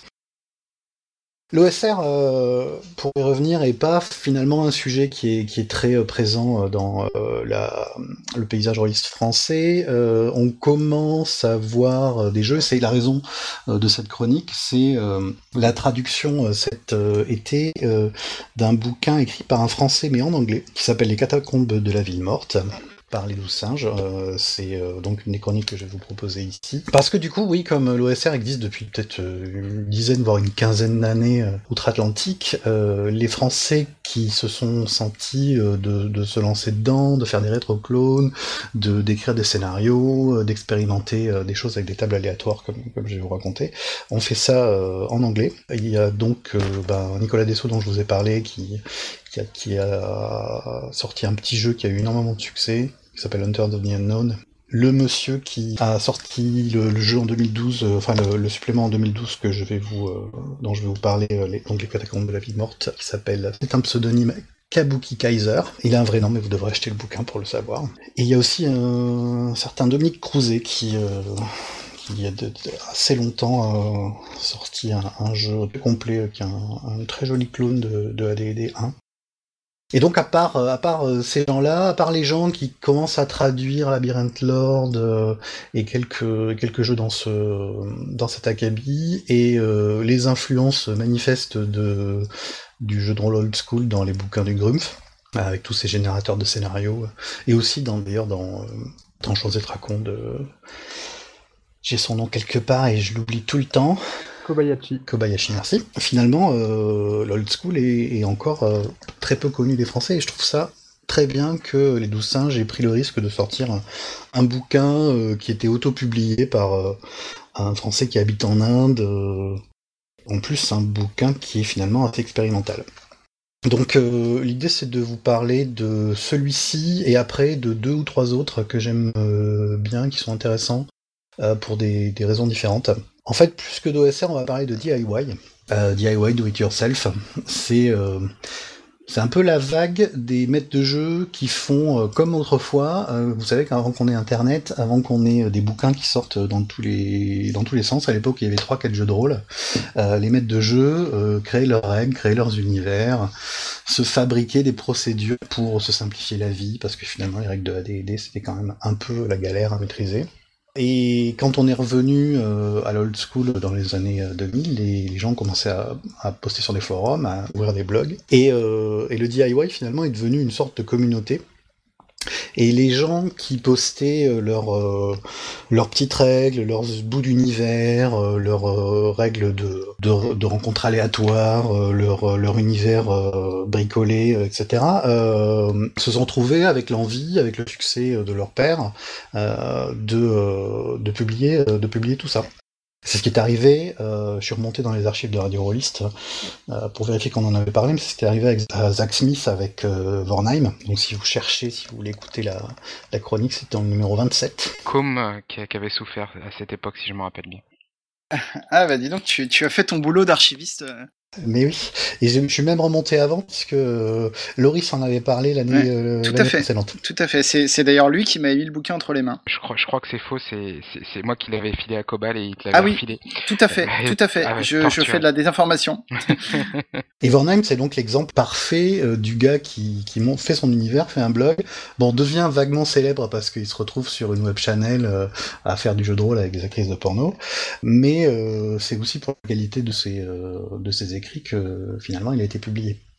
L'O S R, euh, pour y revenir, est pas finalement un sujet qui est, qui est très euh, présent dans euh, la, le paysage rôliste français. Euh, on commence à voir euh, des jeux, c'est la raison euh, de cette chronique, c'est euh, la traduction euh, cet euh, été euh, d'un bouquin écrit par un Français mais en anglais, qui s'appelle Les Catacombes de la Ville Morte, par les douze singes. Euh, c'est euh, donc une des chroniques que je vais vous proposer ici. Parce que du coup, oui, comme l'O S R existe depuis peut-être euh, une dizaine, voire une quinzaine d'années euh, outre-Atlantique, euh, les Français qui se sont sentis euh, de, de se lancer dedans, de faire des rétroclones, de d'écrire des scénarios, euh, d'expérimenter euh, des choses avec des tables aléatoires, comme, comme je vais vous raconter, ont fait ça euh, en anglais. Il y a donc euh, bah, Nicolas Dessau, dont je vous ai parlé, qui Qui a, qui a sorti un petit jeu qui a eu énormément de succès, qui s'appelle Hunter of the Unknown. Le monsieur qui a sorti le, le jeu en deux mille douze, euh, enfin le, le supplément en deux mille douze que je vais vous, euh, dont je vais vous parler, euh, les, donc les Catacombes de la Ville Morte, qui s'appelle, c'est un pseudonyme, Kabuki Kaiser. Il a un vrai nom, mais vous devrez acheter le bouquin pour le savoir. Et il y a aussi un, un certain Dominique Crouzet qui... Euh, il y a de, de, assez longtemps euh, sorti un, un jeu complet euh, qui est un, un très joli clone de, de A D D un. Et donc à part, à part ces gens-là, à part les gens qui commencent à traduire Labyrinth Lord euh, et quelques, quelques jeux dans, ce, dans cet acabit, et euh, les influences manifestes de, du jeu de rôle old school dans les bouquins du Grumpf, avec tous ces générateurs de scénarios, et aussi dans, d'ailleurs dans, euh, dans Chants et Dracons de... J'ai son nom quelque part et je l'oublie tout le temps. Kobayashi. Kobayashi, merci. Finalement, euh, l'old school est, est encore euh, très peu connu des Français, et je trouve ça très bien que les douze singes aient pris le risque de sortir un, un bouquin euh, qui était auto-publié par euh, un Français qui habite en Inde. Euh, en plus, un bouquin qui est finalement assez expérimental. Donc euh, l'idée, c'est de vous parler de celui-ci, et après de deux ou trois autres que j'aime euh, bien, qui sont intéressants, euh, pour des, des raisons différentes. En fait, plus que d'O S R, on va parler de D I Y. Euh, D I Y, do it yourself. C'est, euh, c'est un peu la vague des maîtres de jeu qui font euh, comme autrefois. Euh, vous savez qu'avant qu'on ait Internet, avant qu'on ait des bouquins qui sortent dans tous les, dans tous les sens, à l'époque, il y avait trois quatre jeux de rôle. Euh, les maîtres de jeu euh, créaient leurs règles, créaient leurs univers, se fabriquaient des procédures pour se simplifier la vie, parce que finalement, les règles de A D D, c'était quand même un peu la galère à maîtriser. Et quand on est revenu euh, à l'old school dans les années deux mille, les, les gens commençaient à, à poster sur des forums, à ouvrir des blogs, et, euh, et le D I Y finalement est devenu une sorte de communauté. Et les gens qui postaient leurs euh, leurs petites règles, leurs bouts d'univers, euh, leurs euh, règles de, de, de rencontres aléatoires, euh, leur, leur univers euh, bricolé, et cetera, euh, se sont trouvés avec l'envie, avec le succès de leur père, euh, de, euh, de, publier, de publier tout ça. C'est ce qui est arrivé, euh, je suis remonté dans les archives de Radio Rollist euh, pour vérifier qu'on en avait parlé, mais c'était arrivé avec à Zach Smith avec euh, Vornheim. Donc si vous cherchez, si vous voulez écouter la, la chronique, c'était en numéro vingt-sept. Com euh, qui, qui avait souffert à cette époque, si je me rappelle bien. Ah bah dis donc, tu, tu as fait ton boulot d'archiviste. euh. Mais oui, et je, je suis même remonté avant, puisque euh, Loris en avait parlé l'année, Ouais, euh, tout à l'année fait. précédente. Tout à fait, c'est, c'est d'ailleurs lui qui m'a mis le bouquin entre les mains. Je crois, je crois que c'est faux, c'est, c'est, c'est moi qui l'avais filé à Cobal et il te l'avait Ah oui, refilé. tout à fait, Euh, tout à fait. ah ouais, Je, je torturé. fais de la désinformation. Et Vornheim, c'est donc l'exemple parfait euh, du gars qui, qui mon- fait son univers, fait un blog, bon, devient vaguement célèbre parce qu'il se retrouve sur une web channel euh, à faire du jeu de rôle avec des actrices de porno, mais euh, c'est aussi pour la qualité de ses, euh, de ses écrits que finalement il a été publié.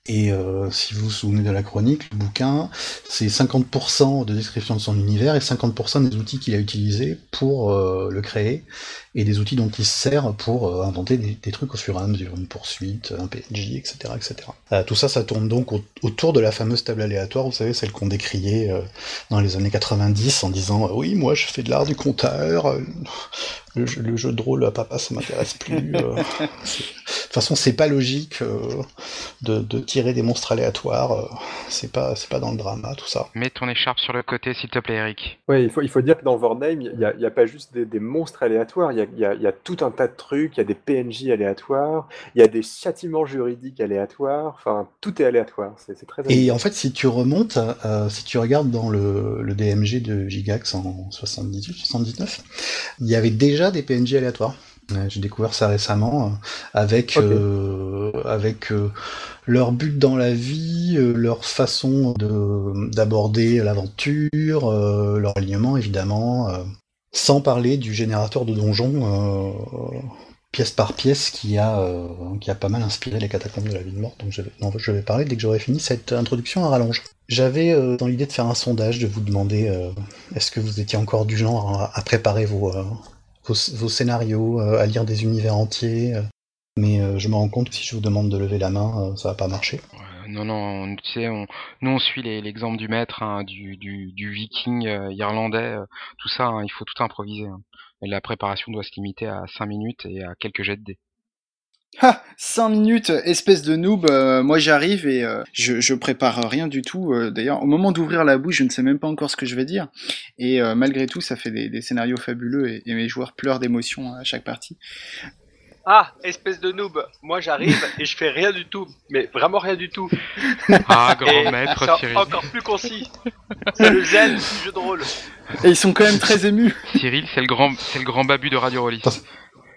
Et euh, si vous vous souvenez de la chronique, le bouquin, c'est cinquante pour cent de description de son univers et cinquante pour cent des outils qu'il a utilisés pour euh, le créer, et des outils dont il se sert pour euh, inventer des, des trucs au fur et à mesure, une poursuite, un P N J, et cetera et cetera. Euh, tout ça, ça tourne donc au- autour de la fameuse table aléatoire, vous savez, celle qu'on décriait euh, dans les années quatre-vingt-dix en disant euh, « Oui, moi je fais de l'art du compteur, euh, le, jeu, le jeu de rôle, papa, ça m'intéresse plus. euh, ». De toute façon, c'est pas logique euh, de, de tirer des monstres aléatoires, euh, c'est pas, c'est pas dans le drama, tout ça. Mets ton écharpe sur le côté, s'il te plaît, Eric. Ouais, il faut, il faut dire que dans Vornheim, il n'y a, il y a pas juste des, des monstres aléatoires, il y a, il y a- il y a tout un tas de trucs, il y a des P N J aléatoires, il y a des châtiments juridiques aléatoires, enfin, tout est aléatoire, c'est c'est très Et amusant. en fait, si tu remontes, euh, si tu regardes dans le, le D M G de Gigax en soixante-dix-huit soixante-dix-neuf, il y avait déjà des P N J aléatoires. Euh, J'ai découvert ça récemment, euh, avec, Ok. euh, avec euh, leur but dans la vie, euh, leur façon de d'aborder l'aventure, euh, leur alignement évidemment, euh, sans parler du générateur de donjons euh, pièce par pièce qui a, euh, qui a pas mal inspiré les catacombes de la ville morte, donc je, dont je vais parler dès que j'aurai fini cette introduction à rallonge. J'avais euh, dans l'idée de faire un sondage, de vous demander euh, est-ce que vous étiez encore du genre à, à préparer vos, euh, vos, vos scénarios, euh, à lire des univers entiers, euh, mais euh, je me rends compte que si je vous demande de lever la main, euh, ça va pas marcher. Euh, non, non, tu sais, on, nous on suit les- l'exemple du maître, hein, du, du, du viking euh, irlandais, euh, tout ça, hein, il faut tout improviser. Hein. Et la préparation doit se limiter à cinq minutes et à quelques jets de dés. Ah, cinq minutes, espèce de noob, euh, moi j'arrive et euh, je, je prépare rien du tout. euh, D'ailleurs, au moment d'ouvrir la bouche, je ne sais même pas encore ce que je vais dire. Et euh, malgré tout, ça fait des, des scénarios fabuleux et, et mes joueurs pleurent d'émotion à chaque partie. Ah, espèce de noob, moi j'arrive et je fais rien du tout, mais vraiment rien du tout. Ah, grand Et maître, c'est Cyril. encore plus concis. C'est le zen du jeu de rôle. Et ils sont quand même très émus. Cyril, c'est le grand, c'est le grand babu de Radio Rollis. Parce-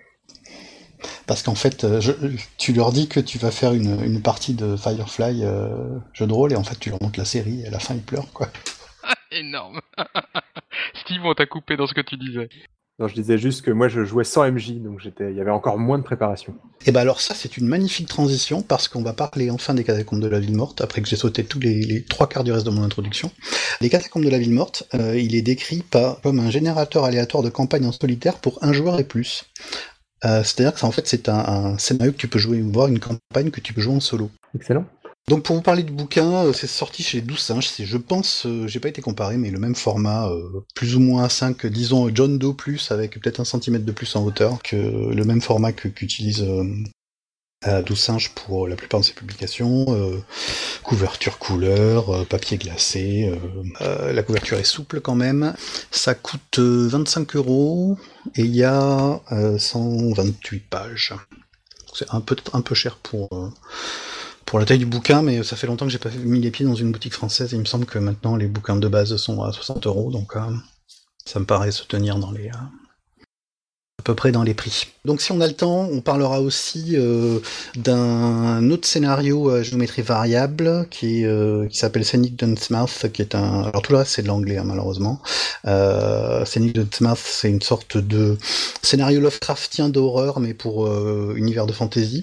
Parce qu'en fait, euh, je, tu leur dis que tu vas faire une, une partie de Firefly euh, jeu de rôle, et en fait tu leur montres la série, et à la fin ils pleurent, quoi. Énorme. Steve, on t'a coupé dans ce que tu disais. Non, je disais juste que moi je jouais sans M J, donc j'étais, il y avait encore moins de préparation. Et ben alors ça, c'est une magnifique transition, parce qu'on va parler enfin des catacombes de la ville morte, après que j'ai sauté tous les, les trois quarts du reste de mon introduction. Les catacombes de la ville morte, euh, il est décrit par, comme un générateur aléatoire de campagne en solitaire pour un joueur et plus. Euh, C'est-à-dire que ça, en fait, c'est un, un scénario que tu peux jouer, voire une campagne que tu peux jouer en solo. Excellent. Donc pour vous parler du bouquin, euh, c'est sorti chez Douze Singes, c'est, je pense, euh, j'ai pas été comparé, mais le même format, euh, plus ou moins A cinq, disons John Doe plus, avec peut-être un centimètre de plus en hauteur, que le même format que qu'utilise euh, euh, Douze Singes pour la plupart de ses publications, euh, couverture couleur, euh, papier glacé, euh, euh, la couverture est souple quand même, ça coûte euh, vingt-cinq euros, et il y a euh, cent vingt-huit pages. C'est un peu, un peu cher pour... Euh, pour la taille du bouquin, mais ça fait longtemps que j'ai pas mis les pieds dans une boutique française, et il me semble que maintenant les bouquins de base sont à soixante euros, donc euh, ça me paraît se tenir dans les... Euh, à peu près dans les prix. Donc si on a le temps, on parlera aussi euh, d'un autre scénario à géométrie variable, qui, est, euh, qui s'appelle Scenic Dunsmouth, qui est un... Alors tout le reste c'est de l'anglais, hein, malheureusement. Euh, Scenic Dunsmouth, c'est une sorte de scénario Lovecraftien d'horreur, mais pour euh, univers de fantasy.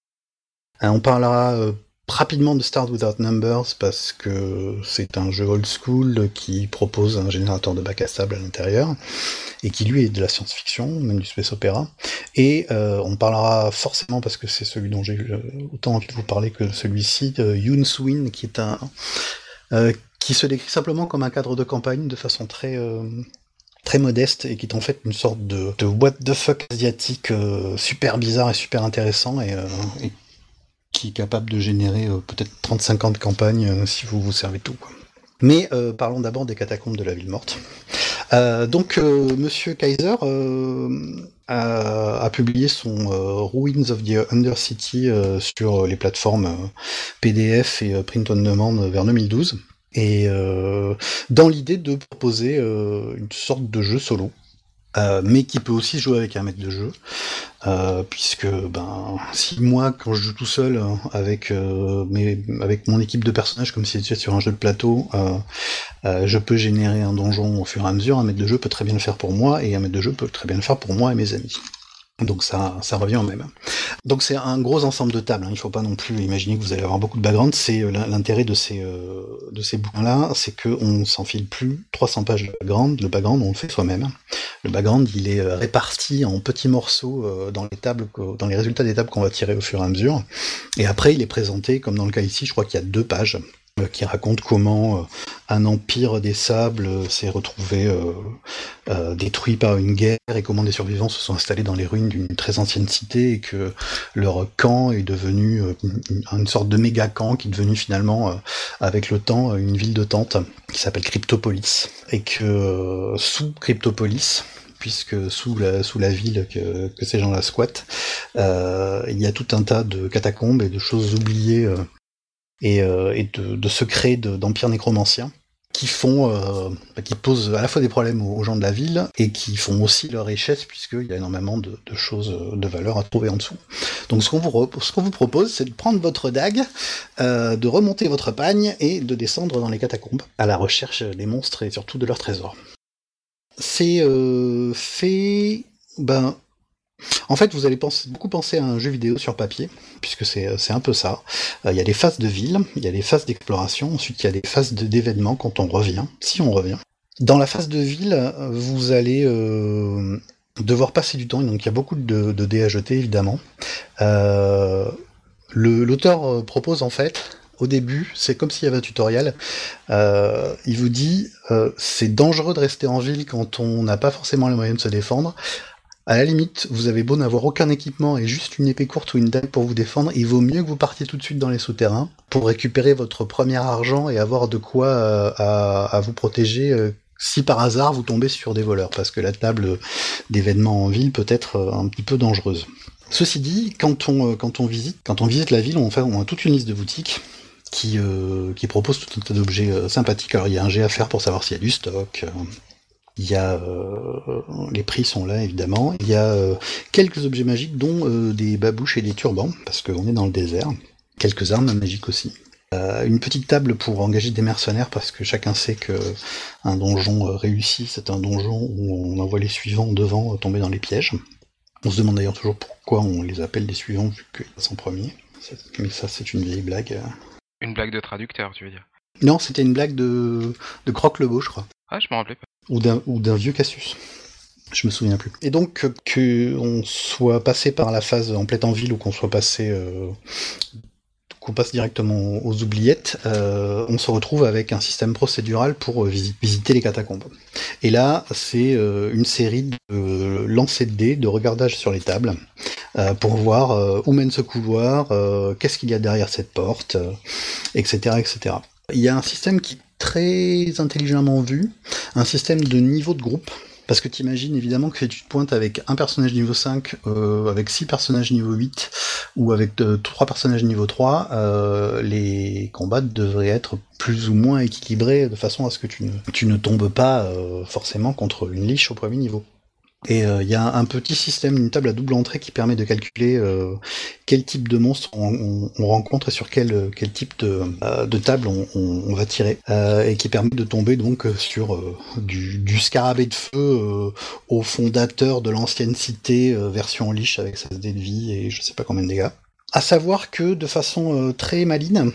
On parlera euh, rapidement de Start Without Numbers parce que c'est un jeu old school qui propose un générateur de bac à sable à l'intérieur et qui lui est de la science-fiction, même du space opéra. Et euh, on parlera forcément, parce que c'est celui dont j'ai eu autant envie de vous parler que celui-ci, de Yoon Swin, qui est un euh, qui se décrit simplement comme un cadre de campagne de façon très euh, très modeste, et qui est en fait une sorte de, de what the fuck asiatique euh, super bizarre et super intéressant, et, euh, et qui est capable de générer euh, peut-être trente à cinquante campagnes euh, si vous vous servez tout, quoi. Mais euh, parlons d'abord des catacombes de la ville morte. Euh, donc euh, Monsieur Kaiser euh, a, a publié son euh, Ruins of the Undercity euh, sur les plateformes euh, P D F et euh, print on demand vers deux mille douze, et euh, dans l'idée de proposer euh, une sorte de jeu solo. Euh, mais qui peut aussi jouer avec un maître de jeu, euh, puisque ben si moi quand je joue tout seul euh, avec euh, mes, avec mon équipe de personnages comme si j'étais sur un jeu de plateau, euh, euh, je peux générer un donjon au fur et à mesure, un maître de jeu peut très bien le faire pour moi, et un maître de jeu peut très bien le faire pour moi et mes amis. Donc ça, ça revient au même. Donc c'est un gros ensemble de tables, hein. Il ne faut pas non plus imaginer que vous allez avoir beaucoup de background. C'est euh, l'intérêt de ces, euh, de ces bouquins-là, c'est qu'on ne s'enfile plus trois cents pages de background. Le background, on le fait soi-même. Le background, il est euh, réparti en petits morceaux euh, dans les tables, dans les résultats des tables qu'on va tirer au fur et à mesure. Et après, il est présenté, comme dans le cas ici, je crois qu'il y a deux pages euh, qui racontent comment euh, un empire des sables euh, s'est retrouvé euh, euh, détruit par une guerre et comment des survivants se sont installés dans les ruines d'une très ancienne cité et que leur camp est devenu euh, une, une sorte de méga camp qui est devenu finalement euh, avec le temps une ville de tente qui s'appelle Cryptopolis et que euh, sous Cryptopolis, puisque sous la, sous la ville que, que ces gens-là squattent, euh, il y a tout un tas de catacombes et de choses oubliées euh, et, euh, et de, de secrets de, d'empires nécromanciens qui font, euh, qui posent à la fois des problèmes aux, aux gens de la ville et qui font aussi leur richesse puisqu'il y a énormément de, de choses de valeur à trouver en dessous. Donc ce qu'on vous, re, ce qu'on vous propose, c'est de prendre votre dague, euh, de remonter votre pagne et de descendre dans les catacombes à la recherche des monstres et surtout de leurs trésors. C'est euh, fait... Ben, en fait, vous allez penser, beaucoup penser à un jeu vidéo sur papier, puisque c'est, c'est un peu ça. Il euh, y a des phases de ville, il y a des phases d'exploration, ensuite il y a des phases de, d'événements quand on revient, si on revient. Dans la phase de ville, vous allez euh, devoir passer du temps, donc il y a beaucoup de, de dés à jeter, évidemment. Euh, le, l'auteur propose en fait... Au début, c'est comme s'il y avait un tutoriel. Euh, il vous dit euh, c'est dangereux de rester en ville quand on n'a pas forcément les moyens de se défendre. À la limite, vous avez beau n'avoir aucun équipement et juste une épée courte ou une dague pour vous défendre, il vaut mieux que vous partiez tout de suite dans les souterrains pour récupérer votre premier argent et avoir de quoi euh, à, à vous protéger euh, si par hasard vous tombez sur des voleurs, parce que la table d'événements en ville peut être euh, un petit peu dangereuse. Ceci dit, quand on, euh, quand on visite, quand on visite la ville, on, fait, on a toute une liste de boutiques qui, euh, qui propose tout un tas d'objets euh, sympathiques. Alors il y a un jet à faire pour savoir s'il y a du stock, euh, il y a euh, les prix sont là évidemment, il y a euh, quelques objets magiques dont euh, des babouches et des turbans, parce qu'on est dans le désert, quelques armes magiques aussi. Euh, une petite table pour engager des mercenaires, parce que chacun sait que un donjon euh, réussi, c'est un donjon où on envoie les suivants devant euh, tomber dans les pièges. On se demande d'ailleurs toujours pourquoi on les appelle les suivants, vu qu'ils passent en premier. Mais ça c'est une vieille blague. Une blague de traducteur, tu veux dire? Non, c'était une blague de, de Croque-le-Beau, je crois. Ah, je m'en rappelais pas. Ou d'un, ou d'un vieux Cassius. Je me souviens plus. Et donc, qu'on soit passé par la phase en pleine en ville ou qu'on soit passé... Euh, qu'on passe directement aux oubliettes, euh, on se retrouve avec un système procédural pour visiter, visiter les catacombes. Et là, c'est euh, une série de euh, lancers de dés, de regardage sur les tables, euh, pour voir euh, où mène ce couloir, euh, qu'est-ce qu'il y a derrière cette porte, euh, et cetera, et cetera. Il y a un système qui est très intelligemment vu, un système de niveau de groupe. Parce que t'imagines évidemment que si tu te pointes avec un personnage niveau cinq, euh, avec six personnages niveau huit, ou avec euh, trois personnages niveau trois, euh, les combats devraient être plus ou moins équilibrés de façon à ce que tu ne, tu ne tombes pas euh, forcément contre une liche au premier niveau. Et il euh, y a un petit système, une table à double entrée qui permet de calculer euh, quel type de monstre on, on, on rencontre et sur quel, quel type de, euh, de table on, on, on va tirer, euh, et qui permet de tomber donc sur euh, du, du scarabée de feu euh, au fondateur de l'ancienne cité euh, version liche avec sa dés de vie et je sais pas combien de dégâts. À savoir que, de façon euh, très maligne,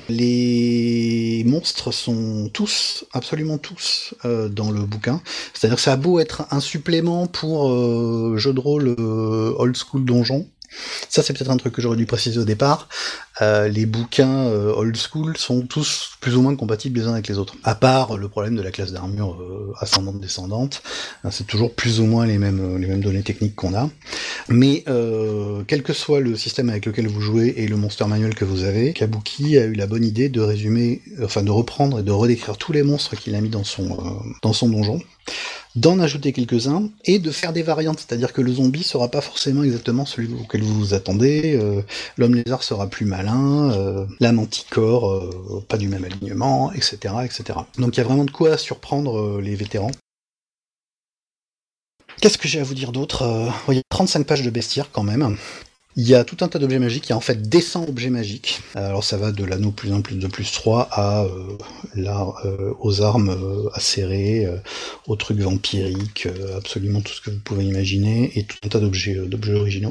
les monstres sont tous, absolument tous, euh, dans le bouquin. C'est-à-dire que ça a beau être un supplément pour euh, jeu de rôle euh, old school donjon. Ça, c'est peut-être un truc que j'aurais dû préciser au départ. Euh, les bouquins euh, old school sont tous plus ou moins compatibles les uns avec les autres. À part le problème de la classe d'armure euh, ascendante-descendante, hein, c'est toujours plus ou moins les mêmes, les mêmes données techniques qu'on a. Mais euh, quel que soit le système avec lequel vous jouez et le monster manual que vous avez, Kabuki a eu la bonne idée de résumer, enfin de reprendre et de redécrire tous les monstres qu'il a mis dans son, euh, dans son donjon, d'en ajouter quelques-uns, et de faire des variantes, c'est-à-dire que le zombie sera pas forcément exactement celui auquel vous vous attendez, euh, l'homme lézard sera plus malin, euh, la manticore, euh, pas du même alignement, et cetera, et cetera. Donc il y a vraiment de quoi surprendre euh, les vétérans. Qu'est-ce que j'ai à vous dire d'autre ? euh, Il y a trente-cinq pages de bestiaire quand même. Il y a tout un tas d'objets magiques, il y a en fait des cent objets magiques. Alors ça va de l'anneau plus un plus deux plus trois à euh, là, euh, aux armes euh, acérées, euh, aux trucs vampiriques, euh, absolument tout ce que vous pouvez imaginer, et tout un tas d'objets, euh, d'objets originaux.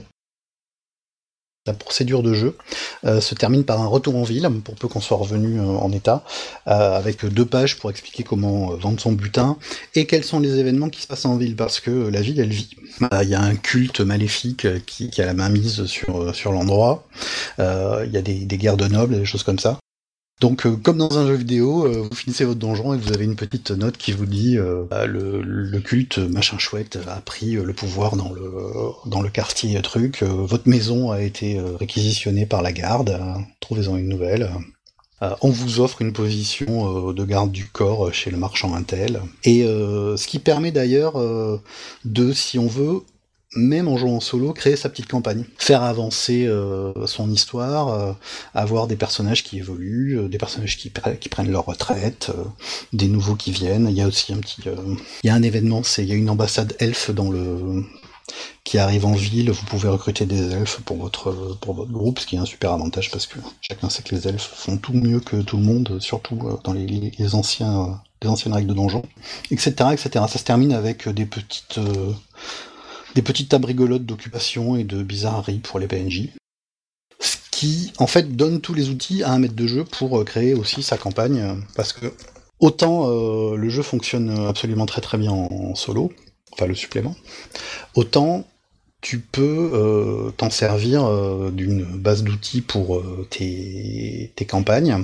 La procédure de jeu euh, se termine par un retour en ville, pour peu qu'on soit revenu euh, en état, euh, avec deux pages pour expliquer comment euh, vendre son butin, et quels sont les événements qui se passent en ville, parce que euh, la ville, elle vit. Il euh, y a un culte maléfique euh, qui, qui a la main mise sur, euh, sur l'endroit, il euh, y a des, des guerres de nobles, des choses comme ça. Donc, euh, comme dans un jeu vidéo, euh, vous finissez votre donjon et vous avez une petite note qui vous dit euh, bah, le, le culte machin chouette a pris euh, le pouvoir dans le dans le quartier truc. Euh, votre maison a été euh, réquisitionnée par la garde. Euh, trouvez-en une nouvelle. Euh, on vous offre une position euh, de garde du corps chez le marchand Intel. Et euh, ce qui permet d'ailleurs euh, de, si on veut, même en jouant en solo, créer sa petite campagne, faire avancer euh, son histoire, euh, avoir des personnages qui évoluent, euh, des personnages qui, pre- qui prennent leur retraite, euh, des nouveaux qui viennent. Il y a aussi un petit, euh, il y a un événement, c'est il y a une ambassade elfe dans le qui arrive en ville. Vous pouvez recruter des elfes pour votre pour votre groupe, ce qui est un super avantage parce que chacun sait que les elfes font tout mieux que tout le monde, surtout euh, dans les, les, les anciens euh, les anciennes règles de donjon, et cetera, et cetera. Ça se termine avec des petites euh, des petites tables rigolotes d'occupation et de bizarreries pour les P N J. Ce qui, en fait, donne tous les outils à un maître de jeu pour créer aussi sa campagne, parce que autant euh, le jeu fonctionne absolument très très bien en solo, enfin le supplément, autant tu peux euh, t'en servir euh, d'une base d'outils pour euh, tes, tes campagnes,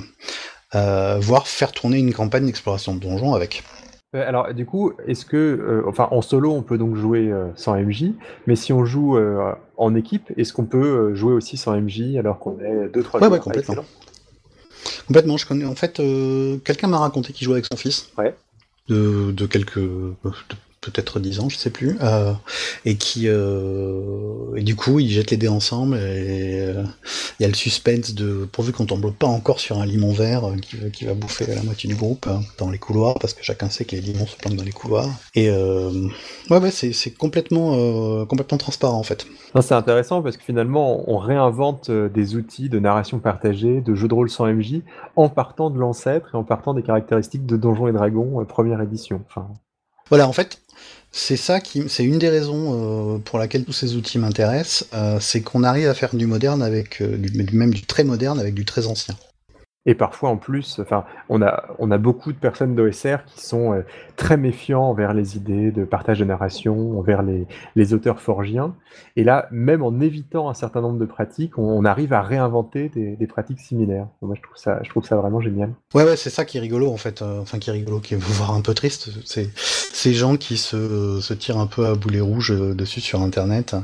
euh, voire faire tourner une campagne d'exploration de donjons avec. Alors, du coup, est-ce que, euh, enfin, en solo, on peut donc jouer euh, sans M J, mais si on joue euh, en équipe, est-ce qu'on peut euh, jouer aussi sans M J alors qu'on est deux trois ouais, joueurs? Ouais, complètement. Complètement. Je connais. En fait, euh, quelqu'un m'a raconté qu'il jouait avec son fils. Ouais. De, de quelques, de peut-être dix ans, je sais plus, euh, et qui, euh, et du coup, ils jettent les dés ensemble, et il euh, y a le suspense de, pourvu qu'on tombe pas encore sur un limon vert euh, qui, qui va bouffer la moitié du groupe euh, dans les couloirs, parce que chacun sait que les limons se planquent dans les couloirs. Et euh, ouais, ouais, c'est, c'est complètement, euh, complètement transparent en fait. Non, c'est intéressant parce que finalement, on réinvente euh, des outils de narration partagée, de jeux de rôle sans M J, en partant de l'ancêtre et en partant des caractéristiques de Donjons et Dragons euh, première édition. Enfin... Voilà, en fait. C'est ça qui, c'est une des raisons euh, pour laquelle tous ces outils m'intéressent, euh, c'est qu'on arrive à faire du moderne avec, euh, du, même du très moderne avec du très ancien. Et parfois en plus, enfin, on a, on a beaucoup de personnes d'O S R qui sont euh, très méfiants envers les idées de partage de narration, envers les, les auteurs forgiens. Et là, même en évitant un certain nombre de pratiques, on, on arrive à réinventer des, des pratiques similaires. Donc moi, je trouve ça, je trouve ça vraiment génial. Ouais, ouais, c'est ça qui est rigolo en fait. Euh, enfin, qui est rigolo, qui est voire un peu triste. C'est ces gens qui se, se tirent un peu à boulet rouge euh, dessus sur Internet.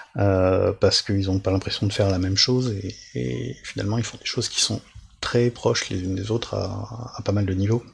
Euh, parce qu'ils n'ont pas l'impression de faire la même chose et, et finalement ils font des choses qui sont très proches les unes des autres à, à pas mal de niveaux.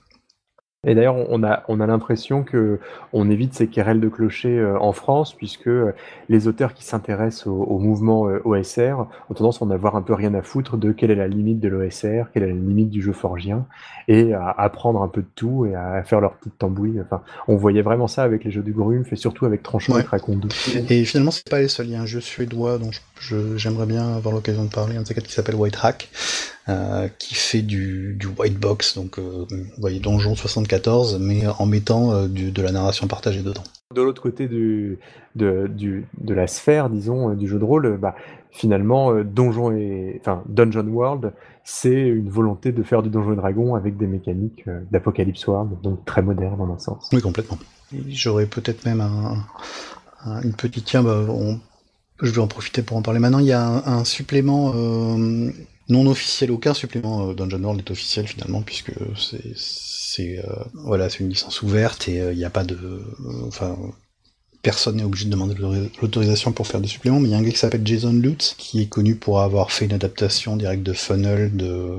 Et d'ailleurs, on a, on a l'impression que on évite ces querelles de clochers euh, en France, puisque euh, les auteurs qui s'intéressent au, au mouvement euh, O S R ont tendance à en avoir un peu rien à foutre de quelle est la limite de l'O S R, quelle est la limite du jeu forgien, et à apprendre un peu de tout et à faire leur petite tambouille. Enfin, on voyait vraiment ça avec les jeux du Grumpf et surtout avec Tranchant ouais. et Cracon deux. Et finalement, c'est pas les seuls. Il y a un jeu suédois dont je, je, j'aimerais bien avoir l'occasion de parler, un de ces quatre qui s'appelle White Hack. Euh, qui fait du, du white box, donc euh, vous voyez Donjon soixante-quatorze, mais en mettant euh, du, de la narration partagée dedans. De l'autre côté du, de, du, de la sphère, disons, du jeu de rôle, bah, finalement, euh, Donjon et, enfin, Dungeon World, c'est une volonté de faire du Donjon et Dragon avec des mécaniques euh, d'Apocalypse World, donc très moderne en un sens. Oui, complètement. Et j'aurais peut-être même un, un, une petite... Tiens, bah, on, je vais en profiter pour en parler maintenant. Il y a un, un supplément... Euh, non officiel, aucun supplément euh, Dungeon World est officiel finalement, puisque c'est, c'est, euh, voilà, c'est une licence ouverte et il euh, n'y a pas de... Enfin, euh, personne n'est obligé de demander l'autorisation pour faire des suppléments, mais il y a un gars qui s'appelle Jason Lutz, qui est connu pour avoir fait une adaptation directe de Funnel, de,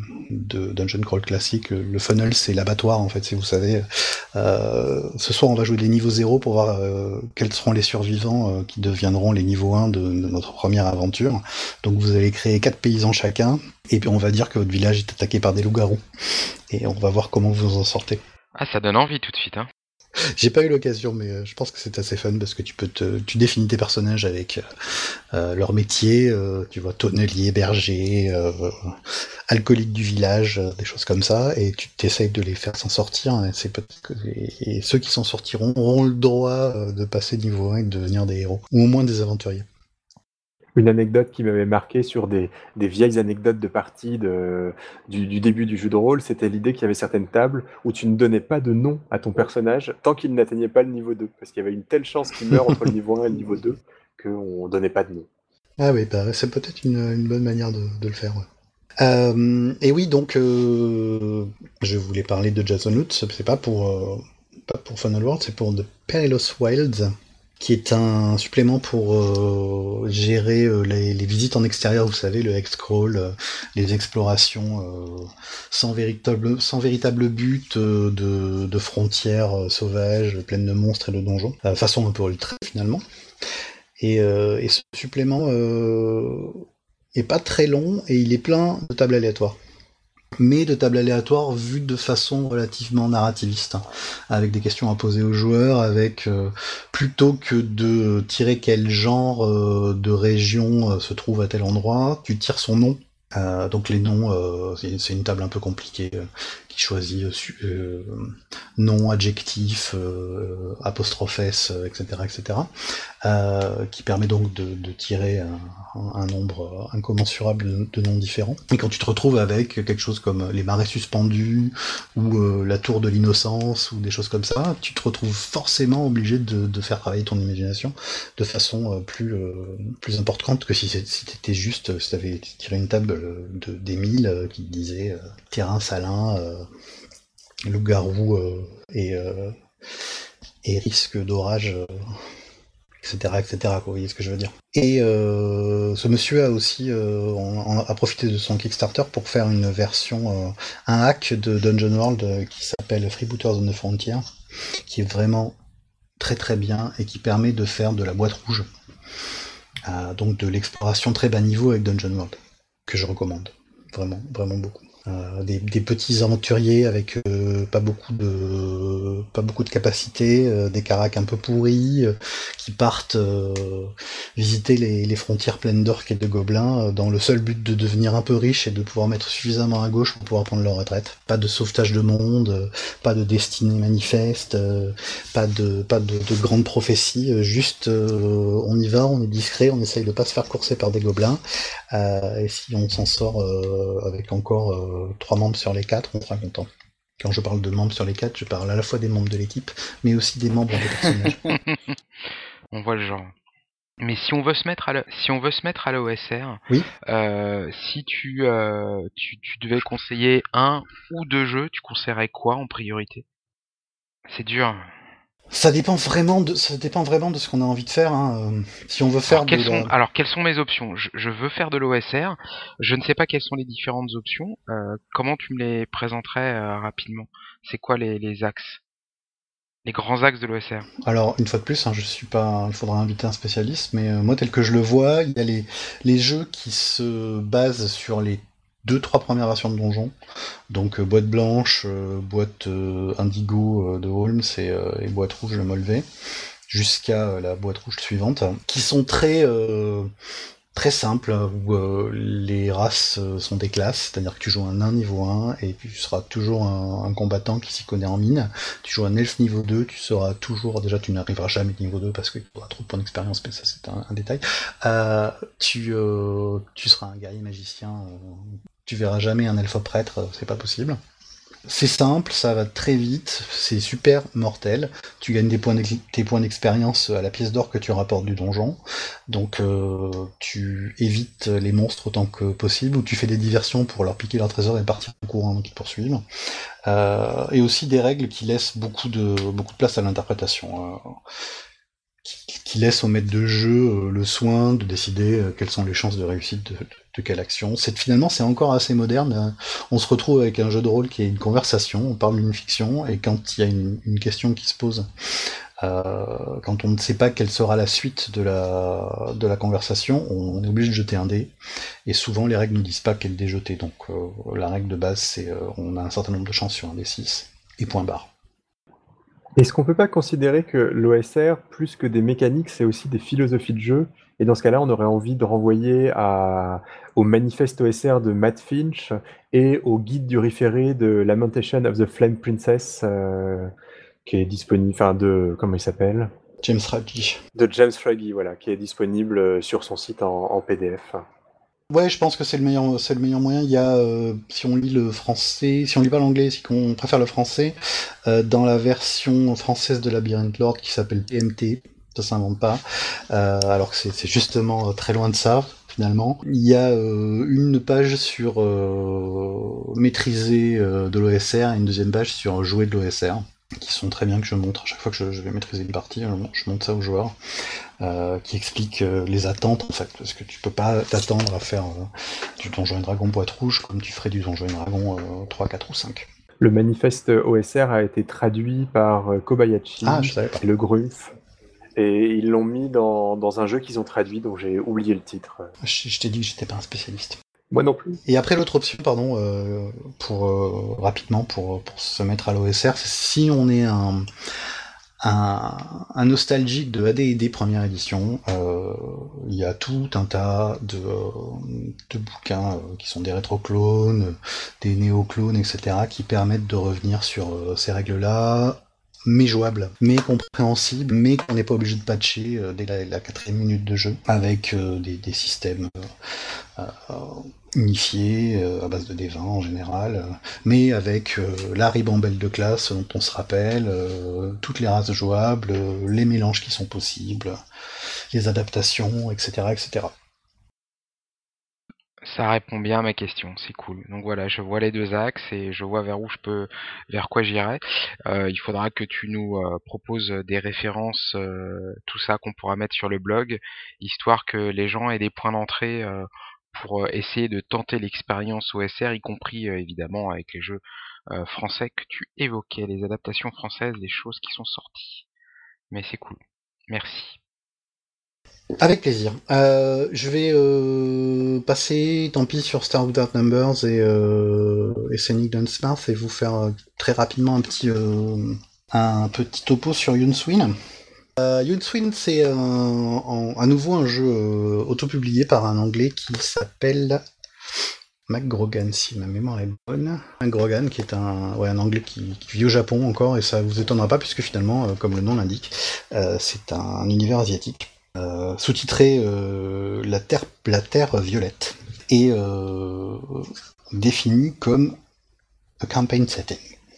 de Dungeon Crawl classique. Le Funnel, c'est l'abattoir, en fait, si vous savez. Euh, ce soir, on va jouer des niveaux zéro pour voir euh, quels seront les survivants euh, qui deviendront les niveaux un de, de notre première aventure. Donc vous allez créer quatre paysans chacun, et puis on va dire que votre village est attaqué par des loups-garous. Et on va voir comment vous en sortez. Ah, ça donne envie tout de suite, hein. J'ai pas eu l'occasion, mais euh, je pense que c'est assez fun parce que tu peux te, tu définis tes personnages avec euh, leur métier, euh, tu vois, tonnelier, berger, euh, alcoolique du village, euh, des choses comme ça, et tu t'essayes de les faire s'en sortir. Et, c'est peut-être que, et, et ceux qui s'en sortiront auront le droit euh, de passer niveau un et de devenir des héros, ou au moins des aventuriers. Une anecdote qui m'avait marqué sur des, des vieilles anecdotes de partie de, du, du début du jeu de rôle, c'était l'idée qu'il y avait certaines tables où tu ne donnais pas de nom à ton personnage tant qu'il n'atteignait pas le niveau deux. Parce qu'il y avait une telle chance qu'il meure entre le niveau un et le niveau deux qu'on donnait pas de nom. Ah oui, bah, c'est peut-être une, une bonne manière de, de le faire. Ouais. Euh, et oui, donc, euh, je voulais parler de Jason Lutz, c'est pas pour, euh, pas pour Funnel World, c'est pour The Perilous Wilds, qui est un supplément pour euh, gérer euh, les, les visites en extérieur, vous savez, le Hexcrawl, euh, les explorations euh, sans véritable, sans véritable but euh, de, de frontières euh, sauvages, pleines de monstres et de donjons, euh, façon un peu ultra finalement. Et, euh, et ce supplément euh, est pas très long et il est plein de tables aléatoires. Mais de tables aléatoires vues de façon relativement narrativiste, hein, avec des questions à poser aux joueurs, avec euh, plutôt que de tirer quel genre euh, de région euh, se trouve à tel endroit, tu tires son nom. Euh, donc les noms, euh, c'est, c'est une table un peu compliquée euh, qui choisit euh, euh, nom, adjectif, euh, apostrophe S, euh, et cetera, et cetera, euh, qui permet donc de, de tirer un, un nombre incommensurable de noms différents. Et quand tu te retrouves avec quelque chose comme les marais suspendus ou euh, la tour de l'innocence ou des choses comme ça, tu te retrouves forcément obligé de, de faire travailler ton imagination de façon euh, plus euh, plus importante que si, si t'étais juste, si t'avais tiré une table de d'Émile euh, qui te disait euh, terrain salin, euh, loup-garou euh, et euh, et risque d'orage. Euh, etc, etc, quoi, vous voyez ce que je veux dire. Et euh, ce monsieur a aussi euh, en, en, a profité de son Kickstarter pour faire une version, euh, un hack de Dungeon World euh, qui s'appelle Freebooters on the Frontier, qui est vraiment très très bien et qui permet de faire de la boîte rouge, euh, donc de l'exploration très bas niveau avec Dungeon World, que je recommande, vraiment, vraiment beaucoup. Euh, des, des petits aventuriers avec euh, pas beaucoup de pas beaucoup de capacités, euh, des caracs un peu pourris, euh, qui partent euh, visiter les, les frontières pleines d'orques et de gobelins euh, dans le seul but de devenir un peu riche et de pouvoir mettre suffisamment à gauche pour pouvoir prendre leur retraite. Pas de sauvetage de monde, euh, pas de destinée manifeste, euh, pas de pas de, de grandes prophéties, euh, juste euh, on y va, on est discret, on essaye de pas se faire courser par des gobelins, euh, et si on s'en sort euh, avec encore euh, trois membres sur les quatre, on sera content. Quand je parle de membres sur les quatre, je parle à la fois des membres de l'équipe, mais aussi des membres des personnages. On voit le genre. Mais si on veut se mettre à la, si on veut se mettre à l'O S R, oui. euh, si tu, euh, tu tu devais conseiller un ou deux jeux, tu conseillerais quoi en priorité? C'est dur. Ça dépend vraiment de, ça dépend vraiment de ce qu'on a envie de faire. Hein. Si on veut faire alors, quelles de sont, la... alors, quelles sont mes options? je, je veux faire de l'O S R. Je ne sais pas quelles sont les différentes options. Euh, comment tu me les présenterais euh, rapidement? C'est quoi les, les axes? Les grands axes de l'O S R? Alors, une fois de plus, hein, je suis pas, il faudra inviter un spécialiste, mais euh, moi, tel que je le vois, il y a les, les jeux qui se basent sur les deux, trois premières versions de Donjon. Donc, euh, boîte blanche, euh, boîte euh, indigo euh, de Holmes et, euh, et boîte rouge de Molvay, jusqu'à euh, la boîte rouge suivante, qui sont très... Euh, très simple, où euh, les races euh, sont des classes, c'est-à-dire que tu joues un nain niveau un, et tu seras toujours un, un combattant qui s'y connaît en mine. Tu joues un elfe niveau deux, tu seras toujours... Déjà, tu n'arriveras jamais niveau deux, parce qu'il faudra trop de points d'expérience, mais ça, c'est un, un détail. Euh, tu, euh, tu seras un guerrier magicien, euh, tu verras jamais un elfe prêtre, euh, c'est pas possible. C'est simple, ça va très vite, c'est super mortel. Tu gagnes des points tes points d'expérience à la pièce d'or que tu rapportes du donjon. Donc euh, tu évites les monstres autant que possible, ou tu fais des diversions pour leur piquer leur trésor et partir en courant avant qu'ils te poursuivent. Euh, et aussi des règles qui laissent beaucoup de, beaucoup de place à l'interprétation. Euh, qui, qui laissent au maître de jeu euh, le soin de décider euh, quelles sont les chances de réussite de, de, de quelle action. C'est, finalement, c'est encore assez moderne. Euh, on se retrouve avec un jeu de rôle qui est une conversation, on parle d'une fiction, et quand il y a une, une question qui se pose, euh, quand on ne sait pas quelle sera la suite de la, de la conversation, on est obligé de jeter un dé, et souvent les règles ne disent pas quel dé jeter. Donc euh, la règle de base, c'est euh, on a un certain nombre de chances sur un dé six, et point barre. Est-ce qu'on peut pas considérer que l'O S R, plus que des mécaniques, c'est aussi des philosophies de jeu? Et dans ce cas-là, on aurait envie de renvoyer à, au manifeste O S R de Matt Finch et au guide du référé de Lamentation of the Flame Princess, euh, qui est disponible, enfin de, comment il s'appelle? James Raggi. De James Raggi, voilà, qui est disponible sur son site en, en P D F. Ouais, je pense que c'est le meilleur, c'est le meilleur moyen. Il y a, euh, si on lit le français, si on lit pas l'anglais, si on préfère le français, euh, dans la version française de Labyrinth Lord qui s'appelle P M T, ça s'invente pas, euh, alors que c'est, c'est justement très loin de ça, finalement. Il y a euh, une page sur euh, maîtriser euh, de l'O S R et une deuxième page sur jouer de l'O S R, qui sont très bien, que je montre à chaque fois que je, je vais maîtriser une partie, je montre ça aux joueurs. Euh, qui explique euh, les attentes en fait, parce que tu peux pas t'attendre à faire euh, du Donjon et Dragon boîte rouge comme tu ferais du Donjon et Dragon euh, trois, quatre ou cinq. Le manifeste O S R a été traduit par Kobayashi ah, je savais pas. et le Grumpf, et ils l'ont mis dans, dans un jeu qu'ils ont traduit, dont j'ai oublié le titre. Je, je t'ai dit que j'étais pas un spécialiste. Moi non plus. Et après l'autre option, pardon, euh, pour euh, rapidement pour, pour se mettre à l'O S R, c'est si on est un Un, un nostalgique de A D et D première édition, euh, il y a tout un tas de, de bouquins euh, qui sont des rétro-clones, des néo-clones, et cetera, qui permettent de revenir sur euh, ces règles-là, mais jouables, mais compréhensibles, mais qu'on n'est pas obligé de patcher euh, dès la, la quatrième minute de jeu, avec euh, des, des systèmes euh, euh, unifiés, euh, à base de D vingt en général, euh, mais avec euh, la ribambelle de classe dont on se rappelle, euh, toutes les races jouables, euh, les mélanges qui sont possibles, les adaptations, et cetera, et cetera. Ça répond bien à ma question, c'est cool. Donc voilà, je vois les deux axes et je vois vers où je peux, vers quoi j'irai. Euh, il faudra que tu nous euh, proposes des références, euh, tout ça qu'on pourra mettre sur le blog, histoire que les gens aient des points d'entrée euh, pour euh, essayer de tenter l'expérience O S R, y compris euh, évidemment avec les jeux euh, français que tu évoquais, les adaptations françaises, les choses qui sont sorties. Mais c'est cool. Merci. Avec plaisir. Euh, je vais euh, passer, tant pis, sur Star Without Numbers et, euh, et Scenic Dunsmouth et vous faire euh, très rapidement un petit, euh, un petit topo sur Yunswin. Euh, Yunswin, c'est un, un, à nouveau un jeu euh, autopublié par un anglais qui s'appelle McGrogan, si ma mémoire est bonne. McGrogan, qui est un, ouais, un anglais qui, qui vit au Japon encore, et ça vous étonnera pas puisque finalement, euh, comme le nom l'indique, euh, c'est un, un univers asiatique. Euh, sous-titré euh, la, terre, la Terre violette, et euh, défini comme a campaign setting,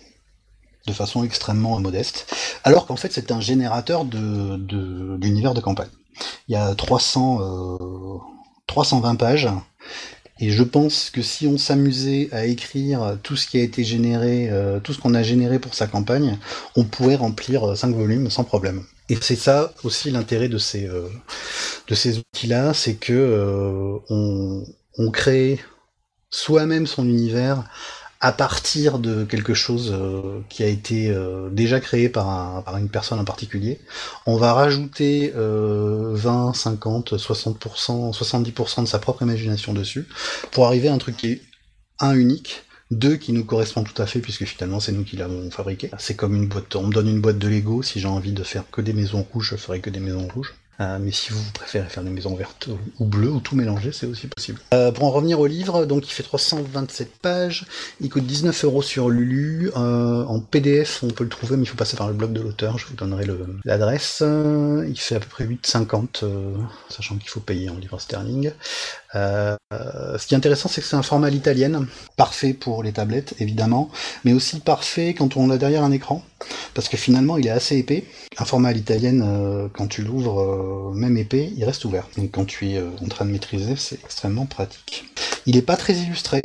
de façon extrêmement modeste, alors qu'en fait c'est un générateur de, de, d'univers de campagne. Il y a trois cents, euh, trois cent vingt pages, et je pense que si on s'amusait à écrire tout ce qui a été généré, euh, tout ce qu'on a généré pour sa campagne, on pourrait remplir cinq volumes sans problème. Et c'est ça aussi l'intérêt de ces, euh, de ces outils-là, c'est que euh, on, on crée soi-même son univers à partir de quelque chose euh, qui a été euh, déjà créé par, un, par une personne en particulier. On va rajouter euh, vingt, cinquante, soixante pour cent, soixante-dix pour cent de sa propre imagination dessus, pour arriver à un truc qui est, un, unique, deux, qui nous correspond tout à fait, puisque finalement c'est nous qui l'avons fabriqué. C'est comme une boîte, on me donne une boîte de Lego, si j'ai envie de faire que des maisons rouges, je ferai que des maisons rouges. Euh, mais si vous préférez faire des maisons vertes ou bleues ou tout mélanger, c'est aussi possible. Euh, pour en revenir au livre, donc il fait trois cent vingt-sept pages, il coûte dix-neuf euros sur Lulu, euh, en P D F on peut le trouver, mais il faut passer par le blog de l'auteur, je vous donnerai le, l'adresse. Euh, il fait à peu près huit cinquante, euh, sachant qu'il faut payer en livre sterling. Euh, euh, ce qui est intéressant, c'est que c'est un format à l'italienne, parfait pour les tablettes, évidemment, mais aussi parfait quand on l'a derrière un écran, parce que finalement, il est assez épais. Un format à l'italienne, euh, quand tu l'ouvres, euh, même épais, il reste ouvert. Donc quand tu es euh, en train de maîtriser, c'est extrêmement pratique. Il est pas très illustré.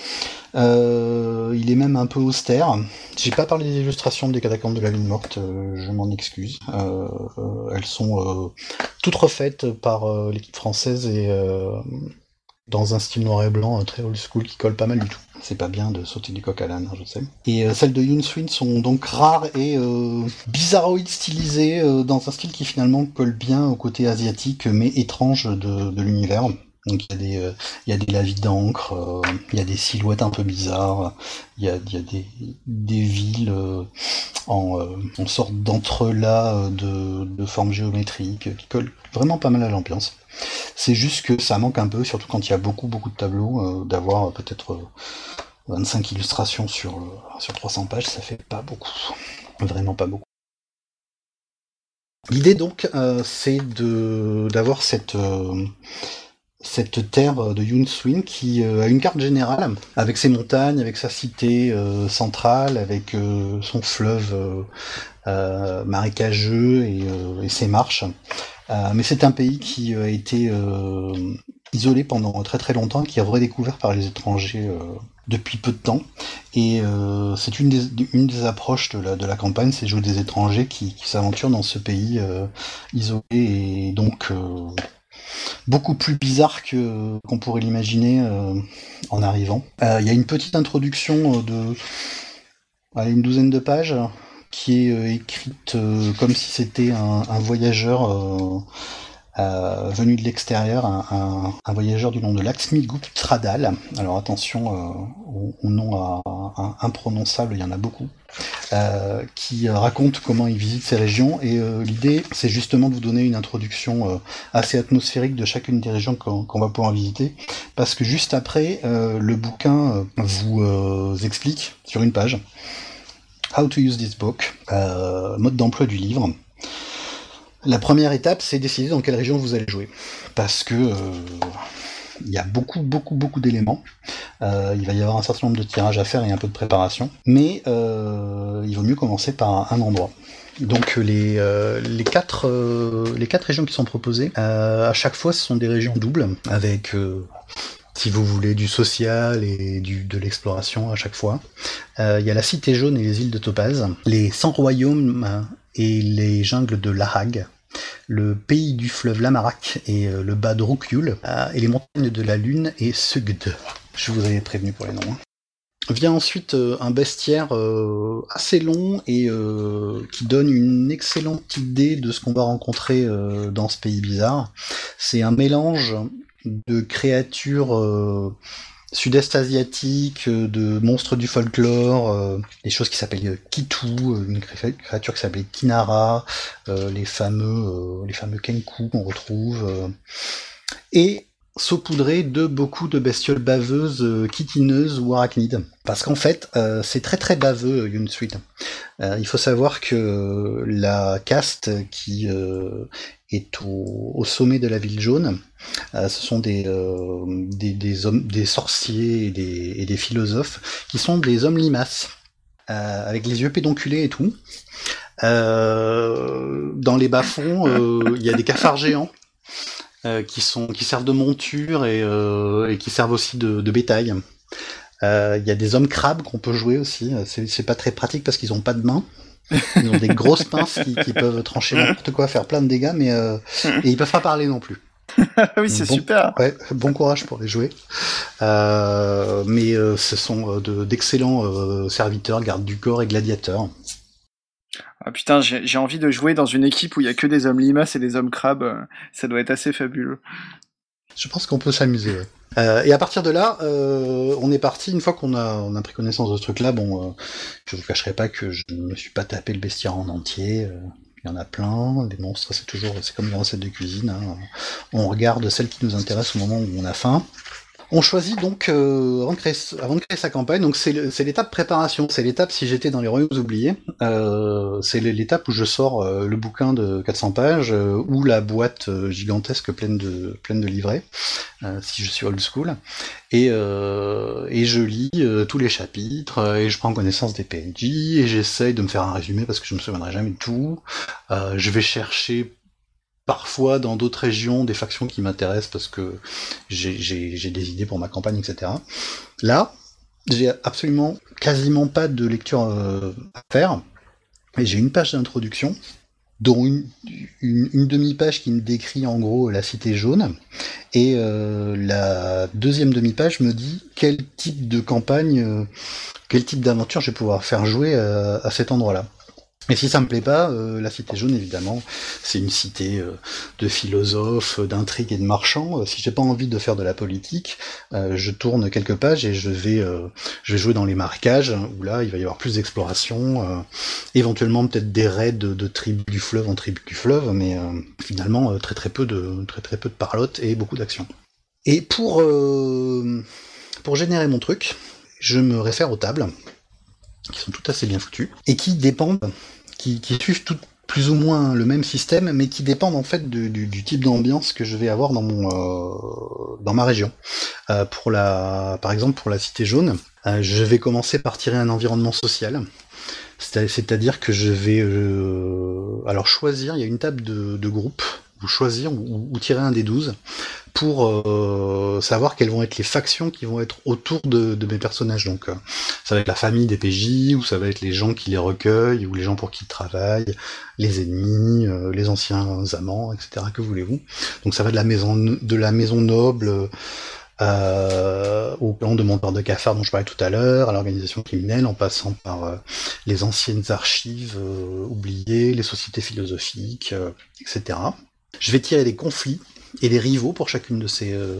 Euh, il est même un peu austère. J'ai pas parlé des illustrations des Catacombes de la Ville Morte, euh, je m'en excuse. Euh, euh, elles sont euh, toutes refaites par euh, l'équipe française et euh, dans un style noir et blanc euh, très old school qui colle pas mal du tout. C'est pas bien de sauter du coq à l'âne, hein, je sais. Et euh, celles de Yunswin sont donc rares et euh, bizarroïdes stylisées euh, dans un style qui finalement colle bien au côté asiatique mais étrange de, de l'univers. Donc il y a des, euh, il y a des lavis d'encre, euh, il y a des silhouettes un peu bizarres, il y a, il y a des, des villes euh, en, euh, en sorte d'entrelacs de, de formes géométriques qui collent vraiment pas mal à l'ambiance. C'est juste que ça manque un peu, surtout quand il y a beaucoup beaucoup de tableaux, euh, d'avoir euh, peut-être euh, vingt-cinq illustrations sur, euh, sur trois cents pages, ça fait pas beaucoup. Vraiment pas beaucoup. L'idée donc, euh, c'est de d'avoir cette... Euh, cette terre de Yunswin qui euh, a une carte générale avec ses montagnes, avec sa cité euh, centrale, avec euh, son fleuve euh, euh, marécageux et, euh, et ses marches. Euh, mais c'est un pays qui a été euh, isolé pendant très très longtemps, qui est redécouvert par les étrangers euh, depuis peu de temps. Et euh, c'est une des, une des approches de la, de la campagne, c'est jouer des étrangers qui, qui s'aventurent dans ce pays euh, isolé et donc... Euh, beaucoup plus bizarre que qu'on pourrait l'imaginer euh, en arrivant. Il euh, y a une petite introduction de allez, une douzaine de pages qui est euh, écrite euh, comme si c'était un, un voyageur euh, euh, venu de l'extérieur, un, un, un voyageur du nom de Laxmi-Guptradal. Alors attention euh, au, au nom à, à, imprononçable, il y en a beaucoup. Euh, qui raconte comment il visite ces régions et euh, l'idée c'est justement de vous donner une introduction euh, assez atmosphérique de chacune des régions qu'on, qu'on va pouvoir visiter parce que juste après euh, le bouquin euh, vous euh, explique sur une page how to use this book, euh, mode d'emploi du livre. La première étape c'est décider dans quelle région vous allez jouer parce que euh, il y a beaucoup, beaucoup, beaucoup d'éléments. Euh, il va y avoir un certain nombre de tirages à faire et un peu de préparation. Mais euh, il vaut mieux commencer par un endroit. Donc les, euh, les, quatre, euh, les quatre régions qui sont proposées, euh, à chaque fois, ce sont des régions doubles, avec, euh, si vous voulez, du social et du, de l'exploration à chaque fois. Euh, il y a la Cité Jaune et les îles de Topaz, les cent royaumes et les jungles de Lahag, le pays du fleuve Lamarak et euh, le bas de Rukyul, euh, et les montagnes de la Lune et Sugd. Je vous avais prévenu pour les noms. Hein. Vient ensuite euh, un bestiaire euh, assez long et euh, qui donne une excellente idée de ce qu'on va rencontrer euh, dans ce pays bizarre. C'est un mélange de créatures euh, sud-est asiatiques, de monstres du folklore, euh, des choses qui s'appellent Kitu, une créature qui s'appelle Kinara, euh, les fameux euh, les fameux Kenku qu'on retrouve, euh, et saupoudré de beaucoup de bestioles baveuses, euh, chitineuses ou arachnides. Parce qu'en fait, euh, c'est très très baveux, Yunswin. Euh, il faut savoir que la caste qui euh, est au, au sommet de la ville jaune, euh, ce sont des, euh, des, des, hommes, des sorciers et des, et des philosophes qui sont des hommes limaces, euh, avec les yeux pédonculés et tout. Euh, dans les bas-fonds, euh, il y a des cafards géants euh, qui, sont, qui servent de monture et, euh, et qui servent aussi de, de bétail. Il euh, y a des hommes crabes qu'on peut jouer aussi. C'est, c'est pas très pratique parce qu'ils ont pas de mains. Ils ont des grosses pinces qui, qui peuvent trancher n'importe quoi, faire plein de dégâts, mais euh, et ils peuvent pas parler non plus. Oui, c'est bon, super. Ouais, bon courage pour les jouer. Euh, mais euh, ce sont de, d'excellents euh, serviteurs, gardes du corps et gladiateurs. Ah putain, j'ai, j'ai envie de jouer dans une équipe où il y a que des hommes limaces et des hommes crabes. Ça doit être assez fabuleux. Je pense qu'on peut s'amuser. Ouais. Euh, et à partir de là, euh, on est parti. Une fois qu'on a, on a pris connaissance de ce truc-là, bon, euh, je vous cacherai pas que je ne me suis pas tapé le bestiaire en entier. Euh, il y en a plein. Les monstres, c'est toujours, c'est comme une recette de cuisine. Hein. On regarde celle qui nous intéresse au moment où on a faim. On choisit donc, euh, avant, de créer, avant de créer sa campagne, donc c'est, le, c'est l'étape préparation, c'est l'étape si j'étais dans les royaumes oubliés, euh, c'est l'étape où je sors euh, le bouquin de quatre cents pages, euh, ou la boîte euh, gigantesque pleine de, pleine de livrets, euh, si je suis old school, et, euh, et je lis euh, tous les chapitres, euh, et je prends connaissance des P N J, et j'essaye de me faire un résumé parce que je me souviendrai jamais de tout, euh, je vais chercher parfois dans d'autres régions des factions qui m'intéressent parce que j'ai, j'ai, j'ai des idées pour ma campagne, et cetera. Là, j'ai absolument quasiment pas de lecture euh, à faire, et j'ai une page d'introduction, dont une, une, une demi-page qui me décrit en gros la Cité Jaune, et euh, la deuxième demi-page me dit quel type de campagne, euh, quel type d'aventure je vais pouvoir faire jouer euh, à cet endroit-là. Et si ça me plaît pas, euh, la Cité Jaune, évidemment, c'est une cité euh, de philosophes, d'intrigues et de marchands. Euh, si j'ai pas envie de faire de la politique, euh, je tourne quelques pages et je vais, euh, je vais jouer dans les marécages, où là, il va y avoir plus d'exploration, euh, éventuellement peut-être des raids de, de tribus du fleuve en tribus du fleuve, mais euh, finalement, euh, très très peu de très très peu de parlotte et beaucoup d'action. Et pour, euh, pour générer mon truc, je me réfère aux tables, qui sont toutes assez bien foutues, et qui dépendent, qui, qui suivent toutes plus ou moins le même système, mais qui dépendent en fait du, du, du type d'ambiance que je vais avoir dans mon euh, dans ma région. Euh, pour la, par exemple pour la Cité Jaune, euh, je vais commencer par tirer un environnement social. C'est-à-dire que je vais euh, alors choisir, il y a une table de, de groupe, ou choisir ou, ou tirer un des douze pour euh, savoir quelles vont être les factions qui vont être autour de, de mes personnages. Donc euh, ça va être la famille des P J, ou ça va être les gens qui les recueillent, ou les gens pour qui ils travaillent, les ennemis, euh, les anciens amants, et cetera. Que voulez-vous. Donc ça va de la maison de la maison noble euh, au clan de monteurs de cafards dont je parlais tout à l'heure, à l'organisation criminelle, en passant par euh, les anciennes archives euh, oubliées, les sociétés philosophiques, euh, et cetera. Je vais tirer des conflits et des rivaux pour chacune de ces, euh,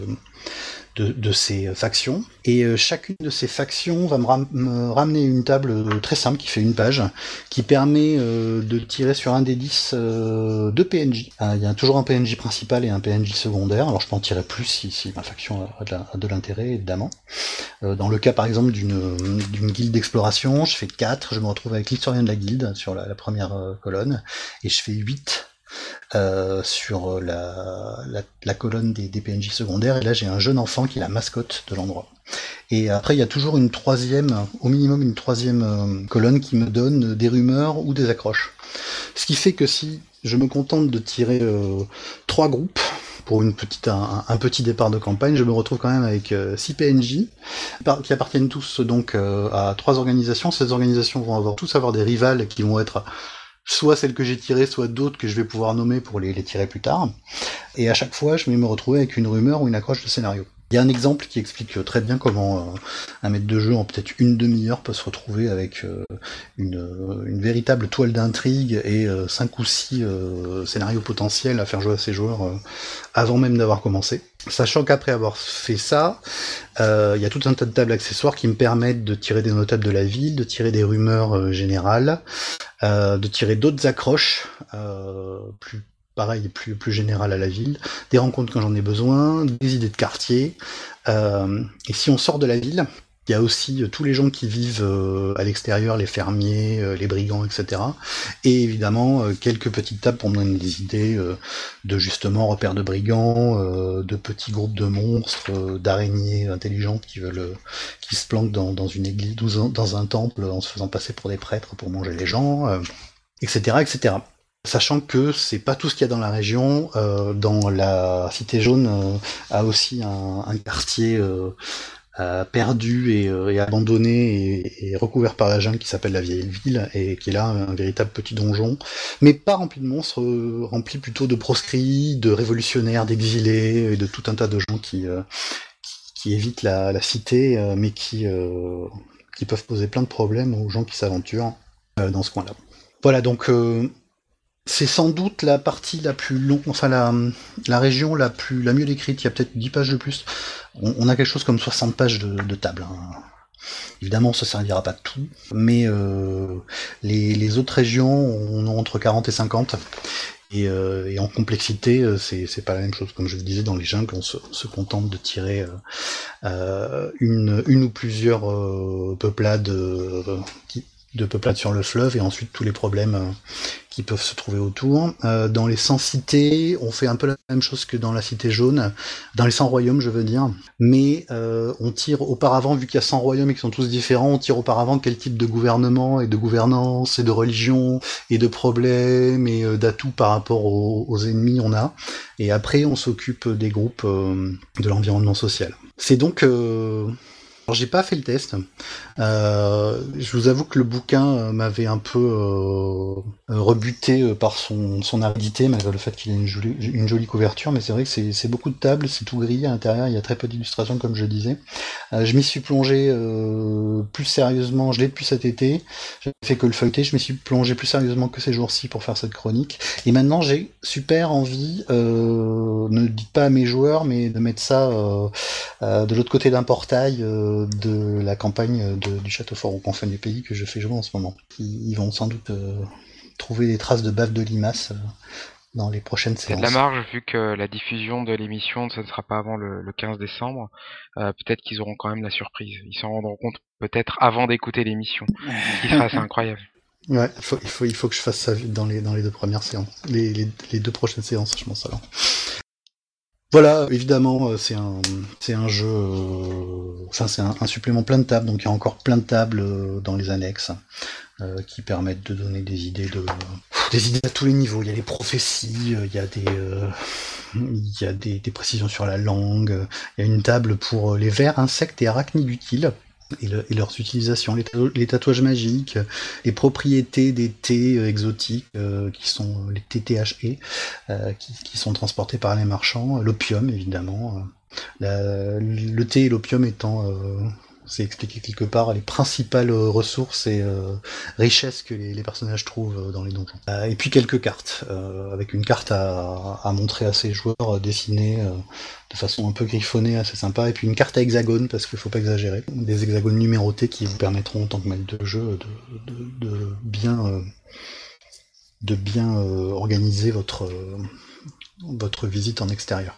de, de ces factions. Et euh, chacune de ces factions va me, ram- me ramener une table euh, très simple qui fait une page, qui permet euh, de tirer sur un des dix euh, deux P N J. Il euh, y a toujours un P N J principal et un P N J secondaire. Alors je peux en tirer plus si, si ma faction a de, la, a de l'intérêt, évidemment. Euh, dans le cas par exemple d'une, d'une guilde d'exploration, je fais quatre, je me retrouve avec l'historien de la guilde sur la, la première euh, colonne, et je fais huit Euh, sur la, la, la colonne des, des P N J secondaires, et là j'ai un jeune enfant qui est la mascotte de l'endroit. Et après il y a toujours une troisième, au minimum une troisième euh, colonne qui me donne des rumeurs ou des accroches. Ce qui fait que si je me contente de tirer euh, trois groupes pour une petite, un, un petit départ de campagne, je me retrouve quand même avec euh, six P N J qui appartiennent tous donc euh, à trois organisations. Ces organisations vont avoir tous avoir des rivales qui vont être soit celles que j'ai tirées, soit d'autres que je vais pouvoir nommer pour les, les tirer plus tard. Et à chaque fois, je vais me retrouver avec une rumeur ou une accroche de scénario. Il y a un exemple qui explique très bien comment euh, un maître de jeu en peut-être une demi-heure peut se retrouver avec euh, une, une véritable toile d'intrigue et euh, cinq ou six euh, scénarios potentiels à faire jouer à ses joueurs euh, avant même d'avoir commencé. Sachant qu'après avoir fait ça, euh, il y a tout un tas de tables accessoires qui me permettent de tirer des notables de la ville, de tirer des rumeurs euh, générales, euh, de tirer d'autres accroches euh, plus pareil, plus, plus générales à la ville, des rencontres quand j'en ai besoin, des idées de quartier. Euh, et si on sort de la ville, il y a aussi euh, tous les gens qui vivent euh, à l'extérieur, les fermiers, euh, les brigands, et cetera. Et évidemment, euh, quelques petites tables pour me donner des idées euh, de justement repères de brigands, euh, de petits groupes de monstres, euh, d'araignées intelligentes qui veulent, euh, qui se planquent dans, dans une église ou dans un temple en se faisant passer pour des prêtres pour manger les gens, euh, et cetera, et cetera. Sachant que c'est pas tout ce qu'il y a dans la région, euh, dans la Cité Jaune euh, a aussi un, un quartier euh, euh, perdu et, euh, et abandonné et, et recouvert par la jungle qui s'appelle la Vieille Ville, et qui est là un véritable petit donjon, mais pas rempli de monstres, euh, rempli plutôt de proscrits, de révolutionnaires, d'exilés et de tout un tas de gens qui, euh, qui, qui évitent la, la cité, euh, mais qui, euh, qui peuvent poser plein de problèmes aux gens qui s'aventurent euh, dans ce coin-là. Voilà, donc euh, c'est sans doute la partie la plus longue, enfin la, la région la plus la mieux décrite. Il y a peut-être dix pages de plus. On, on a quelque chose comme soixante pages de, de table. Hein. Évidemment, ça ne servira pas de tout, mais euh, les, les autres régions on en a entre quarante et cinquante. Et, euh, et en complexité, c'est, c'est pas la même chose. Comme je vous disais, dans les jungles, on se, on se contente de tirer euh, euh, une, une ou plusieurs euh, peuplades euh, qui, de peuplades sur le fleuve, et ensuite tous les problèmes euh, qui peuvent se trouver autour. Euh, dans les cent cités, on fait un peu la même chose que dans la Cité Jaune, dans les cent royaumes je veux dire, mais euh, on tire auparavant, vu qu'il y a cent royaumes et qu'ils sont tous différents, on tire auparavant quel type de gouvernement et de gouvernance et de religion et de problèmes et euh, d'atouts par rapport aux, aux ennemis on a, et après on s'occupe des groupes euh, de l'environnement social. C'est donc... Euh, Alors j'ai pas fait le test. Euh, je vous avoue que le bouquin m'avait un peu euh, rebuté euh, par son, son aridité, malgré le fait qu'il ait une jolie, une jolie couverture, mais c'est vrai que c'est, c'est beaucoup de tables, c'est tout gris à l'intérieur, il y a très peu d'illustrations comme je le disais. Euh, je m'y suis plongé euh, plus sérieusement, je l'ai depuis cet été, j'ai fait que le feuilleter, je m'y suis plongé plus sérieusement que ces jours-ci pour faire cette chronique, et maintenant j'ai super envie, euh, ne dites pas à mes joueurs, mais de mettre ça euh, euh, de l'autre côté d'un portail euh, de la campagne de, du Château Fort aux confins du pays que je fais jouer en ce moment. Ils, ils vont sans doute euh, trouver des traces de bave de limaces euh, dans les prochaines C'est séances. de la marge, vu que la diffusion de l'émission, ça ne sera pas avant le, le quinze décembre. Euh, peut-être qu'ils auront quand même la surprise. Ils s'en rendront compte peut-être avant d'écouter l'émission. Ce qui sera assez incroyable. Ouais, il faut, il, faut, il faut que je fasse ça dans les, dans les deux premières séances. Les, les, les deux prochaines séances, je pense alors. Voilà, évidemment, c'est un, c'est un jeu, euh, enfin c'est un, un supplément plein de tables, donc il y a encore plein de tables euh, dans les annexes euh, qui permettent de donner des idées de, des idées à tous les niveaux. Il y a des prophéties, euh, il y a des, euh, il y a des, des précisions sur la langue. Il y a une table pour les vers, insectes et arachnides utiles. Et, le, et leurs utilisations, les, tatou- les tatouages magiques, les propriétés des thés euh, exotiques euh, qui sont les T T H E euh, qui, qui sont transportés par les marchands, l'opium évidemment, euh, la, le thé et l'opium étant, euh, c'est expliqué quelque part, les principales euh, ressources et euh, richesses que les, les personnages trouvent euh, dans les donjons. Euh, et puis quelques cartes, euh, avec une carte à, à montrer à ses joueurs euh, dessinée euh, de façon un peu griffonnée, assez sympa, et puis une carte à hexagone, parce qu'il faut pas exagérer, des hexagones numérotés qui vous permettront, en tant que maître de jeu, de, de, de bien, euh, de bien euh, organiser votre, euh, votre visite en extérieur.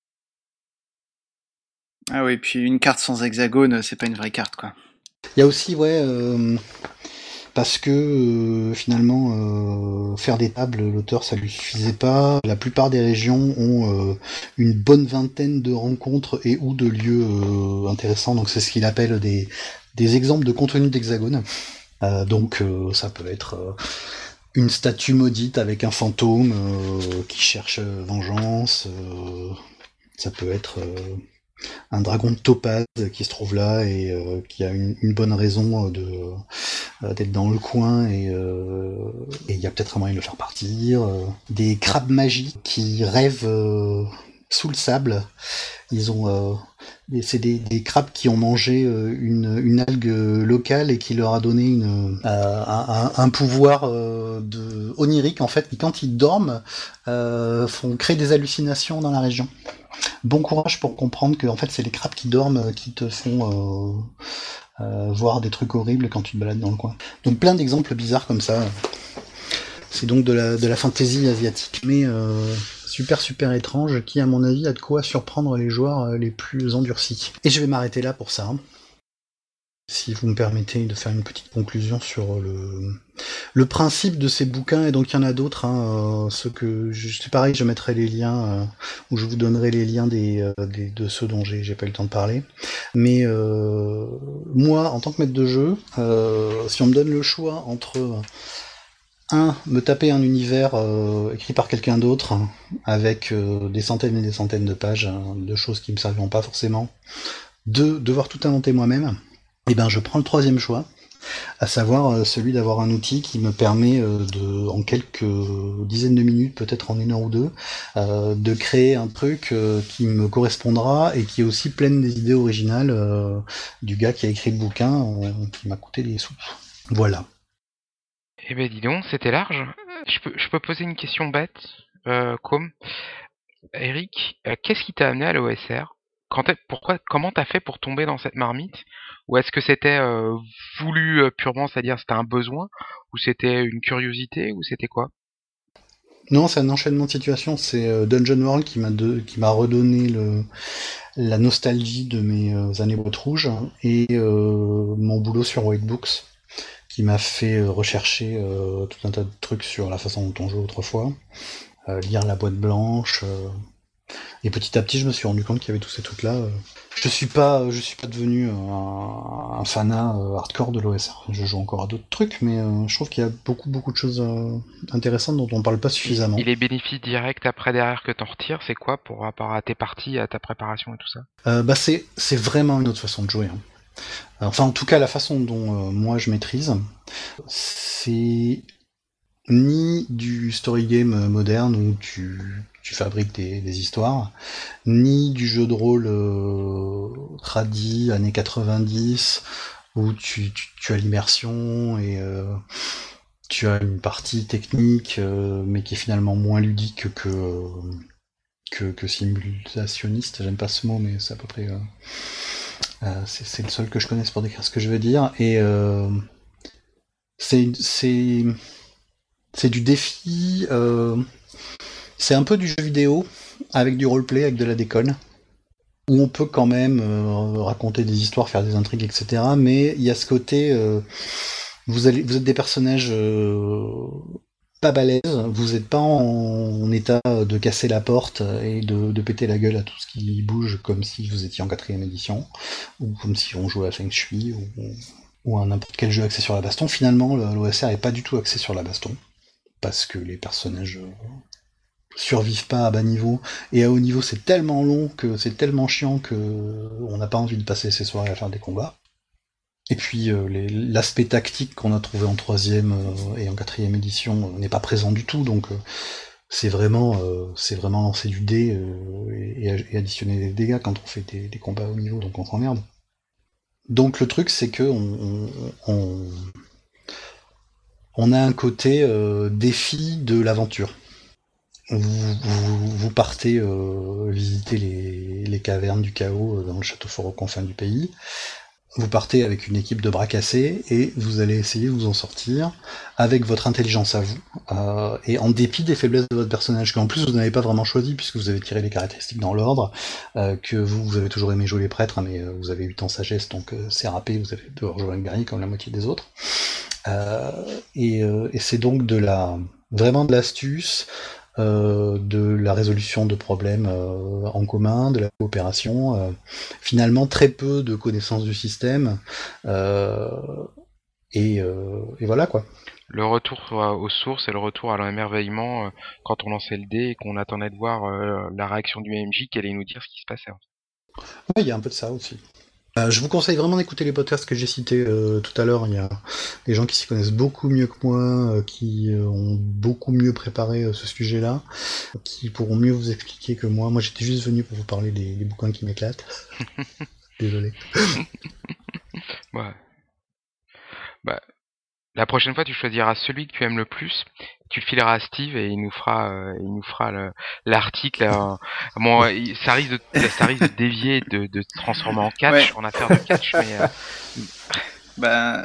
Ah oui, puis une carte sans hexagone, c'est pas une vraie carte, quoi. Il y a aussi, ouais, euh, parce que euh, finalement, euh, faire des tables, l'auteur, ça lui suffisait pas. La plupart des régions ont euh, une bonne vingtaine de rencontres et ou de lieux euh, intéressants, donc c'est ce qu'il appelle des, des exemples de contenu d'hexagone. Euh, donc euh, ça peut être euh, une statue maudite avec un fantôme euh, qui cherche euh, vengeance, euh, ça peut être... Euh, un dragon de topaz qui se trouve là et euh, qui a une, une bonne raison de euh, d'être dans le coin et euh, et il y a peut-être un moyen de le faire partir. Euh, des crabes magiques qui rêvent euh, sous le sable. Ils ont euh, des- c'est des, des crabes qui ont mangé euh, une, une algue locale et qui leur a donné une, euh, un, un- un pouvoir euh, de onirique en fait, qui quand ils dorment euh, font créer des hallucinations dans la région. Bon courage pour comprendre que en fait c'est les crabes qui dorment euh, qui te font euh, euh, voir des trucs horribles quand tu te balades dans le coin. Donc plein d'exemples bizarres comme ça. C'est donc de la, de la fantaisie asiatique, mais euh, super super étrange, qui à mon avis a de quoi surprendre les joueurs euh, les plus endurcis. Et je vais m'arrêter là pour ça. Si vous me permettez de faire une petite conclusion sur le, le principe de ces bouquins, et donc il y en a d'autres, hein, euh, ceux que je- c'est pareil, je mettrai les liens, euh, ou je vous donnerai les liens des, euh, des- de ceux dont j'ai, j'ai pas eu le temps de parler. Mais euh, moi, en tant que maître de jeu, euh, si on me donne le choix entre euh, un, me taper un univers euh, écrit par quelqu'un d'autre, hein, avec euh, des centaines et des centaines de pages, hein, de choses qui me serviront pas forcément, deux, devoir tout inventer moi-même, et ben je prends le troisième choix, à savoir euh, celui d'avoir un outil qui me permet euh, de, en quelques dizaines de minutes, peut-être en une heure ou deux, euh, de créer un truc euh, qui me correspondra et qui est aussi pleine des idées originales euh, du gars qui a écrit le bouquin, euh, qui m'a coûté des sous. Voilà. Eh ben dis donc, c'était large. Je peux, je peux poser une question bête, euh, comme Eric, euh, qu'est-ce qui t'a amené à l'O S R? Quand t'es- pourquoi, comment t'as fait pour tomber dans cette marmite? Ou est-ce que c'était euh, voulu euh, purement, c'est-à-dire c'était un besoin, ou c'était une curiosité, ou c'était quoi? Non, c'est un enchaînement de situations. C'est euh, Dungeon World qui m'a de- qui m'a redonné le, la nostalgie de mes euh, années boîte rouge et euh, mon boulot sur White Books qui m'a fait euh, rechercher euh, tout un tas de trucs sur la façon dont on joue autrefois, euh, lire la boîte blanche. euh, et petit à petit, je me suis rendu compte qu'il y avait tous ces trucs-là. euh. Je suis pas, je suis pas devenu un, un fanat euh, hardcore de l'O S R. Je joue encore à d'autres trucs, mais euh, je trouve qu'il y a beaucoup, beaucoup de choses euh, intéressantes dont on parle pas suffisamment. Et les bénéfices directs après derrière que t'en retires, c'est quoi pour rapport à tes parties, à ta préparation et tout ça? Euh, bah c'est, c'est vraiment une autre façon de jouer. hein. Enfin, en tout cas, la façon dont euh, moi je maîtrise, c'est ni du story game moderne où tu, tu fabriques des, des histoires, ni du jeu de rôle euh, tradi années quatre-vingt-dix où tu, tu, tu as l'immersion et euh, tu as une partie technique euh, mais qui est finalement moins ludique que, euh, que, que simulationniste. J'aime pas ce mot, mais c'est à peu près... Euh, euh, c'est, c'est le seul que je connaisse pour décrire ce que je veux dire. Et euh, c'est... c'est C'est du défi, euh, c'est un peu du jeu vidéo, avec du roleplay, avec de la déconne, où on peut quand même euh, raconter des histoires, faire des intrigues, et cetera. Mais il y a ce côté, euh, vous, allez, vous êtes des personnages euh, pas balèzes, vous n'êtes pas en, en état de casser la porte et de, de péter la gueule à tout ce qui bouge, comme si vous étiez en quatrième édition, ou comme si on jouait à Feng Shui, ou, ou à n'importe quel jeu axé sur la baston. Finalement, l'O S R est pas du tout axé sur la baston. Parce que les personnages euh, survivent pas à bas niveau, et à haut niveau c'est tellement long, que c'est tellement chiant que on n'a pas envie de passer ses soirées à faire des combats. Et puis euh, les, l'aspect tactique qu'on a trouvé en troisième euh, et en quatrième édition euh, n'est pas présent du tout, donc euh, c'est vraiment euh, c'est vraiment lancer du dé euh, et, et additionner des dégâts quand on fait des, des combats à haut niveau, donc on s'emmerde. Donc le truc c'est que on, on, on on a un côté euh, défi de l'aventure. Vous, vous, vous partez euh, visiter les, les cavernes du chaos euh, dans le château fort aux confins du pays. Vous partez avec une équipe de bras cassés et vous allez essayer de vous en sortir avec votre intelligence à vous euh, et en dépit des faiblesses de votre personnage qu'en plus vous n'avez pas vraiment choisi puisque vous avez tiré les caractéristiques dans l'ordre, euh, que vous, vous avez toujours aimé jouer les prêtres mais euh, vous avez huit ans sagesse donc euh, c'est râpé, vous avez devoir jouer un guerrier comme la moitié des autres. Euh, et, euh, et c'est donc de la vraiment de l'astuce, euh, de la résolution de problèmes euh, en commun, de la coopération, euh, finalement très peu de connaissances du système, euh, et, euh, et voilà quoi. Le retour aux sources et le retour à l'émerveillement euh, quand on lançait le dé et qu'on attendait de voir euh, la réaction du M J qui allait nous dire ce qui se passait. Ouais, il y a un peu de ça aussi. Euh, je vous conseille vraiment d'écouter les podcasts que j'ai cités euh, tout à l'heure. Il y a des gens qui s'y connaissent beaucoup mieux que moi, euh, qui euh, ont beaucoup mieux préparé euh, ce sujet-là, qui pourront mieux vous expliquer que moi. Moi, j'étais juste venu pour vous parler des, des bouquins qui m'éclatent. Désolé. Ouais. Bah, la prochaine fois, tu choisiras celui que tu aimes le plus. Tu le fileras à Steve et il nous fera, euh, il nous fera le, l'article. Euh, bon, il- ça risque de, ça risque de dévier, de, de se transformer en catch, Ouais. en affaire de catch, mais euh, Bah,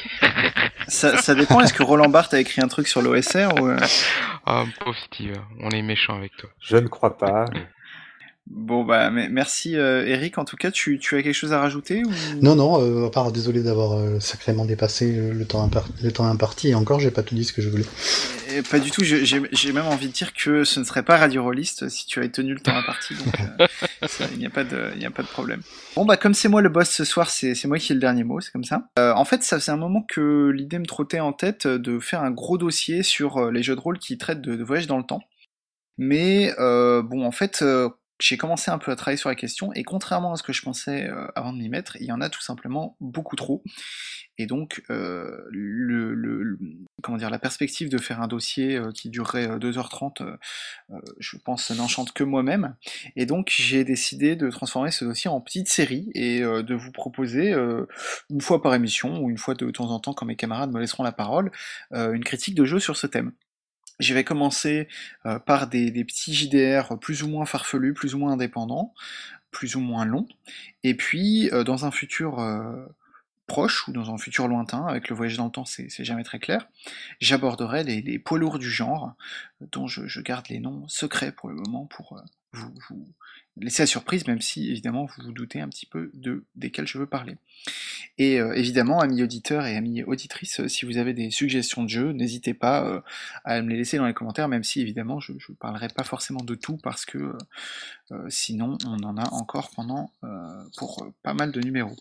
ça, ça dépend. Est-ce que Roland Barthes a écrit un truc sur l'O S R ou euh, oh, pauvre Steve, on est méchant avec toi. Je ne crois pas. Bon, bah, mais merci euh, Eric. En tout cas, tu, tu as quelque chose à rajouter ou... Non, non, euh, à part désolé d'avoir euh, sacrément dépassé le, le, temps impar- le temps imparti, et encore, j'ai pas tout dit ce que je voulais. Et pas du tout. je- J'ai j'ai même envie de dire que ce ne serait pas Radio Rolliste si tu avais tenu le temps imparti. Donc, euh, ça, il n'y a pas de, il n'y a pas de problème. Bon, bah, comme c'est moi le boss ce soir, c'est c'est moi qui ai le dernier mot. C'est comme ça. Euh, en fait, ça faisait un moment que l'idée me trottait en tête de faire un gros dossier sur euh, les jeux de rôle qui traitent de, de voyage dans le temps. Mais euh, bon, en fait, euh, j'ai commencé un peu à travailler sur la question, et contrairement à ce que je pensais euh, avant de m'y mettre, il y en a tout simplement beaucoup trop. Et donc, euh, le, le- le- comment dire, la perspective de faire un dossier euh, qui durerait euh, deux heures trente, euh, euh, je pense, n'enchante que moi-même. Et donc, j'ai décidé de transformer ce dossier en petite série et euh, de vous proposer, euh, une fois par émission, ou une fois de temps en temps, quand mes camarades me laisseront la parole, euh, une critique de jeu sur ce thème. Je vais commencer euh, par des, des petits J D R plus ou moins farfelus, plus ou moins indépendants, plus ou moins longs, et puis euh, dans un futur euh, proche ou dans un futur lointain, avec le voyage dans le temps, c'est c'est jamais très clair, j'aborderai les, les poids lourds du genre, dont je, je garde les noms secrets pour le moment pour euh, vous, vous laisser la surprise, même si évidemment vous vous doutez un petit peu de desquels je veux parler. Et euh, évidemment, amis auditeurs et amis auditrices, euh, si vous avez des suggestions de jeux, n'hésitez pas euh, à me les laisser dans les commentaires, même si évidemment je ne parlerai pas forcément de tout, parce que euh, euh, sinon on en a encore pendant euh, pour euh, pas mal de numéros.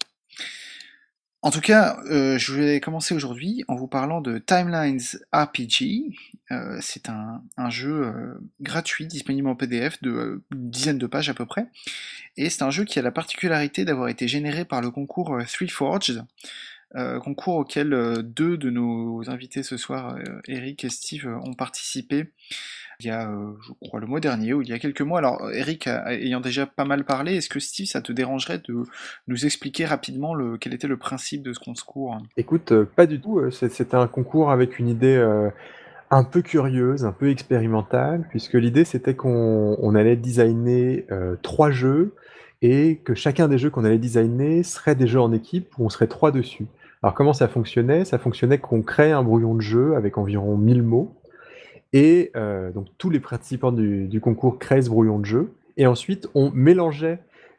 En tout cas, euh, je vais commencer aujourd'hui en vous parlant de Timelines R P G. Euh, c'est un, un jeu euh, gratuit, disponible en P D F de euh, une dizaine de pages à peu près. Et c'est un jeu qui a la particularité d'avoir été généré par le concours euh, Three Forged, euh, concours auquel euh, deux de nos invités ce soir, euh, Eric et Steve, euh, ont participé il y a, euh, je crois, le mois dernier ou il y a quelques mois. Alors, Eric a- ayant déjà pas mal parlé, est-ce que Steve, ça te dérangerait de nous expliquer rapidement le, quel était le principe de ce concours? Écoute, euh, pas du tout. euh, c'est- C'était un concours avec une idée euh, un peu curieuse, un peu expérimentale, puisque l'idée c'était qu'on on allait designer euh, trois jeux et que chacun des jeux qu'on allait designer serait des jeux en équipe où on serait trois dessus. Alors comment ça fonctionnait? Ça fonctionnait qu'on crée un brouillon de jeu avec environ mille mots et euh, donc tous les participants du, du concours créaient ce brouillon de jeu et ensuite on mélangeait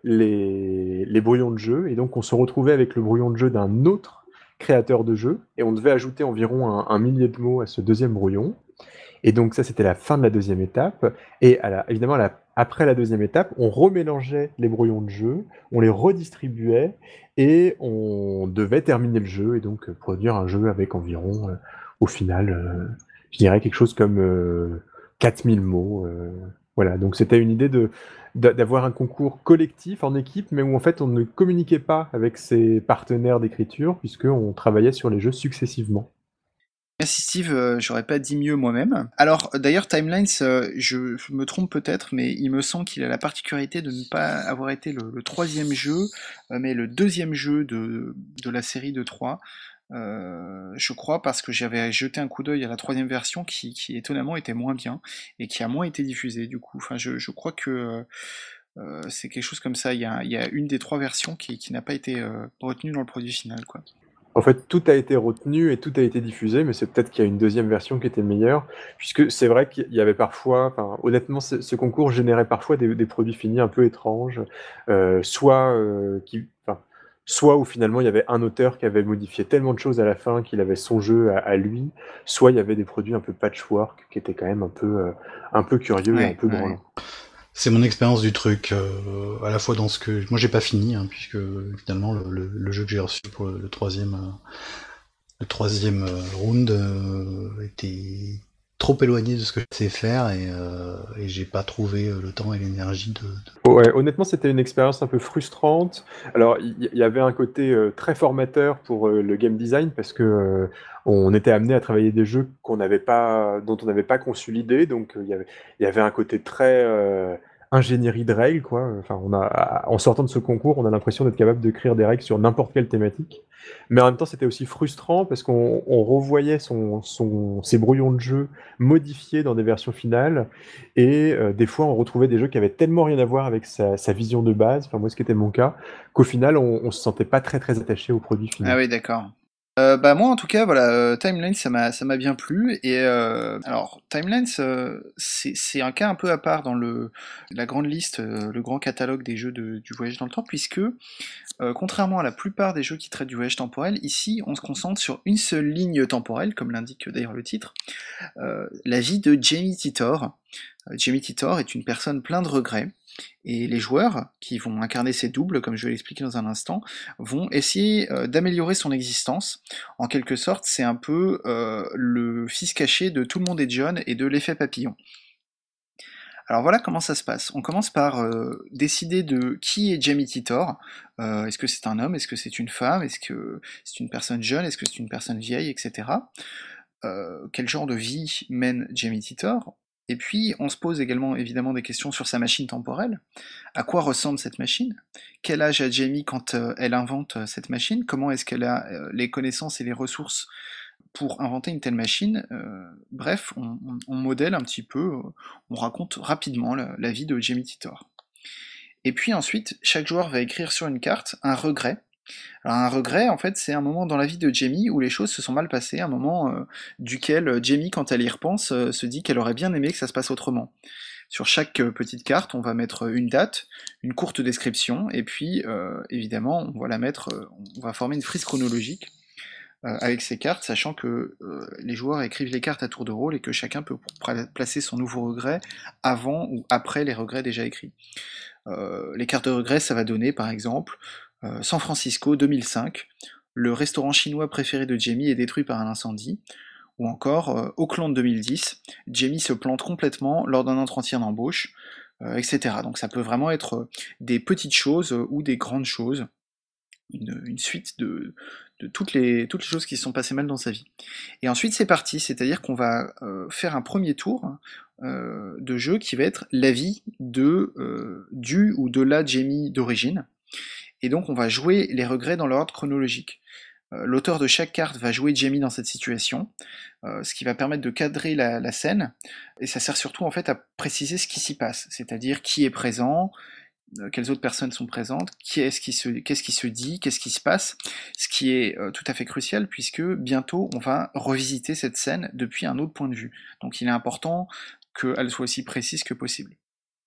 les, les brouillons de jeu et donc on se retrouvait avec le brouillon de jeu d'un autre créateur de jeu et on devait ajouter environ un, un millier de mots à ce deuxième brouillon. Et donc ça, c'était la fin de la deuxième étape. Et à la- évidemment, à la- après la deuxième étape, on remélangeait les brouillons de jeu, on les redistribuait et on devait terminer le jeu et donc euh, produire un jeu avec environ, euh, au final, euh, je dirais quelque chose comme euh, quatre mille mots. euh, voilà, donc c'était une idée de d'a- d'avoir un concours collectif en équipe, mais où en fait on ne communiquait pas avec ses partenaires d'écriture puisqu'on travaillait sur les jeux successivement. Merci Steve, euh, j'aurais pas dit mieux moi-même. Alors d'ailleurs Timelines, euh, je, je me trompe peut-être, mais il me semble qu'il a la particularité de ne pas avoir été le, le troisième jeu, euh, mais le deuxième jeu de, de la série de trois. Euh, je crois parce que j'avais jeté un coup d'œil à la troisième version qui, qui étonnamment était moins bien et qui a moins été diffusée du coup. Enfin, je, je crois que euh, euh, c'est quelque chose comme ça. Il y a, il y a une des trois versions qui, qui n'a pas été euh, retenue dans le produit final, quoi. En fait, tout a été retenu et tout a été diffusé, mais c'est peut-être qu'il y a une deuxième version qui était meilleure, puisque c'est vrai qu'il y avait parfois, enfin, honnêtement, ce, ce concours générait parfois des, des produits finis un peu étranges, euh, soit, euh, qui, enfin, soit où finalement il y avait un auteur qui avait modifié tellement de choses à la fin qu'il avait son jeu à, à lui, soit il y avait des produits un peu patchwork qui étaient quand même un peu, euh, un peu curieux et un Ouais, peu ouais. branlants. C'est mon expérience du truc, euh, à la fois dans ce que... Moi j'ai pas fini, hein, puisque finalement le, le- le jeu que j'ai reçu pour le, le troisième, euh, le troisième euh, round euh, était trop éloigné de ce que je sais faire et, euh, et j'ai pas trouvé euh, le temps et l'énergie de... de- Ouais, honnêtement, c'était une expérience un peu frustrante. Alors, il y, il y avait un côté euh, très formateur pour euh, le game design parce que euh, on était amené à travailler des jeux qu'on n'avait pas, dont on n'avait pas conçu l'idée. Donc, euh, il y avait, il y avait un côté très euh, ingénierie de règles, quoi. Enfin, on a, en sortant de ce concours, on a l'impression d'être capable d'écrire des règles sur n'importe quelle thématique. Mais en même temps, c'était aussi frustrant parce qu'on on revoyait son, son, ses brouillons de jeu modifiés dans des versions finales. Et euh, des fois, on retrouvait des jeux qui avaient tellement rien à voir avec sa, sa vision de base, enfin moi ce qui était mon cas, qu'au final, on, on se sentait pas très très attaché au produit Ah final. oui, d'accord. Euh, bah moi en tout cas voilà, euh, Timelines ça m'a ça m'a bien plu et euh, alors Timelines euh, c'est c'est un cas un peu à part dans le la grande liste, euh, le grand catalogue des jeux de- du voyage dans le temps puisque euh, contrairement à la plupart des jeux qui traitent du voyage temporel, ici on se concentre sur une seule ligne temporelle comme l'indique d'ailleurs le titre, euh, la vie de Jamie Titor. Euh, Jamie Titor est une personne pleine de regrets, et les joueurs, qui vont incarner ses doubles, comme je vais l'expliquer dans un instant, vont essayer euh, d'améliorer son existence. En quelque sorte, c'est un peu euh, le fils caché de Tout le monde est John et de l'effet papillon. Alors voilà comment ça se passe. On commence par euh, décider de qui est Jamie Titor. Euh, est-ce que c'est un homme? Est-ce que c'est une femme? Est-ce que c'est une personne jeune? Est-ce que c'est une personne vieille? Etc. Euh, quel genre de vie mène Jamie Titor? Et puis, on se pose également évidemment des questions sur sa machine temporelle. À quoi ressemble cette machine? Quel âge a Jamie quand euh, elle invente euh, cette machine? Comment est-ce qu'elle a euh, les connaissances et les ressources pour inventer une telle machine? Euh, Bref, on, on- on modèle un petit peu, euh, on raconte rapidement la, la vie de Jamie Titor. Et puis ensuite, chaque joueur va écrire sur une carte un regret. Alors un regret, en fait, c'est un moment dans la vie de Jamie où les choses se sont mal passées, un moment euh, duquel euh, Jamie, quand elle y repense, euh, se dit qu'elle aurait bien aimé que ça se passe autrement. Sur chaque euh, petite carte, on va mettre une date, une courte description, et puis euh, évidemment, on va la mettre, euh, on va former une frise chronologique euh, avec ces cartes, sachant que euh, les joueurs écrivent les cartes à tour de rôle et que chacun peut pra- placer son nouveau regret avant ou après les regrets déjà écrits. Euh, les cartes de regret, ça va donner par exemple euh, San Francisco deux mille cinq, le restaurant chinois préféré de Jamie est détruit par un incendie, ou encore euh, Auckland deux mille dix, Jamie se plante complètement lors d'un entretien d'embauche, euh, et cetera. Donc ça peut vraiment être euh, des petites choses euh, ou des grandes choses, une, une suite de, de toutes les, toutes les choses qui se sont passées mal dans sa vie. Et ensuite c'est parti, c'est-à-dire qu'on va euh, faire un premier tour euh, de jeu qui va être la vie de, euh, du ou de la Jamie d'origine, et donc on va jouer les regrets dans l'ordre chronologique. Euh, L'auteur de chaque carte va jouer Jamie dans cette situation, euh, ce qui va permettre de cadrer la, la scène, et ça sert surtout en fait à préciser ce qui s'y passe, c'est-à-dire qui est présent, euh, quelles autres personnes sont présentes, qui est-ce qui se, qu'est-ce qui se dit, qu'est-ce qui se passe, ce qui est euh, tout à fait crucial puisque bientôt on va revisiter cette scène depuis un autre point de vue. Donc il est important qu'elle soit aussi précise que possible.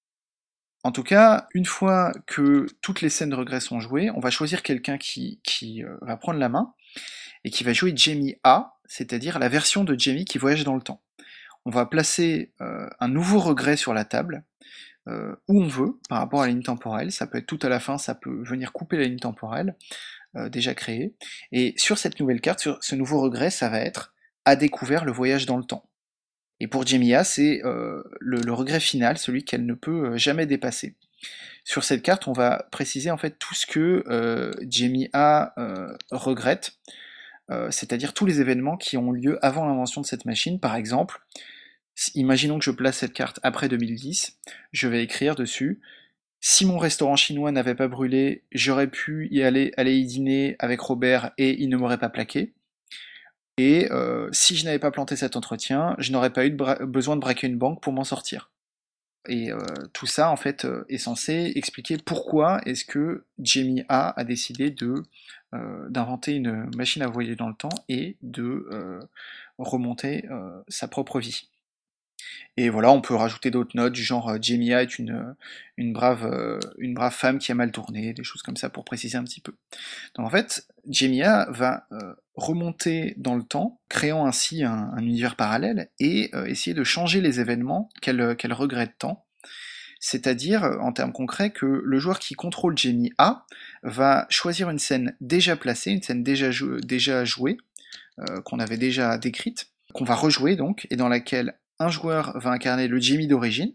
En tout cas, une fois que toutes les scènes de regret sont jouées, on va choisir quelqu'un qui, qui euh, va prendre la main et qui va jouer Jamie A, c'est-à-dire la version de Jamie qui voyage dans le temps. On va placer euh, un nouveau regret sur la table, euh, où on veut, par rapport à la ligne temporelle, ça peut être tout à la fin, ça peut venir couper la ligne temporelle, euh, déjà créée, et sur cette nouvelle carte, sur ce nouveau regret, ça va être « a découvert le voyage dans le temps ». Et pour Jamie A, c'est euh, le, le regret final, celui qu'elle ne peut jamais dépasser. Sur cette carte, on va préciser en fait tout ce que euh, Jamie A euh, regrette, euh, c'est-à-dire tous les événements qui ont lieu avant l'invention de cette machine. Par exemple, imaginons que je place cette carte après deux mille dix, je vais écrire dessus « Si mon restaurant chinois n'avait pas brûlé, j'aurais pu y aller, aller y dîner avec Robert et il ne m'aurait pas plaqué. » Et euh, si je n'avais pas planté cet entretien, je n'aurais pas eu de bra- besoin de braquer une banque pour m'en sortir. Et euh, tout ça, en fait, euh, est censé expliquer pourquoi est-ce que Jamie A a décidé de euh, d'inventer une machine à voyager dans le temps et de euh, remonter euh, sa propre vie. Et voilà, on peut rajouter d'autres notes du genre euh, Jamie A est une, une, brave, euh, une brave femme qui a mal tourné, des choses comme ça pour préciser un petit peu. Donc en fait, Jamie A va euh, remonter dans le temps, créant ainsi un, un univers parallèle, et euh, essayer de changer les événements qu'elle qu'elle regrette tant. C'est-à-dire, en termes concrets, que le joueur qui contrôle Jamie A va choisir une scène déjà placée, une scène déjà, jou- déjà jouée, euh, qu'on avait déjà décrite, qu'on va rejouer donc, et dans laquelle un joueur va incarner le Jamie d'origine,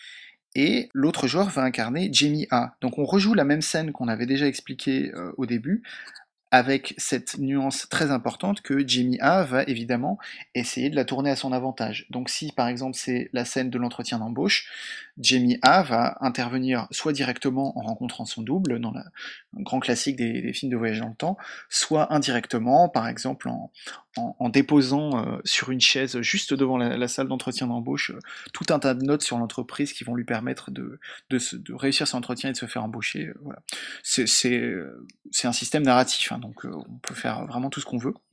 et l'autre joueur va incarner Jamie A. Donc on rejoue la même scène qu'on avait déjà expliquée euh, au début, avec cette nuance très importante que Jamie A va évidemment essayer de la tourner à son avantage. Donc si par exemple c'est la scène de l'entretien d'embauche, Jamie A va intervenir soit directement en rencontrant son double, dans la, un grand classique des, des films de voyage dans le temps, soit indirectement, par exemple en, en, en déposant euh, sur une chaise juste devant la, la salle d'entretien d'embauche euh, tout un tas de notes sur l'entreprise qui vont lui permettre de, de, se, de réussir son entretien et de se faire embaucher. Euh, voilà. C'est, c'est, c'est un système narratif, hein, donc euh, on peut faire vraiment tout ce qu'on veut.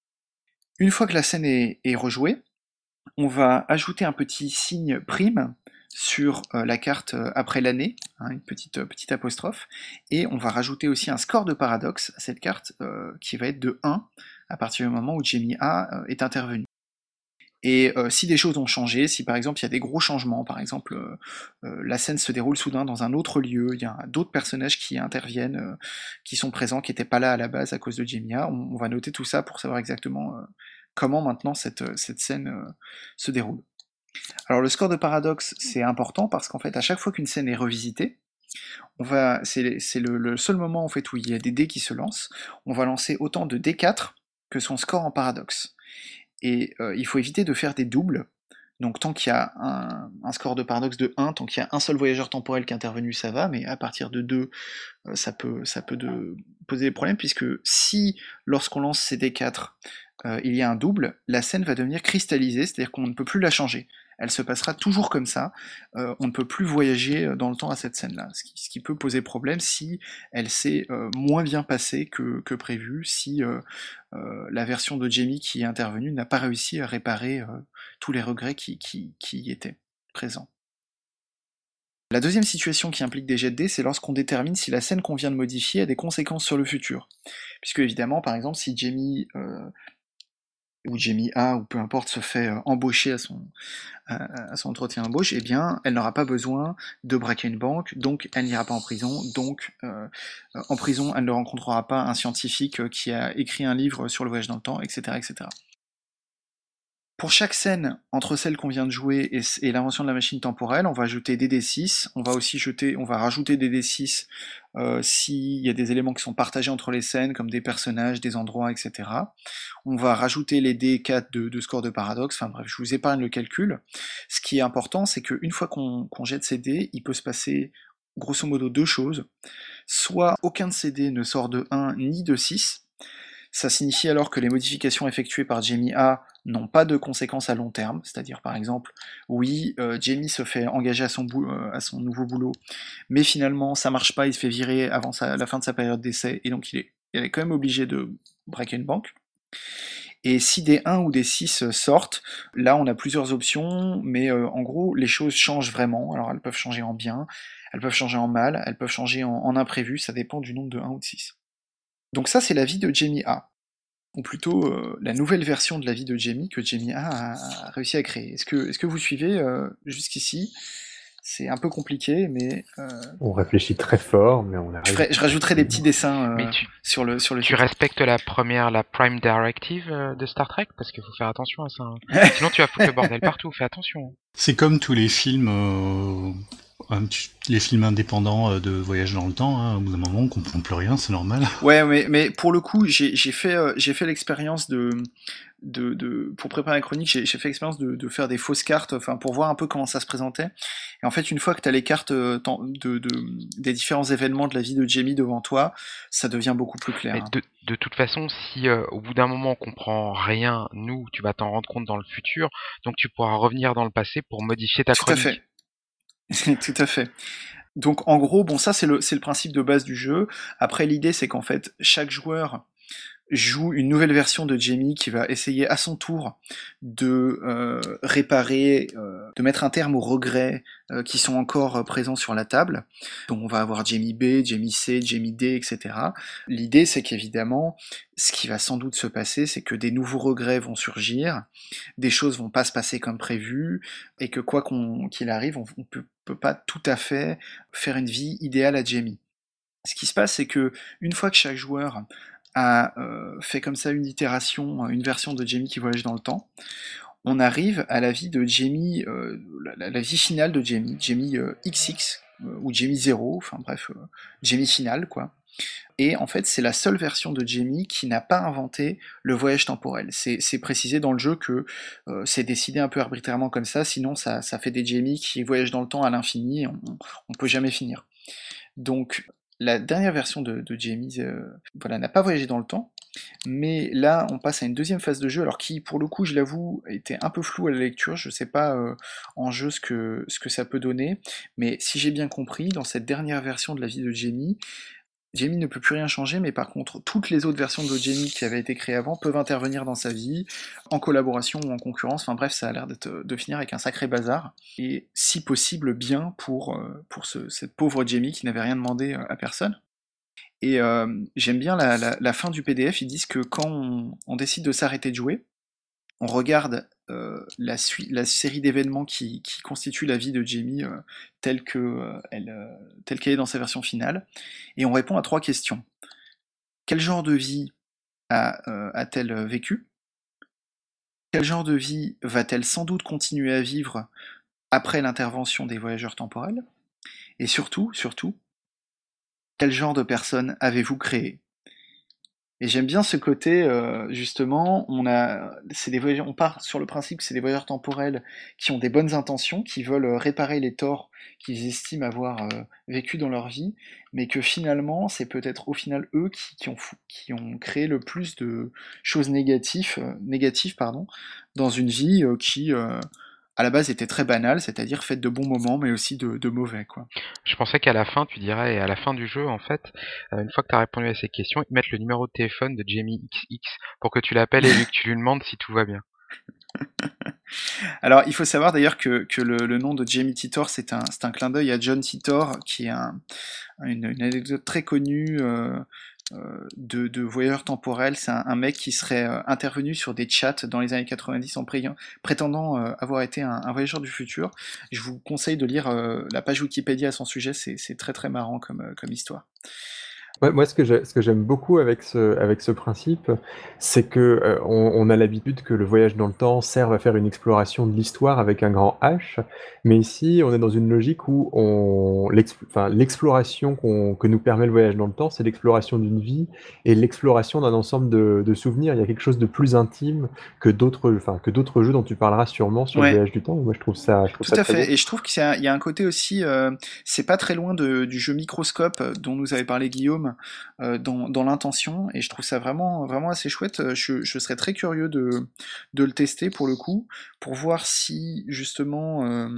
Une fois que la scène est, est rejouée, on va ajouter un petit signe prime sur euh, la carte euh, après l'année, hein, une petite, euh, petite apostrophe, et on va rajouter aussi un score de paradoxe à cette carte euh, qui va être de un à partir du moment où Jamie A euh, est intervenu. Et euh, si des choses ont changé, si par exemple il y a des gros changements, par exemple euh, euh, la scène se déroule soudain dans un autre lieu, il y a d'autres personnages qui interviennent, euh, qui sont présents, qui n'étaient pas là à la base à cause de Jamie A, on, on va noter tout ça pour savoir exactement euh, comment maintenant cette, cette scène euh, se déroule. Alors le score de paradoxe c'est important parce qu'en fait à chaque fois qu'une scène est revisitée, on va, c'est, c'est le, le seul moment en fait où il y a des dés qui se lancent, on va lancer autant de D quatre que son score en paradoxe. Et euh, il faut éviter de faire des doubles, donc tant qu'il y a un, un score de paradoxe de un, tant qu'il y a un seul voyageur temporel qui est intervenu ça va, mais à partir de deux euh, ça peut, ça peut de, poser des problèmes puisque si lorsqu'on lance ces D quatre euh, il y a un double, la scène va devenir cristallisée, c'est-à-dire qu'on ne peut plus la changer. Elle se passera toujours comme ça, euh, on ne peut plus voyager dans le temps à cette scène-là, ce qui, ce qui peut poser problème si elle s'est euh, moins bien passée que, que prévu, si euh, euh, la version de Jamie qui est intervenue n'a pas réussi à réparer euh, tous les regrets qui, qui, qui y étaient présents. La deuxième situation qui implique des jets de dés, c'est lorsqu'on détermine si la scène qu'on vient de modifier a des conséquences sur le futur. Puisque évidemment, par exemple, si Jamie... Euh, ou Jamie A, ou peu importe, se fait euh, embaucher à son, à, à son entretien d'embauche, eh bien, elle n'aura pas besoin de braquer une banque, donc elle n'ira pas en prison, donc euh, en prison, elle ne rencontrera pas un scientifique qui a écrit un livre sur le voyage dans le temps, et cetera, et cetera. Pour chaque scène entre celle qu'on vient de jouer et, et l'invention de la machine temporelle, on va ajouter des D six, on va aussi jeter, on va rajouter des D six euh, s'il y a des éléments qui sont partagés entre les scènes, comme des personnages, des endroits, et cetera. On va rajouter les D quatre de, de score de paradoxe, enfin bref, je vous épargne le calcul. Ce qui est important, c'est qu'une fois qu'on qu'on jette ces dés, il peut se passer grosso modo deux choses. Soit aucun de ces dés ne sort de un ni de six, ça signifie alors que les modifications effectuées par Jamie A n'ont pas de conséquences à long terme, c'est-à-dire par exemple, oui, euh, Jamie se fait engager à son, bou- euh, à son nouveau boulot, mais finalement ça marche pas, il se fait virer avant sa- la fin de sa période d'essai, et donc il est, il est quand même obligé de braquer une banque. Et si des un ou des six sortent, là on a plusieurs options, mais euh, en gros les choses changent vraiment, alors elles peuvent changer en bien, elles peuvent changer en mal, elles peuvent changer en, en imprévu, ça dépend du nombre de un ou de six. Donc ça, c'est la vie de Jamie A. Ou plutôt euh, la nouvelle version de la vie de Jamie que Jamie A a, a réussi à créer. Est-ce que, est-ce que vous suivez euh, jusqu'ici? C'est un peu compliqué, mais euh, On réfléchit très fort, mais on je, arrive. ferai- je rajouterai des petits dessins euh, Mais tu, sur le sur le tu site. respectes la première, la Prime Directive euh, de Star Trek parce qu'il faut faire attention à ça. hein. Sinon, tu vas foutre le bordel partout. Fais attention. C'est comme tous les films, euh, un petit- les films indépendants euh, de voyage dans le temps. Hein, au bout d'un moment, on comprend plus rien, c'est normal. Ouais, mais, mais pour le coup, j'ai j'ai fait, euh, j'ai fait l'expérience de, de, de. Pour préparer la chronique, j'ai j'ai fait l'expérience de, de faire des fausses cartes, enfin, pour voir un peu comment ça se présentait. Et en fait, une fois que tu as les cartes euh, tant- de, de, des différents événements de la vie de Jamie devant toi, ça devient beaucoup plus clair. Mais hein. de, de toute façon, si euh, au bout d'un moment on comprend rien, nous, tu vas t'en rendre compte dans le futur, donc tu pourras revenir dans le passé pour modifier ta Tout à chronique. fait. Tout à fait. Donc en gros, bon ça c'est le, c'est le principe de base du jeu. Après l'idée c'est qu'en fait chaque joueur joue une nouvelle version de Jamie qui va essayer à son tour de euh, réparer, euh, de mettre un terme aux regrets euh, qui sont encore euh, présents sur la table. Donc on va avoir Jamie B, Jamie C, Jamie D, et cetera. L'idée c'est qu'évidemment, ce qui va sans doute se passer, c'est que des nouveaux regrets vont surgir, des choses vont pas se passer comme prévu, et que quoi qu'on qu'il arrive, on, on peut, peut pas tout à fait faire une vie idéale à Jamie. Ce qui se passe, c'est que une fois que chaque joueur a euh, fait comme ça une itération, une version de Jamie qui voyage dans le temps, on arrive à la vie de Jamie, euh, la, la vie finale de Jamie, Jamie euh, X X, euh, ou Jamie zéro, enfin bref, euh, Jamie final, quoi. Et en fait, c'est la seule version de Jamie qui n'a pas inventé le voyage temporel. C'est c'est précisé dans le jeu que euh, c'est décidé un peu arbitrairement comme ça, sinon ça, ça fait des Jamie qui voyagent dans le temps à l'infini, et on, on peut jamais finir. Donc, la dernière version de, de Jamie euh, voilà, n'a pas voyagé dans le temps, mais là, on passe à une deuxième phase de jeu, alors qui, pour le coup, je l'avoue, était un peu flou à la lecture, je sais pas euh, en jeu ce que, ce que ça peut donner, mais si j'ai bien compris, dans cette dernière version de la vie de Jamie, Jamie ne peut plus rien changer, mais par contre, toutes les autres versions de Jamie qui avaient été créées avant peuvent intervenir dans sa vie, en collaboration ou en concurrence, enfin bref, ça a l'air d'être- de finir avec un sacré bazar, et si possible bien pour, euh, pour ce- cette pauvre Jamie qui n'avait rien demandé euh, à personne. Et euh, j'aime bien la, la- la fin du P D F, ils disent que quand on, on décide de s'arrêter de jouer, on regarde euh, la, sui- la série d'événements qui, qui constitue la vie de Jamie euh, telle que, euh, elle, euh, telle qu'elle est dans sa version finale, et on répond à trois questions. Quel genre de vie a, euh, a-t-elle vécu? Quel genre de vie va-t-elle sans doute continuer à vivre après l'intervention des voyageurs temporels? Et surtout, surtout, quel genre de personne avez-vous créé? Et j'aime bien ce côté, euh, justement, on a, c'est des voyageurs, on part sur le principe que c'est des voyageurs temporels qui ont des bonnes intentions, qui veulent euh, réparer les torts qu'ils estiment avoir euh, vécu dans leur vie, mais que finalement, c'est peut-être au final eux qui, qui ont, fou- qui ont créé le plus de choses négatives, euh, négatives pardon, dans une vie euh, qui, euh, à la base, était très banale, c'est-à-dire faite de bons moments, mais aussi de, de mauvais, quoi. Je pensais qu'à la fin, tu dirais, et à la fin du jeu, en fait, euh, une fois que tu as répondu à ces questions, ils mettent le numéro de téléphone de Jamie X X pour que tu l'appelles et que tu lui demandes si tout va bien. Alors, il faut savoir d'ailleurs que, que le, le nom de Jamie Titor, c'est un, c'est un clin d'œil à John Titor, qui est un, une, une anecdote très connue euh, euh, de, de voyageur temporel. C'est un, un mec qui serait euh, intervenu sur des chats dans les années quatre-vingt-dix en priant- prétendant euh, avoir été un, un voyageur du futur. Je vous conseille de lire euh, la page Wikipédia à son sujet, c'est c'est très très marrant comme, euh, comme histoire. Ouais, moi, ce que j'ai- ce que j'aime beaucoup avec ce, avec ce principe, c'est que euh, on, on a l'habitude que le voyage dans le temps serve à faire une exploration de l'histoire avec un grand H, mais ici, on est dans une logique où on, l'ex- enfin, l'exploration qu'on- que nous permet le voyage dans le temps, c'est l'exploration d'une vie et l'exploration d'un ensemble de, de souvenirs. Il y a quelque chose de plus intime que d'autres, enfin, que d'autres jeux dont tu parleras sûrement sur Ouais. le voyage du temps. Moi, je trouve ça, je trouve Tout ça à très fait. beau. Et je trouve qu'il y a, il y a un côté aussi, euh, c'est pas très loin de, du jeu Microscope euh, dont nous avait parlé Guillaume euh, dans, dans l'intention. Et je trouve ça vraiment, vraiment assez chouette. Euh, Je, je serais très curieux de, de le tester pour le coup, pour voir si justement euh,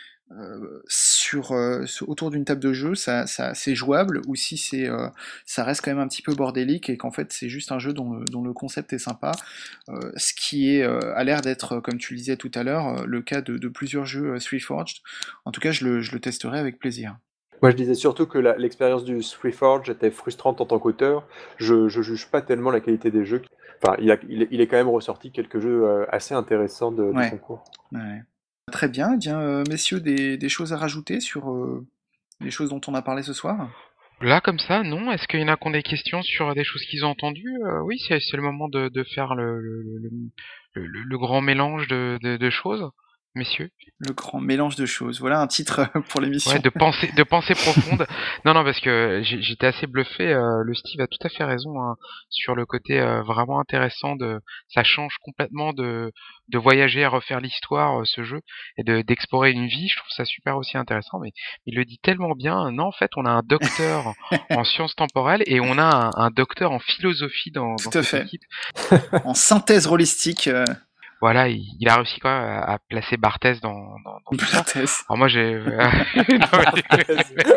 euh, sur, euh, sur- autour d'une table de jeu, ça, ça, c'est jouable ou si c'est, euh, ça reste quand même un petit peu bordélique et qu'en fait c'est juste un jeu dont le, dont le concept est sympa. Euh, ce qui est, euh, a l'air d'être, comme tu le disais tout à l'heure, euh, le cas de, de plusieurs jeux euh, Three Forged. En tout cas, je le, je le testerai avec plaisir. Moi, je disais surtout que la- l'expérience du Freeforge était frustrante en tant qu'auteur. Je, je juge pas tellement la qualité des jeux. Enfin, il, a- il est- il est quand même ressorti quelques jeux euh, assez intéressants de, du Ouais. concours. Ouais. Très bien. Eh bien, euh, messieurs, des, des choses à rajouter sur euh, les choses dont on a parlé ce soir? Là, comme ça, non. Est-ce qu'il y en a qui ont des questions sur des choses qu'ils ont entendues? Euh, Oui, c'est c'est le moment de, de faire le, le, le, le- le- le grand mélange de, de, de choses, messieurs. Le grand mélange de choses. Voilà un titre euh, pour Ouais, l'émission. de pensée, de pensée profonde. Non, non, parce que j'ai- j'étais assez bluffé. euh, le Steve a tout à fait raison hein, sur le côté euh, vraiment intéressant de. Ça change complètement de de voyager à refaire l'histoire, euh, ce jeu, et de d'explorer une vie. Je trouve ça super aussi intéressant. Mais il le dit tellement bien. Non, en fait, on a un docteur en sciences temporelles et on a un, un docteur en philosophie dans Tout dans à cette fait. équipe. En synthèse holistique, euh, Voilà, il, il a réussi quand même à, à placer Barthès dans dans, dans tout ça. Barthès. Alors moi j'ai non, mais- mais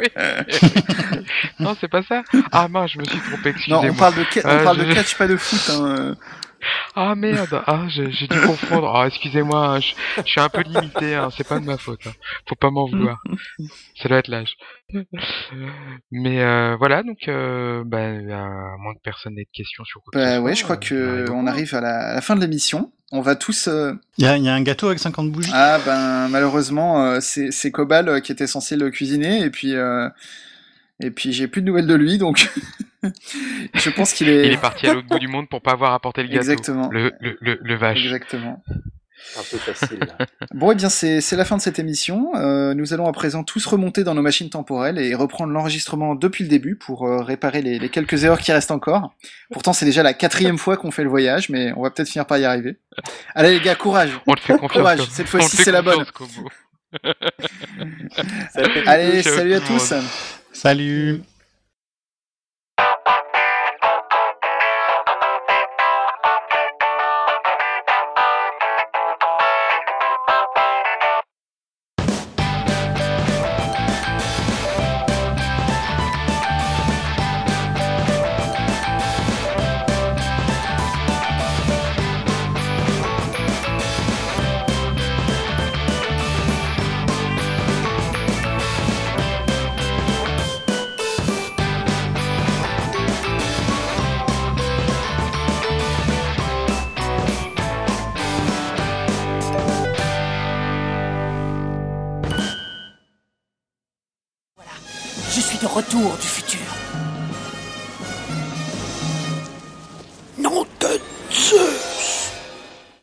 oui. Non, c'est pas ça. Ah mince, je me suis trompé, Non, excusez-moi. on parle de, ca- on Euh, parle je- de catch, pas de foot. Hein. Ah merde, ah j'ai j'ai dû confondre. Ah excusez-moi, hein, je, je suis un peu limité, hein, c'est pas de ma faute. hein. Faut pas m'en vouloir. Ça doit être l'âge. Mais euh, voilà, donc euh, bah, à moins que personne n'ait de questions sur quoi que ce Bah soit. ouais, je crois euh, que arrive au on bout. arrive à la, à la fin de l'émission. On va tous. euh, Il y a, il y a un gâteau avec cinquante bougies. Ah ben malheureusement, euh, c'est c'est Cobal euh, qui était censé le cuisiner et puis euh, et puis j'ai plus de nouvelles de lui donc je pense qu'il est. Il est parti à l'autre bout du monde pour pas avoir apporté le gâteau. Exactement. Le, le, le, le vache. Exactement. Un peu facile. Bon, eh bien, c'est c'est la fin de cette émission. Euh, nous allons à présent tous remonter dans nos machines temporelles et reprendre l'enregistrement depuis le début pour euh, réparer les, les quelques erreurs qui restent encore. Pourtant, c'est déjà la quatrième fois qu'on fait le voyage, mais on va peut-être finir par y arriver. Allez, les gars, courage. On te fait confiance. Courage, Kobo. cette On fois-ci, te fait c'est la bonne. confiance, Kobo. Allez, Ciao, salut à tout le tous. monde. Salut. Je suis de retour du futur. Nom de Dieu!